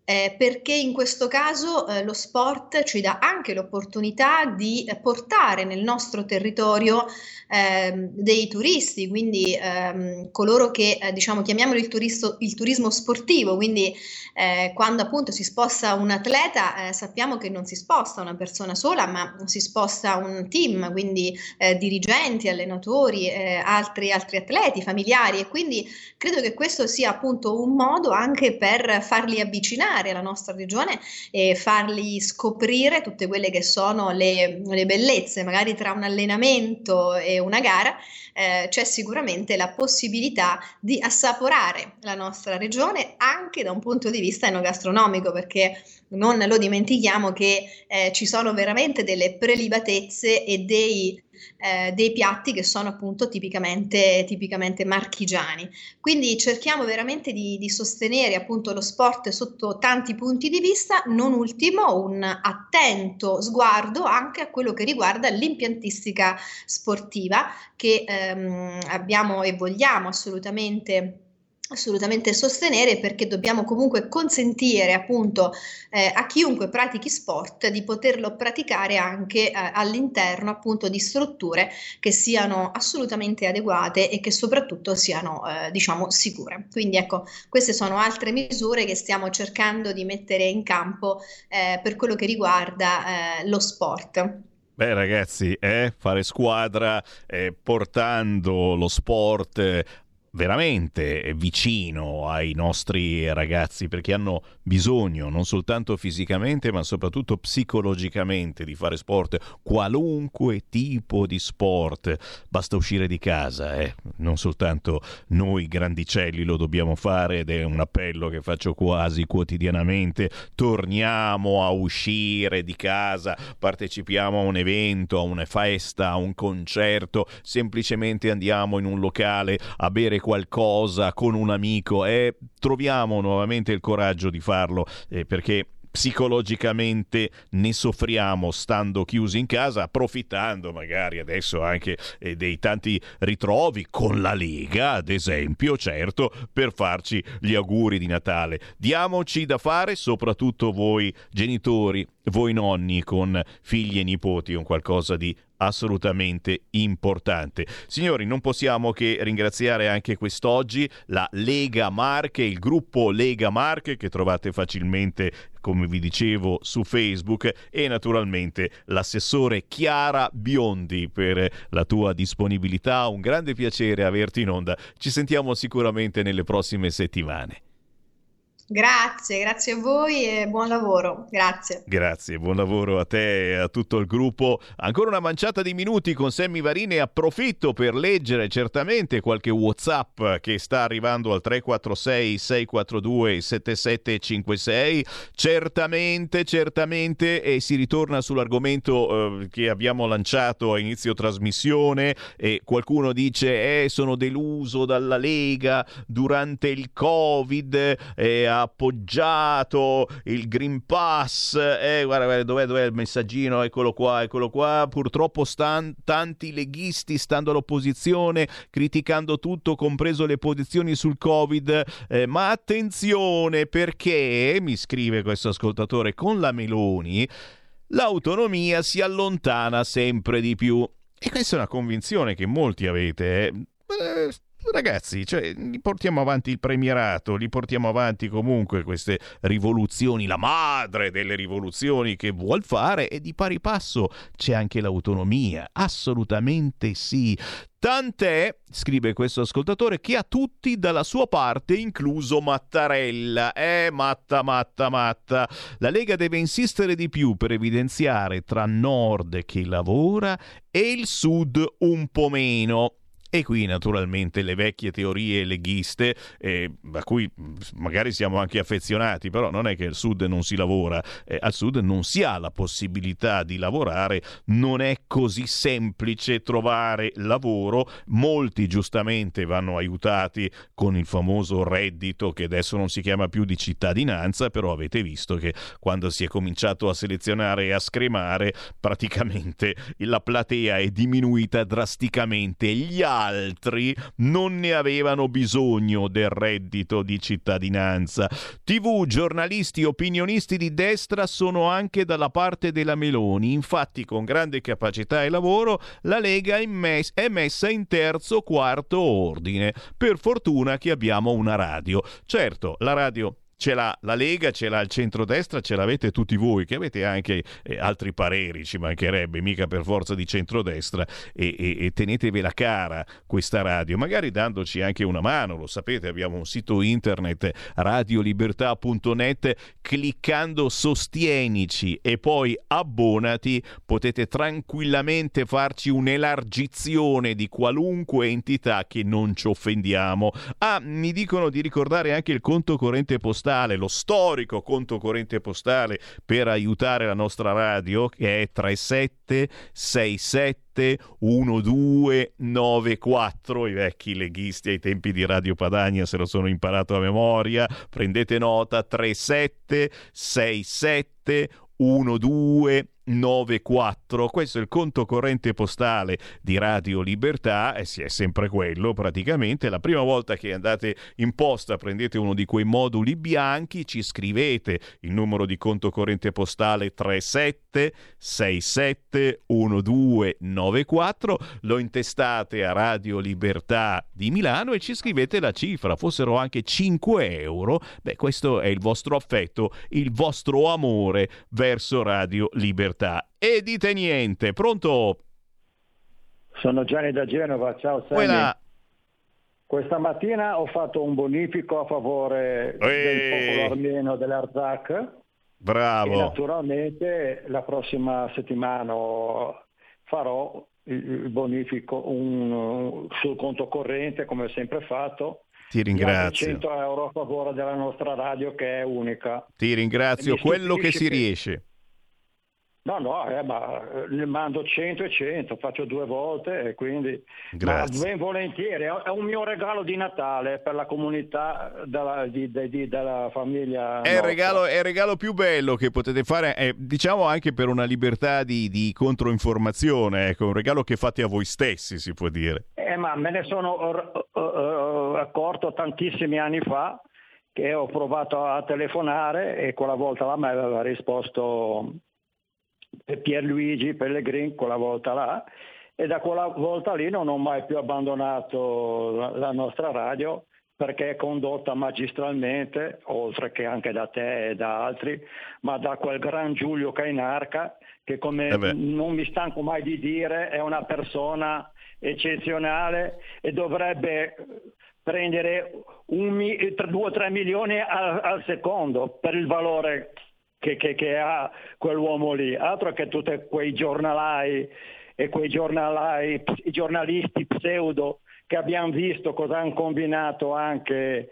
[SPEAKER 3] Eh, perché in questo caso eh, lo sport ci dà anche l'opportunità di eh, portare nel nostro territorio ehm, dei turisti, quindi ehm, coloro che eh, diciamo chiamiamolo il, turisto, il turismo sportivo, quindi eh, quando appunto si sposta un atleta eh, sappiamo che non si sposta una persona sola, ma si sposta un team, quindi eh, dirigenti, allenatori, eh, altri, altri atleti, familiari, e quindi credo che questo sia appunto un modo anche per farli avvicinare alla nostra regione e fargli scoprire tutte quelle che sono le, le bellezze. Magari tra un allenamento e una gara eh, c'è sicuramente la possibilità di assaporare la nostra regione anche da un punto di vista enogastronomico, perché non lo dimentichiamo che eh, ci sono veramente delle prelibatezze e dei Eh, dei piatti che sono appunto tipicamente, tipicamente marchigiani. Quindi cerchiamo veramente di, di sostenere appunto lo sport sotto tanti punti di vista, non ultimo un attento sguardo anche a quello che riguarda l'impiantistica sportiva che ehm, abbiamo e vogliamo assolutamente assolutamente sostenere, perché dobbiamo comunque consentire appunto eh, a chiunque pratichi sport di poterlo praticare anche eh, all'interno appunto di strutture che siano assolutamente adeguate e che soprattutto siano eh, diciamo sicure. Quindi ecco, queste sono altre misure che stiamo cercando di mettere in campo eh, per quello che riguarda eh, lo sport.
[SPEAKER 2] Beh ragazzi, eh, fare squadra eh, portando lo sport eh, veramente vicino ai nostri ragazzi, perché hanno bisogno non soltanto fisicamente ma soprattutto psicologicamente di fare sport, qualunque tipo di sport. Basta uscire di casa, eh. non soltanto noi grandicelli lo dobbiamo fare, ed è un appello che faccio quasi quotidianamente: torniamo a uscire di casa, partecipiamo a un evento, a una festa, a un concerto, semplicemente andiamo in un locale a bere qualcosa con un amico e troviamo nuovamente il coraggio di farlo, eh, perché psicologicamente ne soffriamo stando chiusi in casa, approfittando magari adesso anche eh, dei tanti ritrovi con la Lega, ad esempio, certo, per farci gli auguri di Natale. Diamoci da fare, soprattutto voi genitori, voi nonni con figli e nipoti, un qualcosa di assolutamente importante. Signori, non possiamo che ringraziare anche quest'oggi la Lega Marche, il gruppo Lega Marche che trovate facilmente, come vi dicevo, su Facebook, e naturalmente l'assessore Chiara Biondi per la tua disponibilità. Un grande piacere averti in onda. Ci sentiamo sicuramente nelle prossime settimane.
[SPEAKER 3] Grazie, grazie a voi e buon lavoro. Grazie.
[SPEAKER 2] Grazie, buon lavoro a te e a tutto il gruppo. Ancora una manciata di minuti con Sammy Varin, e approfitto per leggere certamente qualche WhatsApp che sta arrivando al tre quattro sei sei quattro due sette sette cinque sei. Certamente, certamente, e si ritorna sull'argomento eh, che abbiamo lanciato a inizio trasmissione, e qualcuno dice eh, sono deluso dalla Lega durante il Covid, e ha appoggiato il Green Pass. Eh, guarda, guarda dov'è, dov'è il messaggino? Eccolo qua, eccolo qua. Purtroppo stan, tanti leghisti, stando all'opposizione, criticando tutto, compreso le posizioni sul Covid. Eh, ma attenzione, perché, mi scrive questo ascoltatore, con la Meloni l'autonomia si allontana sempre di più. E questa è una convinzione che molti avete, eh. Eh, Ragazzi, cioè, li portiamo avanti il premierato, li portiamo avanti comunque queste rivoluzioni, la madre delle rivoluzioni che vuol fare, e di pari passo c'è anche l'autonomia, assolutamente sì. Tant'è, scrive questo ascoltatore, che ha tutti dalla sua parte, incluso Mattarella. Eh, matta, matta, matta. La Lega deve insistere di più per evidenziare tra Nord che lavora e il Sud un po' meno. E qui naturalmente le vecchie teorie leghiste, eh, a cui magari siamo anche affezionati, però non è che al Sud non si lavora, eh, al Sud non si ha la possibilità di lavorare, non è così semplice trovare lavoro. Molti giustamente vanno aiutati con il famoso reddito, che adesso non si chiama più di cittadinanza, però avete visto che quando si è cominciato a selezionare e a scremare, praticamente la platea è diminuita drasticamente. Gli altri altri non ne avevano bisogno del reddito di cittadinanza. tivù, giornalisti, opinionisti di destra sono anche dalla parte della Meloni. Infatti, con grande capacità e lavoro, la Lega è, mess- è messa in terzo quarto ordine. Per fortuna che abbiamo una radio. Certo, la radio ce l'ha la Lega, ce l'ha il centrodestra, ce l'avete tutti voi, che avete anche eh, altri pareri, ci mancherebbe, mica per forza di centrodestra, e, e, e tenetevela cara questa radio, magari dandoci anche una mano. Lo sapete, abbiamo un sito internet, radiolibertà punto net, cliccando sostienici e poi abbonati, potete tranquillamente farci un'elargizione di qualunque entità che non ci offendiamo. Ah, mi dicono di ricordare anche il conto corrente postale, lo storico conto corrente postale per aiutare la nostra radio, che è tre sette sei sette uno due nove quattro. I vecchi leghisti ai tempi di Radio Padania se lo sono imparato a memoria, prendete nota: tre sette sei sette uno due nove quattro. Questo è il conto corrente postale di Radio Libertà, e si è sempre quello praticamente. La prima volta che andate in posta prendete uno di quei moduli bianchi, ci scrivete il numero di conto corrente postale tre sette sei sette uno due nove quattro, lo intestate a Radio Libertà di Milano e ci scrivete la cifra, fossero anche cinque euro. Beh, questo è il vostro affetto, il vostro amore verso Radio Libertà. E dite niente. Pronto?
[SPEAKER 4] Sono Gianni da Genova, ciao Sammy.
[SPEAKER 2] Quella...
[SPEAKER 4] Questa mattina ho fatto un bonifico a favore
[SPEAKER 2] Eeeh.
[SPEAKER 4] del popolo armeno dell'Arzakh.
[SPEAKER 2] Bravo.
[SPEAKER 4] E naturalmente la prossima settimana farò il bonifico un, sul conto corrente, come ho sempre fatto.
[SPEAKER 2] Ti ringrazio.
[SPEAKER 4] cento euro a favore della nostra radio, che è unica.
[SPEAKER 2] Ti ringrazio, quello che si riesce.
[SPEAKER 4] No, no, eh, ma ne mando cento e cento, faccio due volte e quindi
[SPEAKER 2] Grazie.
[SPEAKER 4] Ma ben volentieri, è un mio regalo di Natale per la comunità della, di, di, di, della famiglia.
[SPEAKER 2] È il, regalo, è il regalo più bello che potete fare, eh, diciamo anche per una libertà di, di controinformazione, ecco, un regalo che fate a voi stessi, si può dire.
[SPEAKER 4] Eh, ma me ne sono uh, uh, accorto tantissimi anni fa, che ho provato a telefonare e quella volta là mi aveva risposto Pierluigi Pellegrin, quella volta là, e da quella volta lì non ho mai più abbandonato la, la nostra radio, perché è condotta magistralmente, oltre che anche da te e da altri, ma da quel gran Giulio Cainarca, che come
[SPEAKER 2] eh
[SPEAKER 4] non mi stanco mai di dire è una persona eccezionale e dovrebbe prendere due o tre milioni al, al secondo per il valore Che, che, che ha quell'uomo lì, altro che tutti quei giornalai e quei giornalai, i giornalisti pseudo che abbiamo visto cosa hanno combinato anche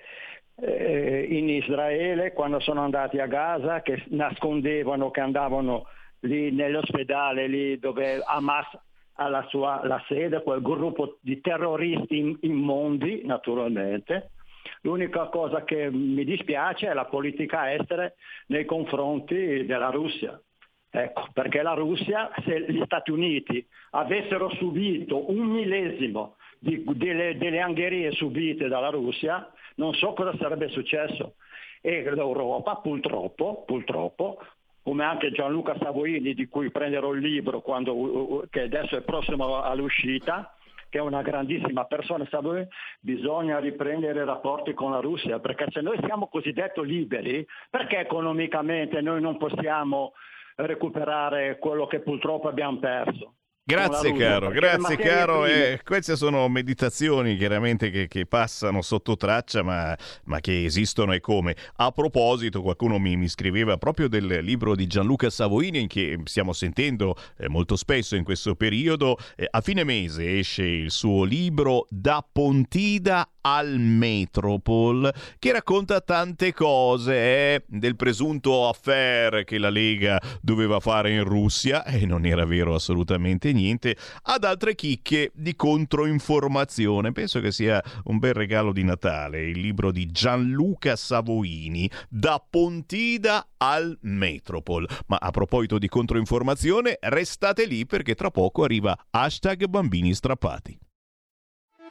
[SPEAKER 4] eh, in Israele quando sono andati a Gaza, che nascondevano che andavano lì nell'ospedale lì dove Hamas ha la sua la sede, quel gruppo di terroristi immondi naturalmente. L'unica cosa che mi dispiace è la politica estera nei confronti della Russia. Ecco, perché la Russia, se gli Stati Uniti avessero subito un millesimo di, delle, delle angherie subite dalla Russia, non so cosa sarebbe successo. E l'Europa, purtroppo, purtroppo, come anche Gianluca Savoini, di cui prenderò il libro quando, che adesso è prossimo all'uscita, che è una grandissima persona, sabe, bisogna riprendere i rapporti con la Russia, perché se noi siamo cosiddetto liberi, perché economicamente noi non possiamo recuperare quello che purtroppo abbiamo perso?
[SPEAKER 2] Grazie caro, grazie caro. Eh, queste sono meditazioni chiaramente che, che passano sotto traccia, ma, ma che esistono e come. A proposito, qualcuno mi, mi scriveva proprio del libro di Gianluca Savoini, che stiamo sentendo eh, molto spesso in questo periodo. Eh, a fine mese esce il suo libro Da Pontida al Metropol, che racconta tante cose eh, del presunto affair che la Lega doveva fare in Russia, e non era vero assolutamente niente, ad altre chicche di controinformazione. Penso che sia un bel regalo di Natale il libro di Gianluca Savoini, Da Pontida al Metropol. Ma a proposito di controinformazione, restate lì perché tra poco arriva hashtag bambini strappati.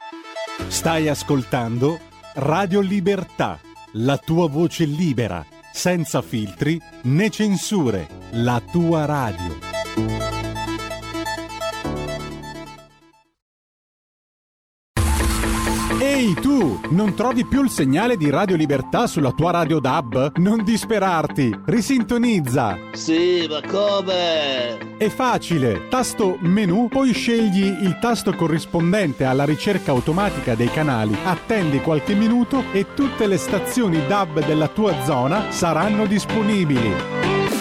[SPEAKER 11] Stai ascoltando Radio Libertà, la tua voce libera, senza filtri né censure, la tua radio. Ehi tu, non trovi più il segnale di Radio Libertà sulla tua radio D A B? Non disperarti, risintonizza!
[SPEAKER 5] Sì, ma come?
[SPEAKER 11] È facile, tasto menu, poi scegli il tasto corrispondente alla ricerca automatica dei canali, attendi qualche minuto e tutte le stazioni D A B della tua zona saranno disponibili.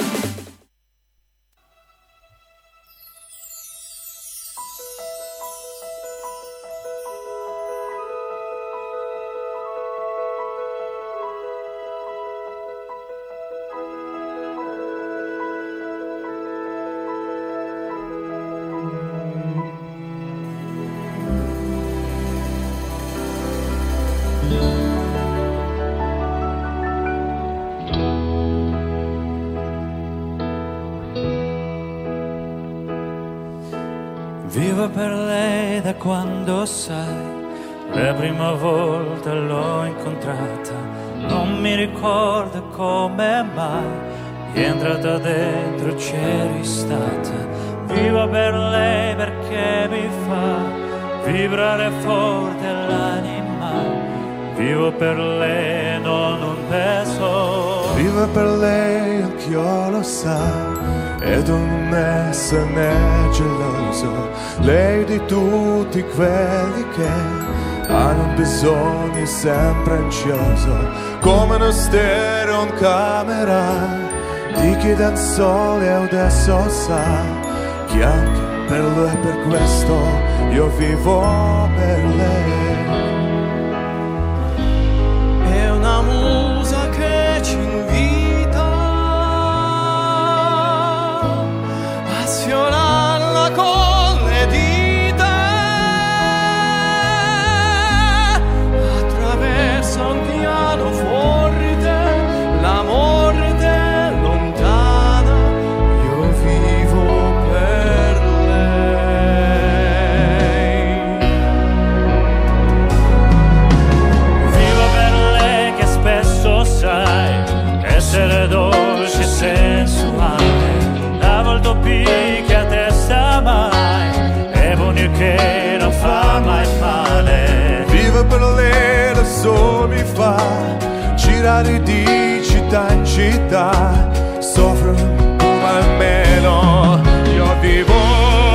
[SPEAKER 6] Vivo per lei da quando sai, la prima volta l'ho incontrata, non mi ricordo come mai, è entrata dentro, c'eri stata. Vivo per lei perché mi fa vibrare forte l'anima, vivo per lei, non un peso.
[SPEAKER 7] Vivo per lei, anch'io lo sa, ed non esserne geloso, lei di tutti quelli che hanno bisogno sempre ansioso, come uno stereo in camera di chi dà il sole adesso sa che anche per lui e per questo io vivo per lei.
[SPEAKER 8] È una musa che ci invita a sfiorarla con le dita, attraverso un pianoforte, l'amore lontana, io vivo per lei.
[SPEAKER 6] Vivo per lei che spesso sai essere dolce e sensuale, a volto picchia a testa mai, è buono che non fa mai male.
[SPEAKER 7] Vivo per lei, da solo mi fa girare di città in città, soffro ma almeno io vivo.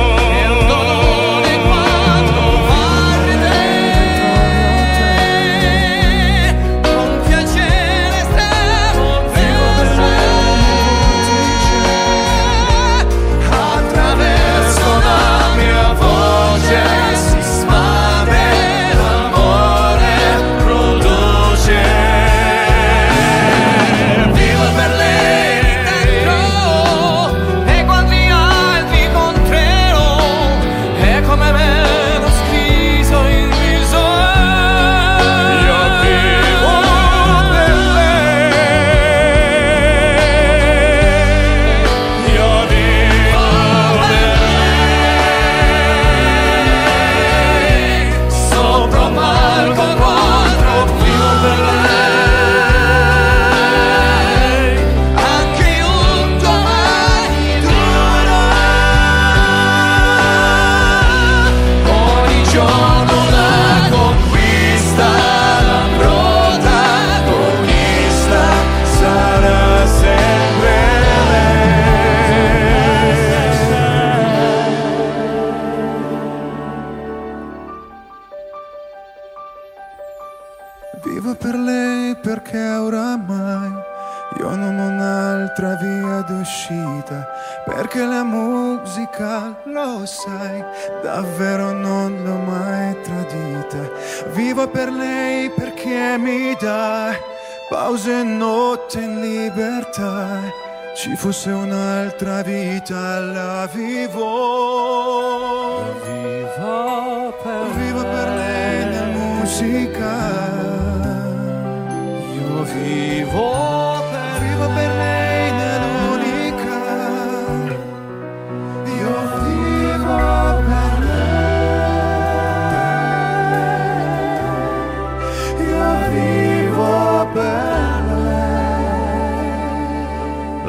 [SPEAKER 7] Vivo per lei perché oramai io non ho un'altra via d'uscita, perché la musica, lo sai, davvero non l'ho mai tradita. Vivo per lei perché mi dà pause e notte in libertà, ci fosse un'altra vita la vivo.
[SPEAKER 6] Vivo per,
[SPEAKER 7] Vivo per lei nella musica.
[SPEAKER 8] Io vivo per,
[SPEAKER 7] vivo per lei nell'unica. Io vivo per lei.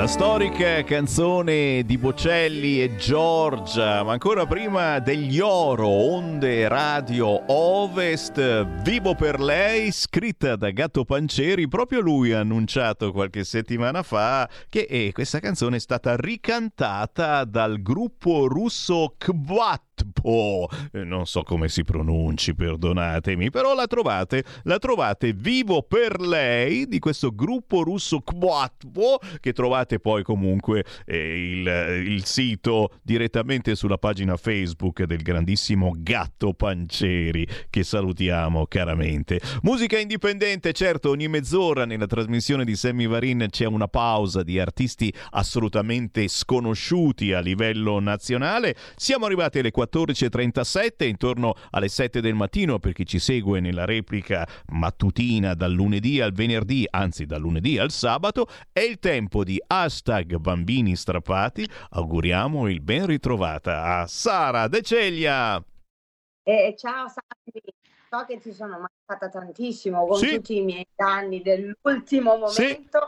[SPEAKER 2] La storica canzone di Bocelli e Giorgia, ma ancora prima degli Oro, Onde Radio Ovest, Vivo per lei, scritta da Gatto Pancieri. Proprio lui ha annunciato qualche settimana fa che eh, questa canzone è stata ricantata dal gruppo russo Kvatpo. Eh, non so come si pronunci, perdonatemi, però la trovate, la trovate Vivo per lei di questo gruppo russo Kvatpo, che trovate poi comunque eh, il, il sito direttamente sulla pagina Facebook del grandissimo Gatto Pancieri, che salutiamo caramente. Musica indipendente, certo, ogni mezz'ora nella trasmissione di Sammy Varin c'è una pausa di artisti assolutamente sconosciuti a livello nazionale. Siamo arrivati alle quattordici e trentasette, intorno alle sette del mattino per chi ci segue nella replica mattutina dal lunedì al venerdì, anzi dal lunedì al sabato, è il tempo di hashtag bambini strappati. Auguriamo il ben ritrovata a Sara De Ceglia.
[SPEAKER 9] Eh, ciao Sammy, so che ti sono mancata tantissimo con
[SPEAKER 2] Sì.
[SPEAKER 9] tutti i miei danni dell'ultimo momento,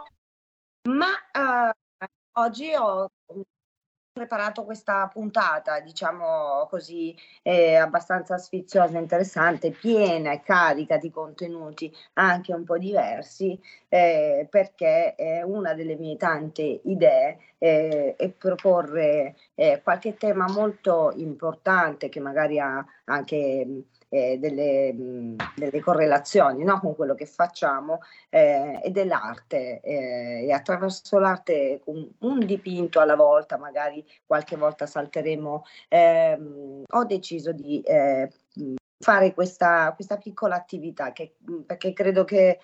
[SPEAKER 2] Sì.
[SPEAKER 9] ma eh, oggi ho preparato questa puntata, diciamo così, eh, abbastanza sfiziosa, interessante, piena e carica di contenuti anche un po' diversi, eh, perché eh, una delle mie tante idee eh, è proporre eh, qualche tema molto importante che magari ha anche eh, delle, mh, delle correlazioni, no, con quello che facciamo, eh, e dell'arte, eh, e attraverso l'arte un, un dipinto alla volta, magari qualche volta salteremo, ehm, ho deciso di eh, fare questa, questa piccola attività che, perché credo che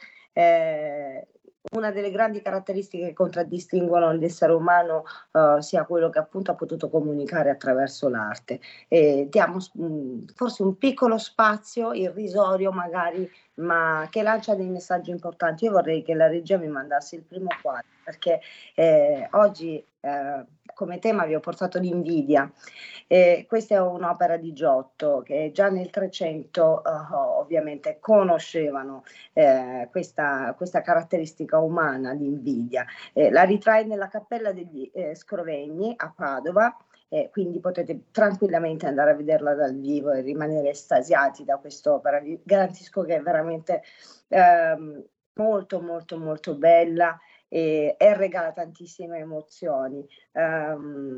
[SPEAKER 9] eh, una delle grandi caratteristiche che contraddistinguono l'essere umano uh, sia quello che appunto ha potuto comunicare attraverso l'arte. E diamo mh, forse un piccolo spazio, irrisorio magari, ma che lancia dei messaggi importanti. Io vorrei che la regia mi mandasse il primo quadro, perché eh, oggi eh, come tema vi ho portato l'invidia. Eh, questa è un'opera di Giotto che già nel trecento uh, ovviamente conoscevano eh, questa, questa caratteristica umana di invidia. Eh, la ritrae nella cappella degli eh, Scrovegni a Padova. Eh, quindi potete tranquillamente andare a vederla dal vivo e rimanere estasiati da quest'opera. Vi garantisco che è veramente ehm, molto molto molto bella e, e regala tantissime emozioni. Um,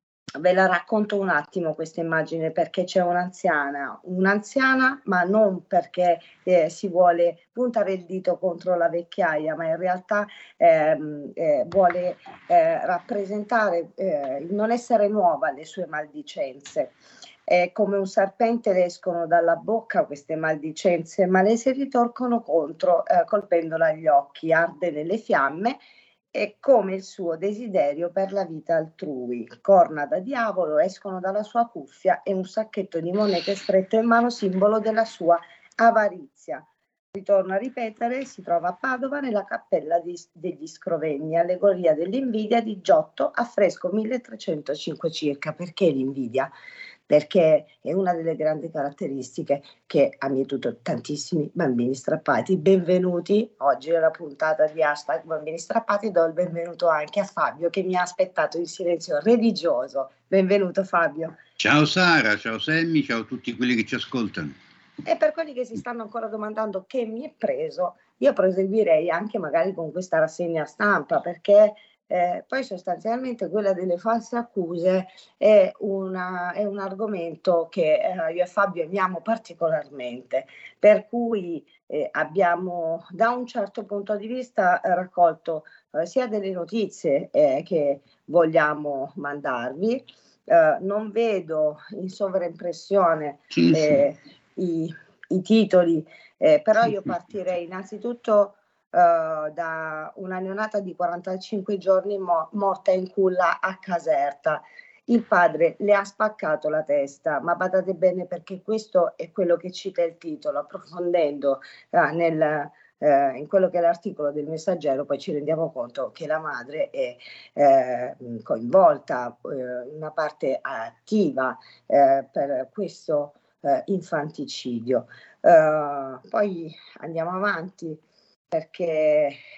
[SPEAKER 9] Ve la racconto un attimo questa immagine, perché c'è un'anziana, un'anziana ma non perché eh, si vuole puntare il dito contro la vecchiaia, ma in realtà ehm, eh, vuole eh, rappresentare eh, il non essere nuova alle sue maldicenze. È come un serpente le escono dalla bocca queste maldicenze, ma le si ritorcono contro, eh, colpendola agli occhi, arde nelle fiamme. È come il suo desiderio per la vita altrui. Corna da diavolo escono dalla sua cuffia e un sacchetto di monete stretto in mano, simbolo della sua avarizia. Ritorno a ripetere, si trova a Padova nella cappella di, degli Scrovegni, allegoria dell'invidia di Giotto, affresco milletrecentocinque circa. Perché l'invidia? Perché è una delle grandi caratteristiche che ha mietuto tantissimi bambini strappati. Benvenuti, oggi è la puntata di hashtag bambini strappati, do il benvenuto anche a Fabio che mi ha aspettato in silenzio religioso. Benvenuto Fabio.
[SPEAKER 10] Ciao Sara, ciao Sammy, ciao a tutti quelli che ci ascoltano.
[SPEAKER 9] E per quelli che si stanno ancora domandando che mi è preso, io proseguirei anche magari con questa rassegna stampa, perché Eh, poi sostanzialmente quella delle false accuse è, una, è un argomento che eh, io e Fabio amiamo particolarmente, per cui eh, abbiamo da un certo punto di vista eh, raccolto eh, sia delle notizie eh, che vogliamo mandarvi, eh, non vedo in sovraimpressione eh, i, i titoli, eh, però io partirei innanzitutto Uh, da una neonata di quarantacinque giorni mo- morta in culla a Caserta. Il padre le ha spaccato la testa, ma badate bene perché questo è quello che cita il titolo, approfondendo uh, nel, uh, in quello che è l'articolo del Messaggero, poi ci rendiamo conto che la madre è eh, coinvolta uh, in una parte attiva uh, per questo uh, infanticidio. Uh, poi andiamo avanti, perché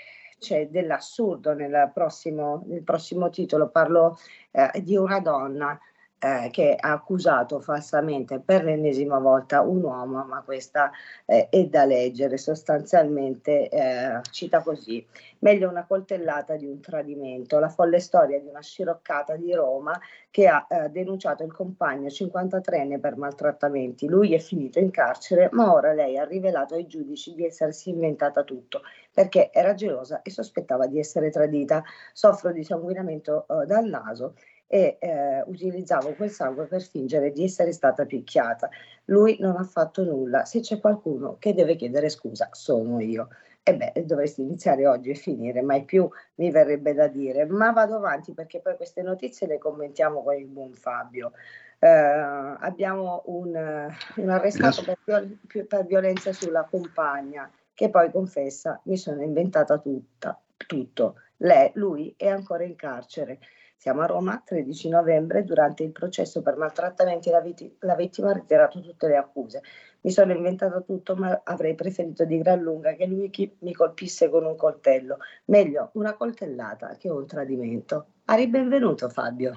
[SPEAKER 9] c'è dell'assurdo nel prossimo, nel prossimo titolo. Parlo eh, di una donna eh, che ha accusato falsamente per l'ennesima volta un uomo, ma questa eh, è da leggere. Sostanzialmente eh, cita così: meglio una coltellata di un tradimento, la folle storia di una sciroccata di Roma che ha eh, denunciato il compagno cinquantatreenne per maltrattamenti. Lui è finito in carcere, ma ora lei ha rivelato ai giudici di essersi inventata tutto perché era gelosa e sospettava di essere tradita. Soffro di sanguinamento eh, dal naso e eh, utilizzavo quel sangue per fingere di essere stata picchiata. Lui non ha fatto nulla. Se c'è qualcuno che deve chiedere scusa, sono io. E beh, dovresti iniziare oggi e finire, mai più, mi verrebbe da dire. Ma vado avanti perché poi queste notizie le commentiamo con il buon Fabio. Eh, abbiamo un, un arrestato per, viol- per violenza sulla compagna, che poi confessa: mi sono inventata tutta, tutto. Lei, lui è ancora in carcere. Siamo a Roma, tredici novembre, durante il processo per maltrattamenti la, vit- la vittima ha ritirato tutte le accuse. Mi sono inventata tutto, ma avrei preferito di gran lunga che lui chi- mi colpisse con un coltello. Meglio una coltellata che un tradimento. Ari, benvenuto Fabio.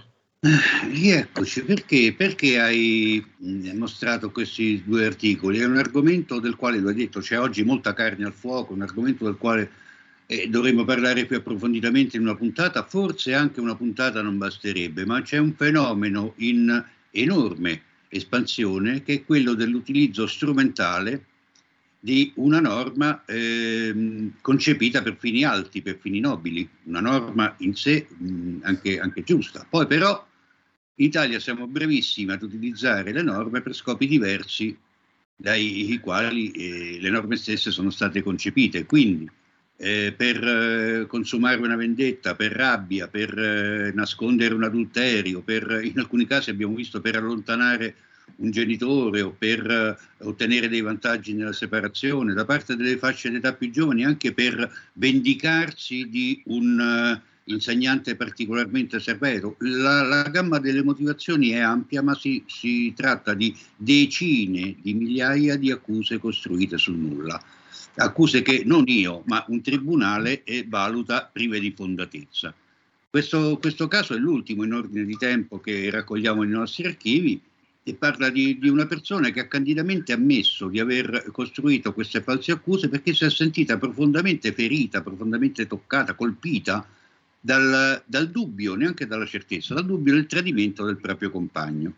[SPEAKER 10] Rieccoci, perché, perché hai mh, mostrato questi due articoli? È un argomento del quale, lo hai detto, c'è oggi molta carne al fuoco, un argomento del quale eh, dovremmo parlare più approfonditamente in una puntata, forse anche una puntata non basterebbe, ma c'è un fenomeno in enorme espansione che è quello dell'utilizzo strumentale di una norma ehm, concepita per fini alti, per fini nobili, una norma in sé mh, anche, anche giusta. Poi però in Italia siamo brevissimi ad utilizzare le norme per scopi diversi dai quali eh, le norme stesse sono state concepite. Quindi eh, per eh, consumare una vendetta, per rabbia, per eh, nascondere un adulterio, per, in alcuni casi abbiamo visto per allontanare un genitore o per uh, ottenere dei vantaggi nella separazione, da parte delle fasce d'età più giovani anche per vendicarsi di un uh, insegnante particolarmente severo. La, la gamma delle motivazioni è ampia, ma si, si tratta di decine di migliaia di accuse costruite sul nulla. Accuse che non io, ma un tribunale eh, valuta prive di fondatezza. Questo, questo caso è l'ultimo in ordine di tempo che raccogliamo nei nostri archivi, e parla di, di una persona che ha candidamente ammesso di aver costruito queste false accuse perché si è sentita profondamente ferita, profondamente toccata, colpita dal, dal dubbio, neanche dalla certezza, dal dubbio del tradimento del proprio compagno.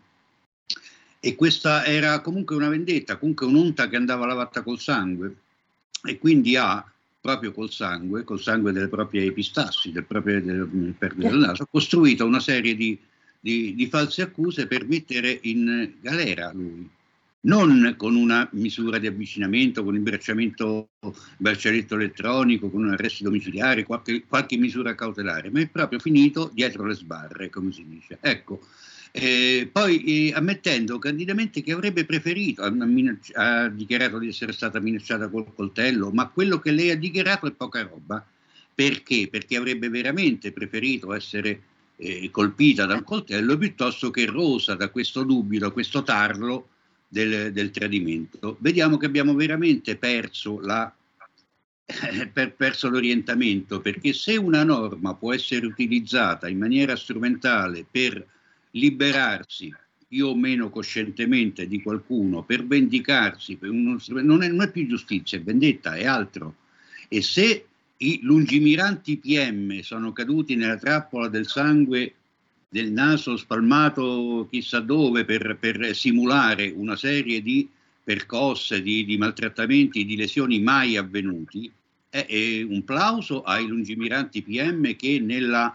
[SPEAKER 10] E questa era comunque una vendetta, comunque un'onta che andava lavata col sangue, e quindi ha, proprio col sangue, col sangue delle proprie epistassi, del proprio del, per, del naso, costruito una serie di Di, di false accuse per mettere in galera lui, non con una misura di avvicinamento, con il bracciamento, braccialetto elettronico, con un arresto domiciliare, qualche, qualche misura cautelare, ma è proprio finito dietro le sbarre, come si dice. Ecco, eh, poi eh, ammettendo candidamente che avrebbe preferito, ha, ha dichiarato di essere stata minacciata col coltello, ma quello che lei ha dichiarato è poca roba. Perché? Perché avrebbe veramente preferito essere Eh, colpita da un coltello piuttosto che rosa da questo dubbio, da questo tarlo del, del tradimento. Vediamo che abbiamo veramente perso, la, eh, per, perso l'orientamento, perché se una norma può essere utilizzata in maniera strumentale per liberarsi più o meno coscientemente di qualcuno, per vendicarsi, per uno, non, è, non è più giustizia, è vendetta, è altro. E se i lungimiranti P M sono caduti nella trappola del sangue del naso spalmato chissà dove per, per simulare una serie di percosse, di, di maltrattamenti, di lesioni mai avvenuti, è, è un plauso ai lungimiranti P M che nella,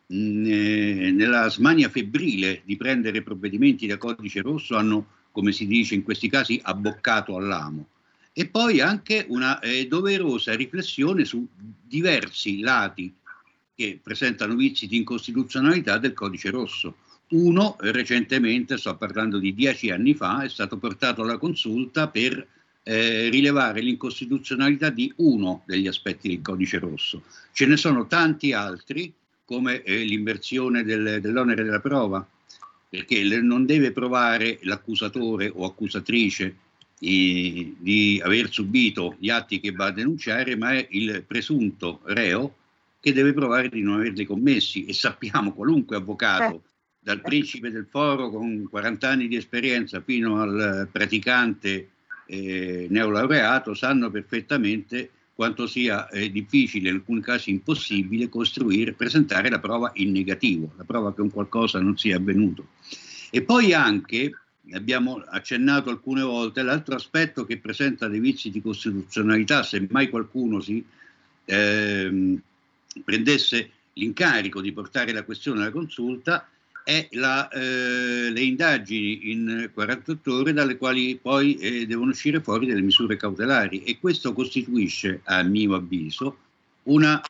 [SPEAKER 10] mh, nella smania febbrile di prendere provvedimenti da codice rosso hanno, come si dice in questi casi, abboccato all'amo. E poi anche una eh, doverosa riflessione su diversi lati che presentano vizi di incostituzionalità del codice rosso. Uno, recentemente, sto parlando di dieci anni fa, è stato portato alla consulta per eh, rilevare l'incostituzionalità di uno degli aspetti del codice rosso. Ce ne sono tanti altri, come eh, l'inversione del, dell'onere della prova, perché non deve provare l'accusatore o accusatrice di aver subito gli atti che va a denunciare, ma è il presunto reo che deve provare di non averli commessi, e sappiamo, qualunque avvocato,
[SPEAKER 9] Eh.
[SPEAKER 10] dal principe del foro con quaranta anni di esperienza fino al praticante eh, neolaureato, sanno perfettamente quanto sia eh, difficile, in alcuni casi impossibile, costruire, presentare la prova in negativo, la prova che un qualcosa non sia avvenuto. E poi anche, abbiamo accennato alcune volte, l'altro aspetto che presenta dei vizi di costituzionalità, se mai qualcuno si ehm, prendesse l'incarico di portare la questione alla consulta, è la, eh, le indagini in quarantotto ore, dalle quali poi eh, devono uscire fuori delle misure cautelari, e questo costituisce, a mio avviso, una,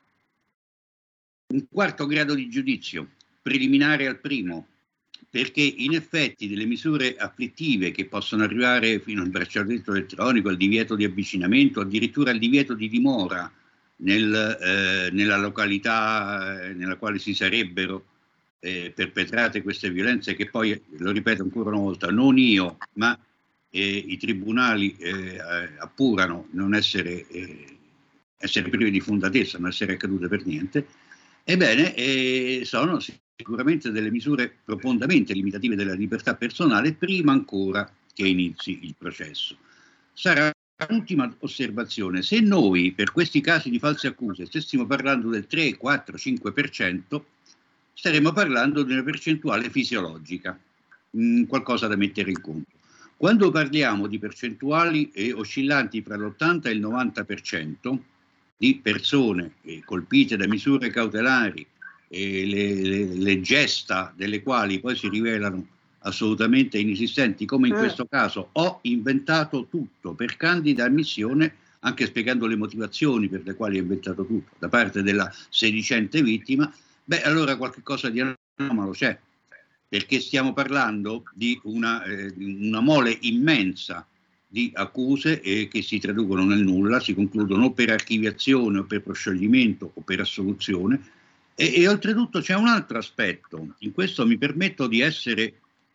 [SPEAKER 10] un quarto grado di giudizio preliminare al primo, perché in effetti delle misure afflittive che possono arrivare fino al braccialetto elettronico, al divieto di avvicinamento, addirittura al divieto di dimora nel, eh, nella località eh, nella quale si sarebbero Eh, perpetrate queste violenze, che poi, lo ripeto ancora una volta, non io, ma eh, i tribunali eh, appurano non essere, eh, essere privi di fondatezza, non essere accadute per niente, ebbene eh, sono sicuramente delle misure profondamente limitative della libertà personale prima ancora che inizi il processo. Sarà l'ultima osservazione: se noi per questi casi di false accuse stessimo parlando del tre, quattro, cinque per cento, staremo parlando di una percentuale fisiologica, mh, qualcosa da mettere in conto. Quando parliamo di percentuali eh, oscillanti fra l'ottanta e il novanta per cento di persone eh, colpite da misure cautelari, eh, le, le, le gesta delle quali poi si rivelano assolutamente inesistenti, come in
[SPEAKER 9] Mm.
[SPEAKER 10] questo caso, ho inventato tutto per candida ammissione, anche spiegando le motivazioni per le quali ho inventato tutto, da parte della sedicente vittima, beh, allora qualche cosa di anomalo c'è, perché stiamo parlando di una, eh, una mole immensa di accuse eh, che si traducono nel nulla, si concludono o per archiviazione o per proscioglimento o per assoluzione, e, e oltretutto c'è un altro aspetto. In questo mi permetto di essere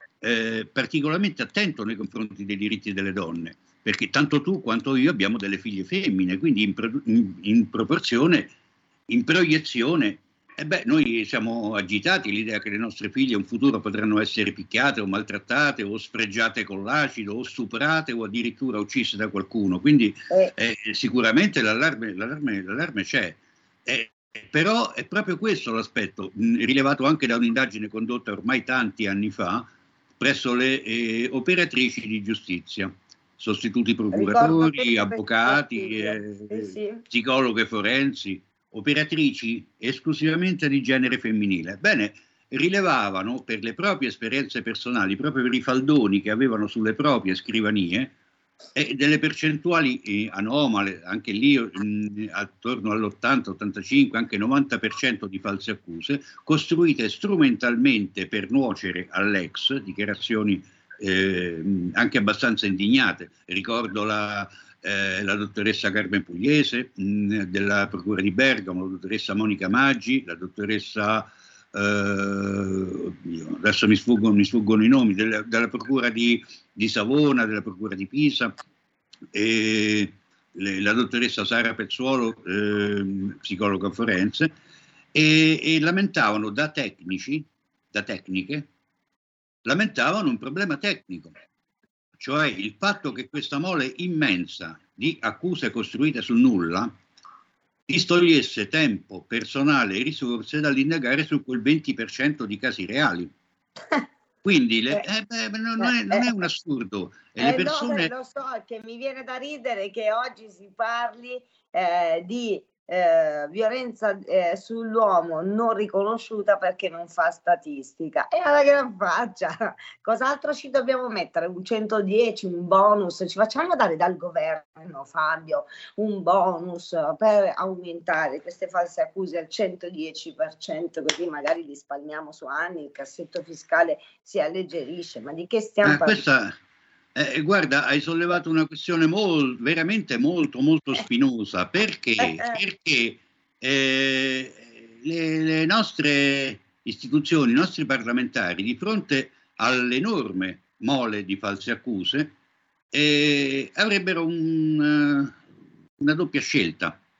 [SPEAKER 10] eh, particolarmente attento nei confronti dei diritti delle donne, perché tanto tu quanto io abbiamo delle figlie femmine, quindi in, pro- in, in proporzione, in proiezione, e beh, noi siamo agitati l'idea che le nostre figlie in futuro potranno essere picchiate o maltrattate o sfregiate con l'acido o stuprate o addirittura uccise da qualcuno, quindi eh, sicuramente l'allarme, l'allarme, l'allarme c'è, eh, però è proprio questo l'aspetto, mh, rilevato anche da un'indagine condotta ormai tanti anni fa presso le eh, operatrici di giustizia, sostituti procuratori, avvocati, eh,
[SPEAKER 9] Sì, sì.
[SPEAKER 10] psicologhe forensi, operatrici esclusivamente di genere femminile. Bene, rilevavano per le proprie esperienze personali, proprio per i faldoni che avevano sulle proprie scrivanie, eh, delle percentuali eh, anomale, anche lì mh, attorno all'ottanta, ottantacinque, anche novanta per cento di false accuse, costruite strumentalmente per nuocere all'ex, dichiarazioni eh, anche abbastanza indignate. Ricordo la Eh, la dottoressa Carmen Pugliese mh, della Procura di Bergamo, la dottoressa Monica Maggi, la dottoressa, eh, oddio, adesso mi sfuggono, mi sfuggono i nomi, della, della Procura di, di Savona, della Procura di Pisa, e le, la dottoressa Sara Pezzuolo, eh, psicologa forense, e, e lamentavano da tecnici, da tecniche, lamentavano un problema tecnico, cioè il fatto che questa mole immensa di accuse costruite sul nulla distogliesse tempo, personale e risorse dall'indagare su quel venti per cento di casi reali. Quindi le, eh, beh, non, è, non è un assurdo. E
[SPEAKER 9] Eh,
[SPEAKER 10] le persone...
[SPEAKER 9] no, lo so, che mi viene da ridere che oggi si parli eh, di eh, violenza eh, sull'uomo non riconosciuta perché non fa statistica. E alla gran faccia, cos'altro ci dobbiamo mettere? Un centodieci, un bonus? Ci facciamo dare dal governo, Fabio, un bonus per aumentare queste false accuse al centodieci per cento, così magari li spalmiamo su anni, il cassetto fiscale si alleggerisce. Ma di che stiamo
[SPEAKER 10] eh,
[SPEAKER 9] parlando?
[SPEAKER 10] Questa... Eh, guarda, hai sollevato una questione mol, veramente molto molto spinosa, perché, perché eh, le, le nostre istituzioni, i nostri parlamentari, di fronte all'enorme mole di false accuse, eh, avrebbero un, una doppia scelta.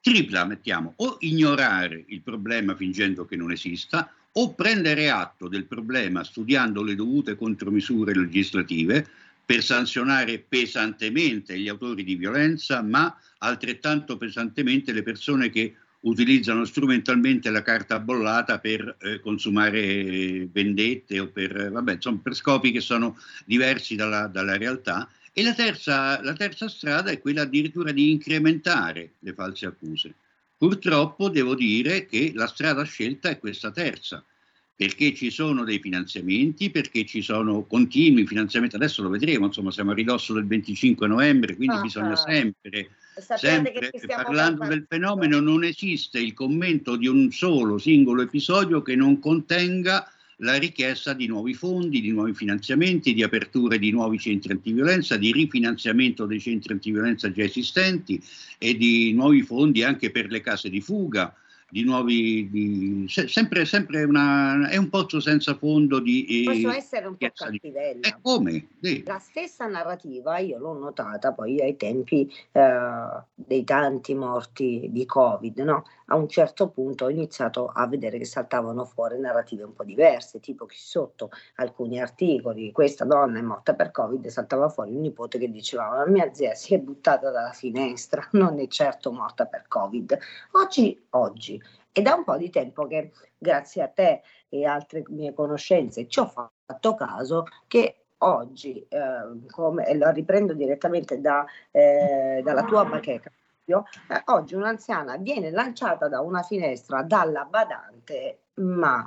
[SPEAKER 10] tripla mettiamo, o ignorare il problema fingendo che non esista, o prendere atto del problema studiando le dovute contromisure legislative per sanzionare pesantemente gli autori di violenza, ma altrettanto pesantemente le persone che utilizzano strumentalmente la carta bollata per eh, consumare vendette o per, vabbè, insomma, per scopi che sono diversi dalla, dalla realtà. E la terza, la terza strada è quella addirittura di incrementare le false accuse. Purtroppo devo dire che la strada scelta è questa terza, perché ci sono dei finanziamenti, perché ci sono continui finanziamenti, adesso lo vedremo, insomma siamo a ridosso del venticinque novembre, quindi ah, bisogna sempre, sempre che parlando del fenomeno, non esiste il commento di un solo singolo episodio che non contenga la richiesta di nuovi fondi, di nuovi finanziamenti, di aperture di nuovi centri antiviolenza, di rifinanziamento dei centri antiviolenza già esistenti e di nuovi fondi anche per le case di fuga, di nuovi, di, se, sempre, sempre una, è un pozzo senza fondo di...
[SPEAKER 9] Posso essere un po' cattivella.
[SPEAKER 10] E come? Sì.
[SPEAKER 9] La stessa narrativa io l'ho notata poi ai tempi eh, dei tanti morti di Covid, no? A un certo punto ho iniziato a vedere che saltavano fuori narrative un po' diverse, tipo che sotto alcuni articoli questa donna è morta per Covid, saltava fuori un nipote che diceva la mia zia si è buttata dalla finestra, non è certo morta per Covid. Oggi, oggi è da un po' di tempo che grazie a te e altre mie conoscenze ci ho fatto caso che oggi, eh, come, e lo riprendo direttamente da, eh, dalla tua bacheca, eh, oggi un'anziana viene lanciata da una finestra dalla badante, ma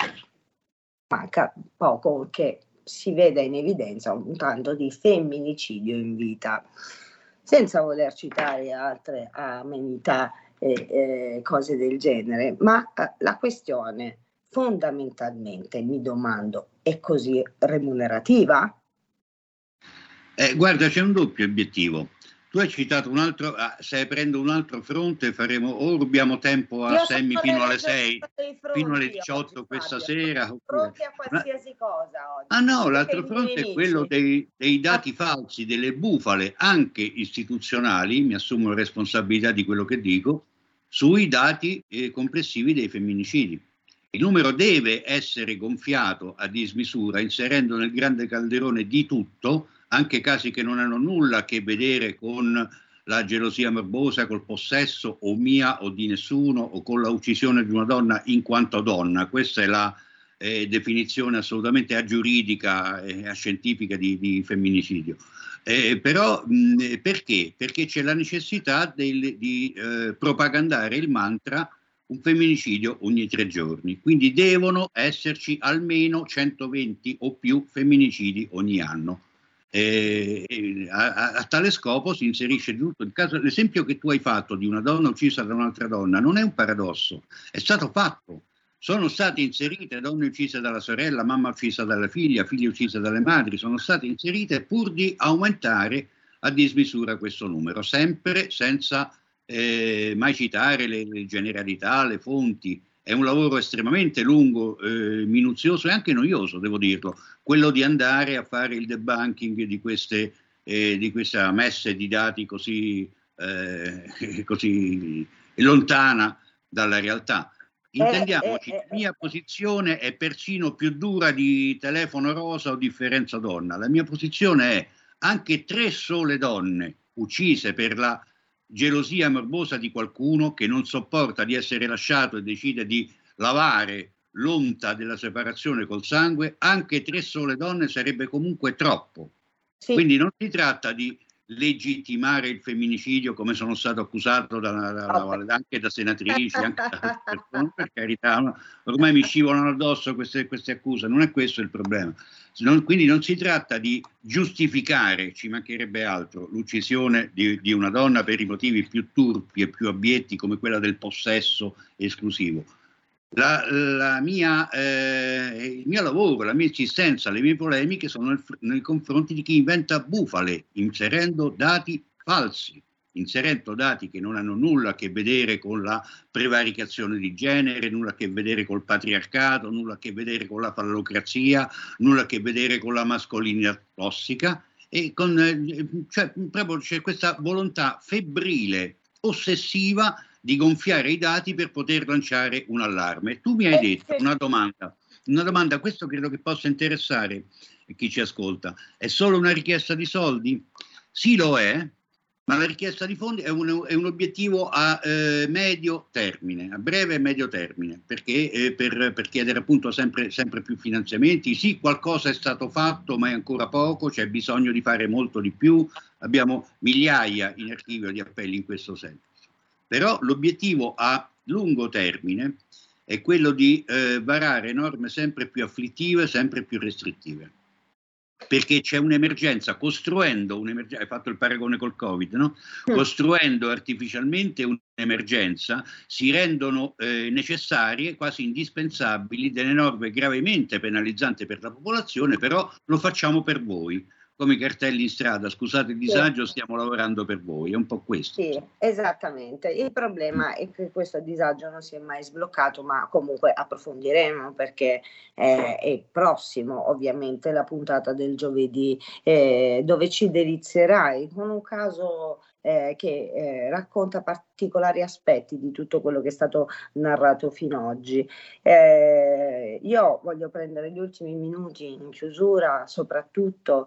[SPEAKER 9] manca poco che si veda in evidenza un tanto di femminicidio in vita, senza voler citare altre amenità e eh, cose del genere, ma eh, la questione fondamentalmente, mi domando, è così remunerativa?
[SPEAKER 10] Eh, guarda, c'è un doppio obiettivo. Tu hai citato un altro, ah, se aprendo un altro fronte faremo o rubiamo tempo a Semmi fino alle sei, fino alle diciotto oggi, questa Fabio, sera.
[SPEAKER 9] Pronti a qualsiasi Ma... cosa oggi.
[SPEAKER 10] Ah no, l'altro fronte è quello dei, dei dati falsi, delle bufale anche istituzionali, mi assumo la responsabilità di quello che dico, sui dati eh, complessivi dei femminicidi. Il numero deve essere gonfiato a dismisura, inserendo nel grande calderone di tutto, anche casi che non hanno nulla a che vedere con la gelosia morbosa, col possesso o mia o di nessuno, o con la uccisione di una donna in quanto donna. Questa è la eh, definizione assolutamente agiuridica e ascientifica di, di femminicidio. Eh, però mh, perché? Perché c'è la necessità del, di eh, propagandare il mantra un femminicidio ogni tre giorni, quindi devono esserci almeno centoventi o più femminicidi ogni anno. Eh, eh, a, a tale scopo si inserisce tutto il caso. L'esempio che tu hai fatto di una donna uccisa da un'altra donna non è un paradosso, è stato fatto. Sono state inserite donne uccise dalla sorella, mamma uccisa dalla figlia, figlie uccise dalle madri, sono state inserite pur di aumentare a dismisura questo numero, sempre senza eh, mai citare le, le generalità, le fonti. È un lavoro estremamente lungo, eh, minuzioso e anche noioso, devo dirlo, quello di andare a fare il debunking di queste, eh, di questa messe di dati così, eh, così lontana dalla realtà. Intendiamoci, la mia posizione è persino più dura di Telefono Rosa o Differenza Donna. La mia posizione è anche tre sole donne uccise per la gelosia morbosa di qualcuno che non sopporta di essere lasciato e decide di lavare l'onta della separazione col sangue, anche tre sole donne sarebbe comunque troppo. Sì. Quindi non si tratta di legittimare il femminicidio come sono stato accusato da, da, da, anche da senatrici, anche da persone, per carità, ormai mi scivolano addosso queste, queste accuse, non è questo il problema. Non, quindi non si tratta di giustificare, ci mancherebbe altro, l'uccisione di, di una donna per i motivi più turpi e più abietti come quella del possesso esclusivo. La, la mia, eh, il mio lavoro, la mia esistenza, le mie polemiche sono nel, nei confronti di chi inventa bufale, inserendo dati falsi, inserendo dati che non hanno nulla a che vedere con la prevaricazione di genere, nulla a che vedere col patriarcato, nulla a che vedere con la fallocrazia, nulla a che vedere con la mascolinità tossica, e con, eh, cioè, proprio c'è questa volontà febbrile, ossessiva, di gonfiare i dati per poter lanciare un allarme. Tu mi hai detto una domanda, una domanda, questo credo che possa interessare chi ci ascolta. È solo una richiesta di soldi? Sì, lo è, ma la richiesta di fondi è un, è un obiettivo a eh, medio termine, a breve e medio termine, perché eh, per, per chiedere appunto sempre, sempre più finanziamenti. Sì, qualcosa è stato fatto, ma è ancora poco, c'è bisogno di fare molto di più, abbiamo migliaia in archivio di appelli in questo senso. Però l'obiettivo a lungo termine è quello di eh, varare norme sempre più afflittive, sempre più restrittive. Perché c'è un'emergenza, costruendo un'emergenza, hai fatto il paragone col Covid, no? Mm. Costruendo artificialmente un'emergenza si rendono eh, necessarie, quasi indispensabili, delle norme gravemente penalizzanti per la popolazione, però lo facciamo per voi. Come i cartelli in strada, scusate il disagio, stiamo lavorando per voi, è un po' questo.
[SPEAKER 9] Sì, esattamente. Il problema è che questo disagio non si è mai sbloccato, ma comunque approfondiremo perché eh, è prossimo ovviamente la puntata del giovedì eh, dove ci delizierai con un caso eh, che eh, racconta particolari aspetti di tutto quello che è stato narrato fino ad oggi. Eh, io voglio prendere gli ultimi minuti in chiusura soprattutto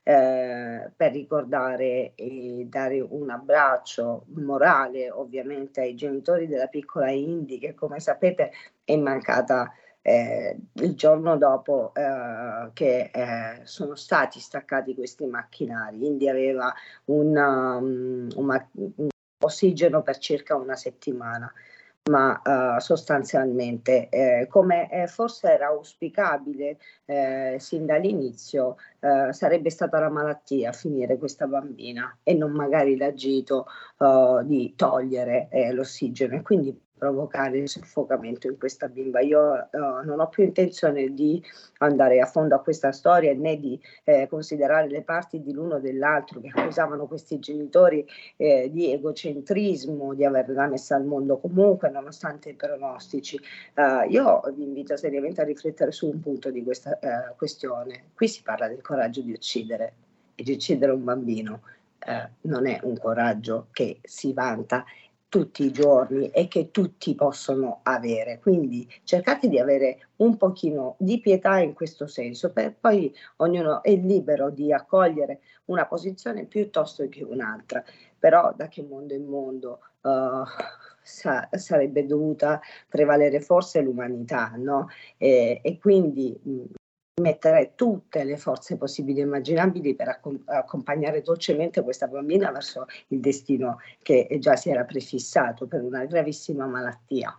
[SPEAKER 9] Eh, per ricordare e dare un abbraccio morale ovviamente ai genitori della piccola Indy che, come sapete, è mancata eh, il giorno dopo eh, che eh, sono stati staccati questi macchinari. Indy aveva un, um, un, un ossigeno per circa una settimana, ma uh, sostanzialmente eh, come eh, forse era auspicabile eh, sin dall'inizio eh, sarebbe stata la malattia a finire questa bambina e non magari l'agito uh, di togliere eh, l'ossigeno e quindi provocare il soffocamento in questa bimba. Io uh, non ho più intenzione di andare a fondo a questa storia né di eh, considerare le parti di l'uno o dell'altro che accusavano questi genitori eh, di egocentrismo, di averla messa al mondo comunque nonostante i pronostici. Uh, io vi invito seriamente a riflettere su un punto di questa uh, questione. Qui si parla del coraggio di uccidere e di uccidere un bambino uh, non è un coraggio che si vanta tutti i giorni e che tutti possono avere, quindi cercate di avere un pochino di pietà in questo senso, per poi ognuno è libero di accogliere una posizione piuttosto che un'altra, però da che mondo in mondo uh, sa- sarebbe dovuta prevalere forse l'umanità, no? E, e quindi mh, mettere tutte le forze possibili e immaginabili per accom- accompagnare dolcemente questa bambina verso il destino che già si era prefissato per una gravissima malattia.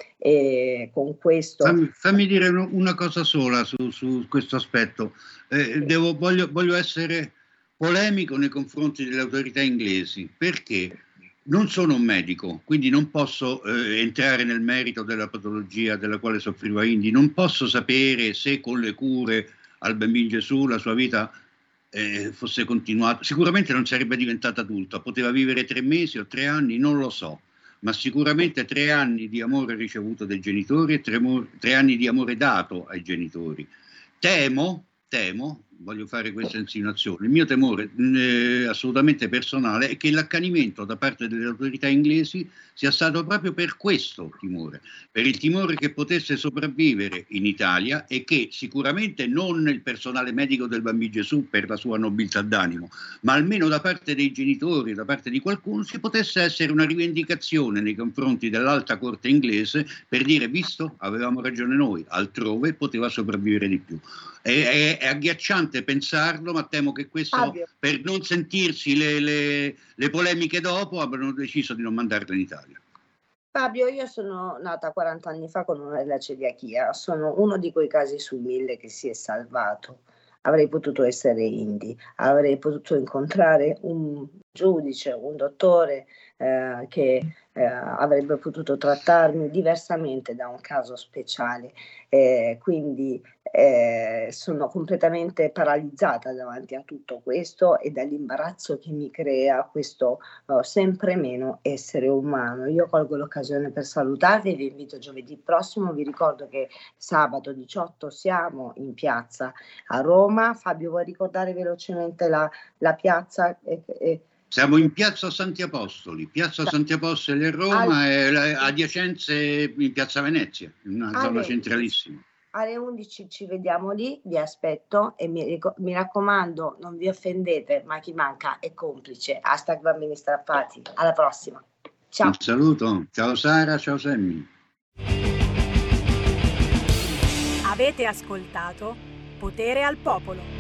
[SPEAKER 9] E con questo
[SPEAKER 10] fammi, fammi dire una cosa sola su, su questo aspetto. Eh, devo, voglio, voglio essere polemico nei confronti delle autorità inglesi perché non sono un medico, quindi non posso eh, entrare nel merito della patologia della quale soffriva Indy, non posso sapere se con le cure al bambino Gesù la sua vita eh, fosse continuata. Sicuramente non sarebbe diventata adulta, poteva vivere tre mesi o tre anni, non lo so, ma sicuramente tre anni di amore ricevuto dai genitori e tre, tre anni di amore dato ai genitori. Temo, temo, voglio fare questa insinuazione, il mio temore eh, assolutamente personale è che l'accanimento da parte delle autorità inglesi sia stato proprio per questo timore, per il timore che potesse sopravvivere in Italia e che sicuramente non il personale medico del Bambino Gesù per la sua nobiltà d'animo, ma almeno da parte dei genitori, da parte di qualcuno, si potesse essere una rivendicazione nei confronti dell'alta corte inglese per dire visto, avevamo ragione noi, altrove poteva sopravvivere di più. È, è, è agghiacciante pensarlo, ma temo che questo, Fabio, per non sentirsi le, le, le polemiche dopo, abbiano deciso di non mandarla in Italia.
[SPEAKER 9] Fabio, io sono nata quaranta anni fa con una della celiachia, sono uno di quei casi su mille che si è salvato. Avrei potuto essere Indy, avrei potuto incontrare un giudice, un dottore eh, che eh, avrebbe potuto trattarmi diversamente da un caso speciale, eh, quindi eh, sono completamente paralizzata davanti a tutto questo e dall'imbarazzo che mi crea questo uh, sempre meno essere umano. Io colgo l'occasione per salutarvi, vi invito giovedì prossimo, vi ricordo che sabato diciotto siamo in piazza a Roma. Fabio, vuoi ricordare velocemente la, la piazza? E, e,
[SPEAKER 10] Siamo in Piazza Santi Apostoli, Piazza Santi Apostoli a Roma Al... e le adiacenze in Piazza Venezia, in una zona centralissima.
[SPEAKER 9] Alle undici ci vediamo lì, vi aspetto e mi, mi raccomando, non vi offendete, ma chi manca è complice. Hashtag bambini strappati. Alla prossima. Ciao.
[SPEAKER 10] Un saluto. Ciao Sara, ciao Sammy.
[SPEAKER 15] Avete ascoltato Potere al Popolo.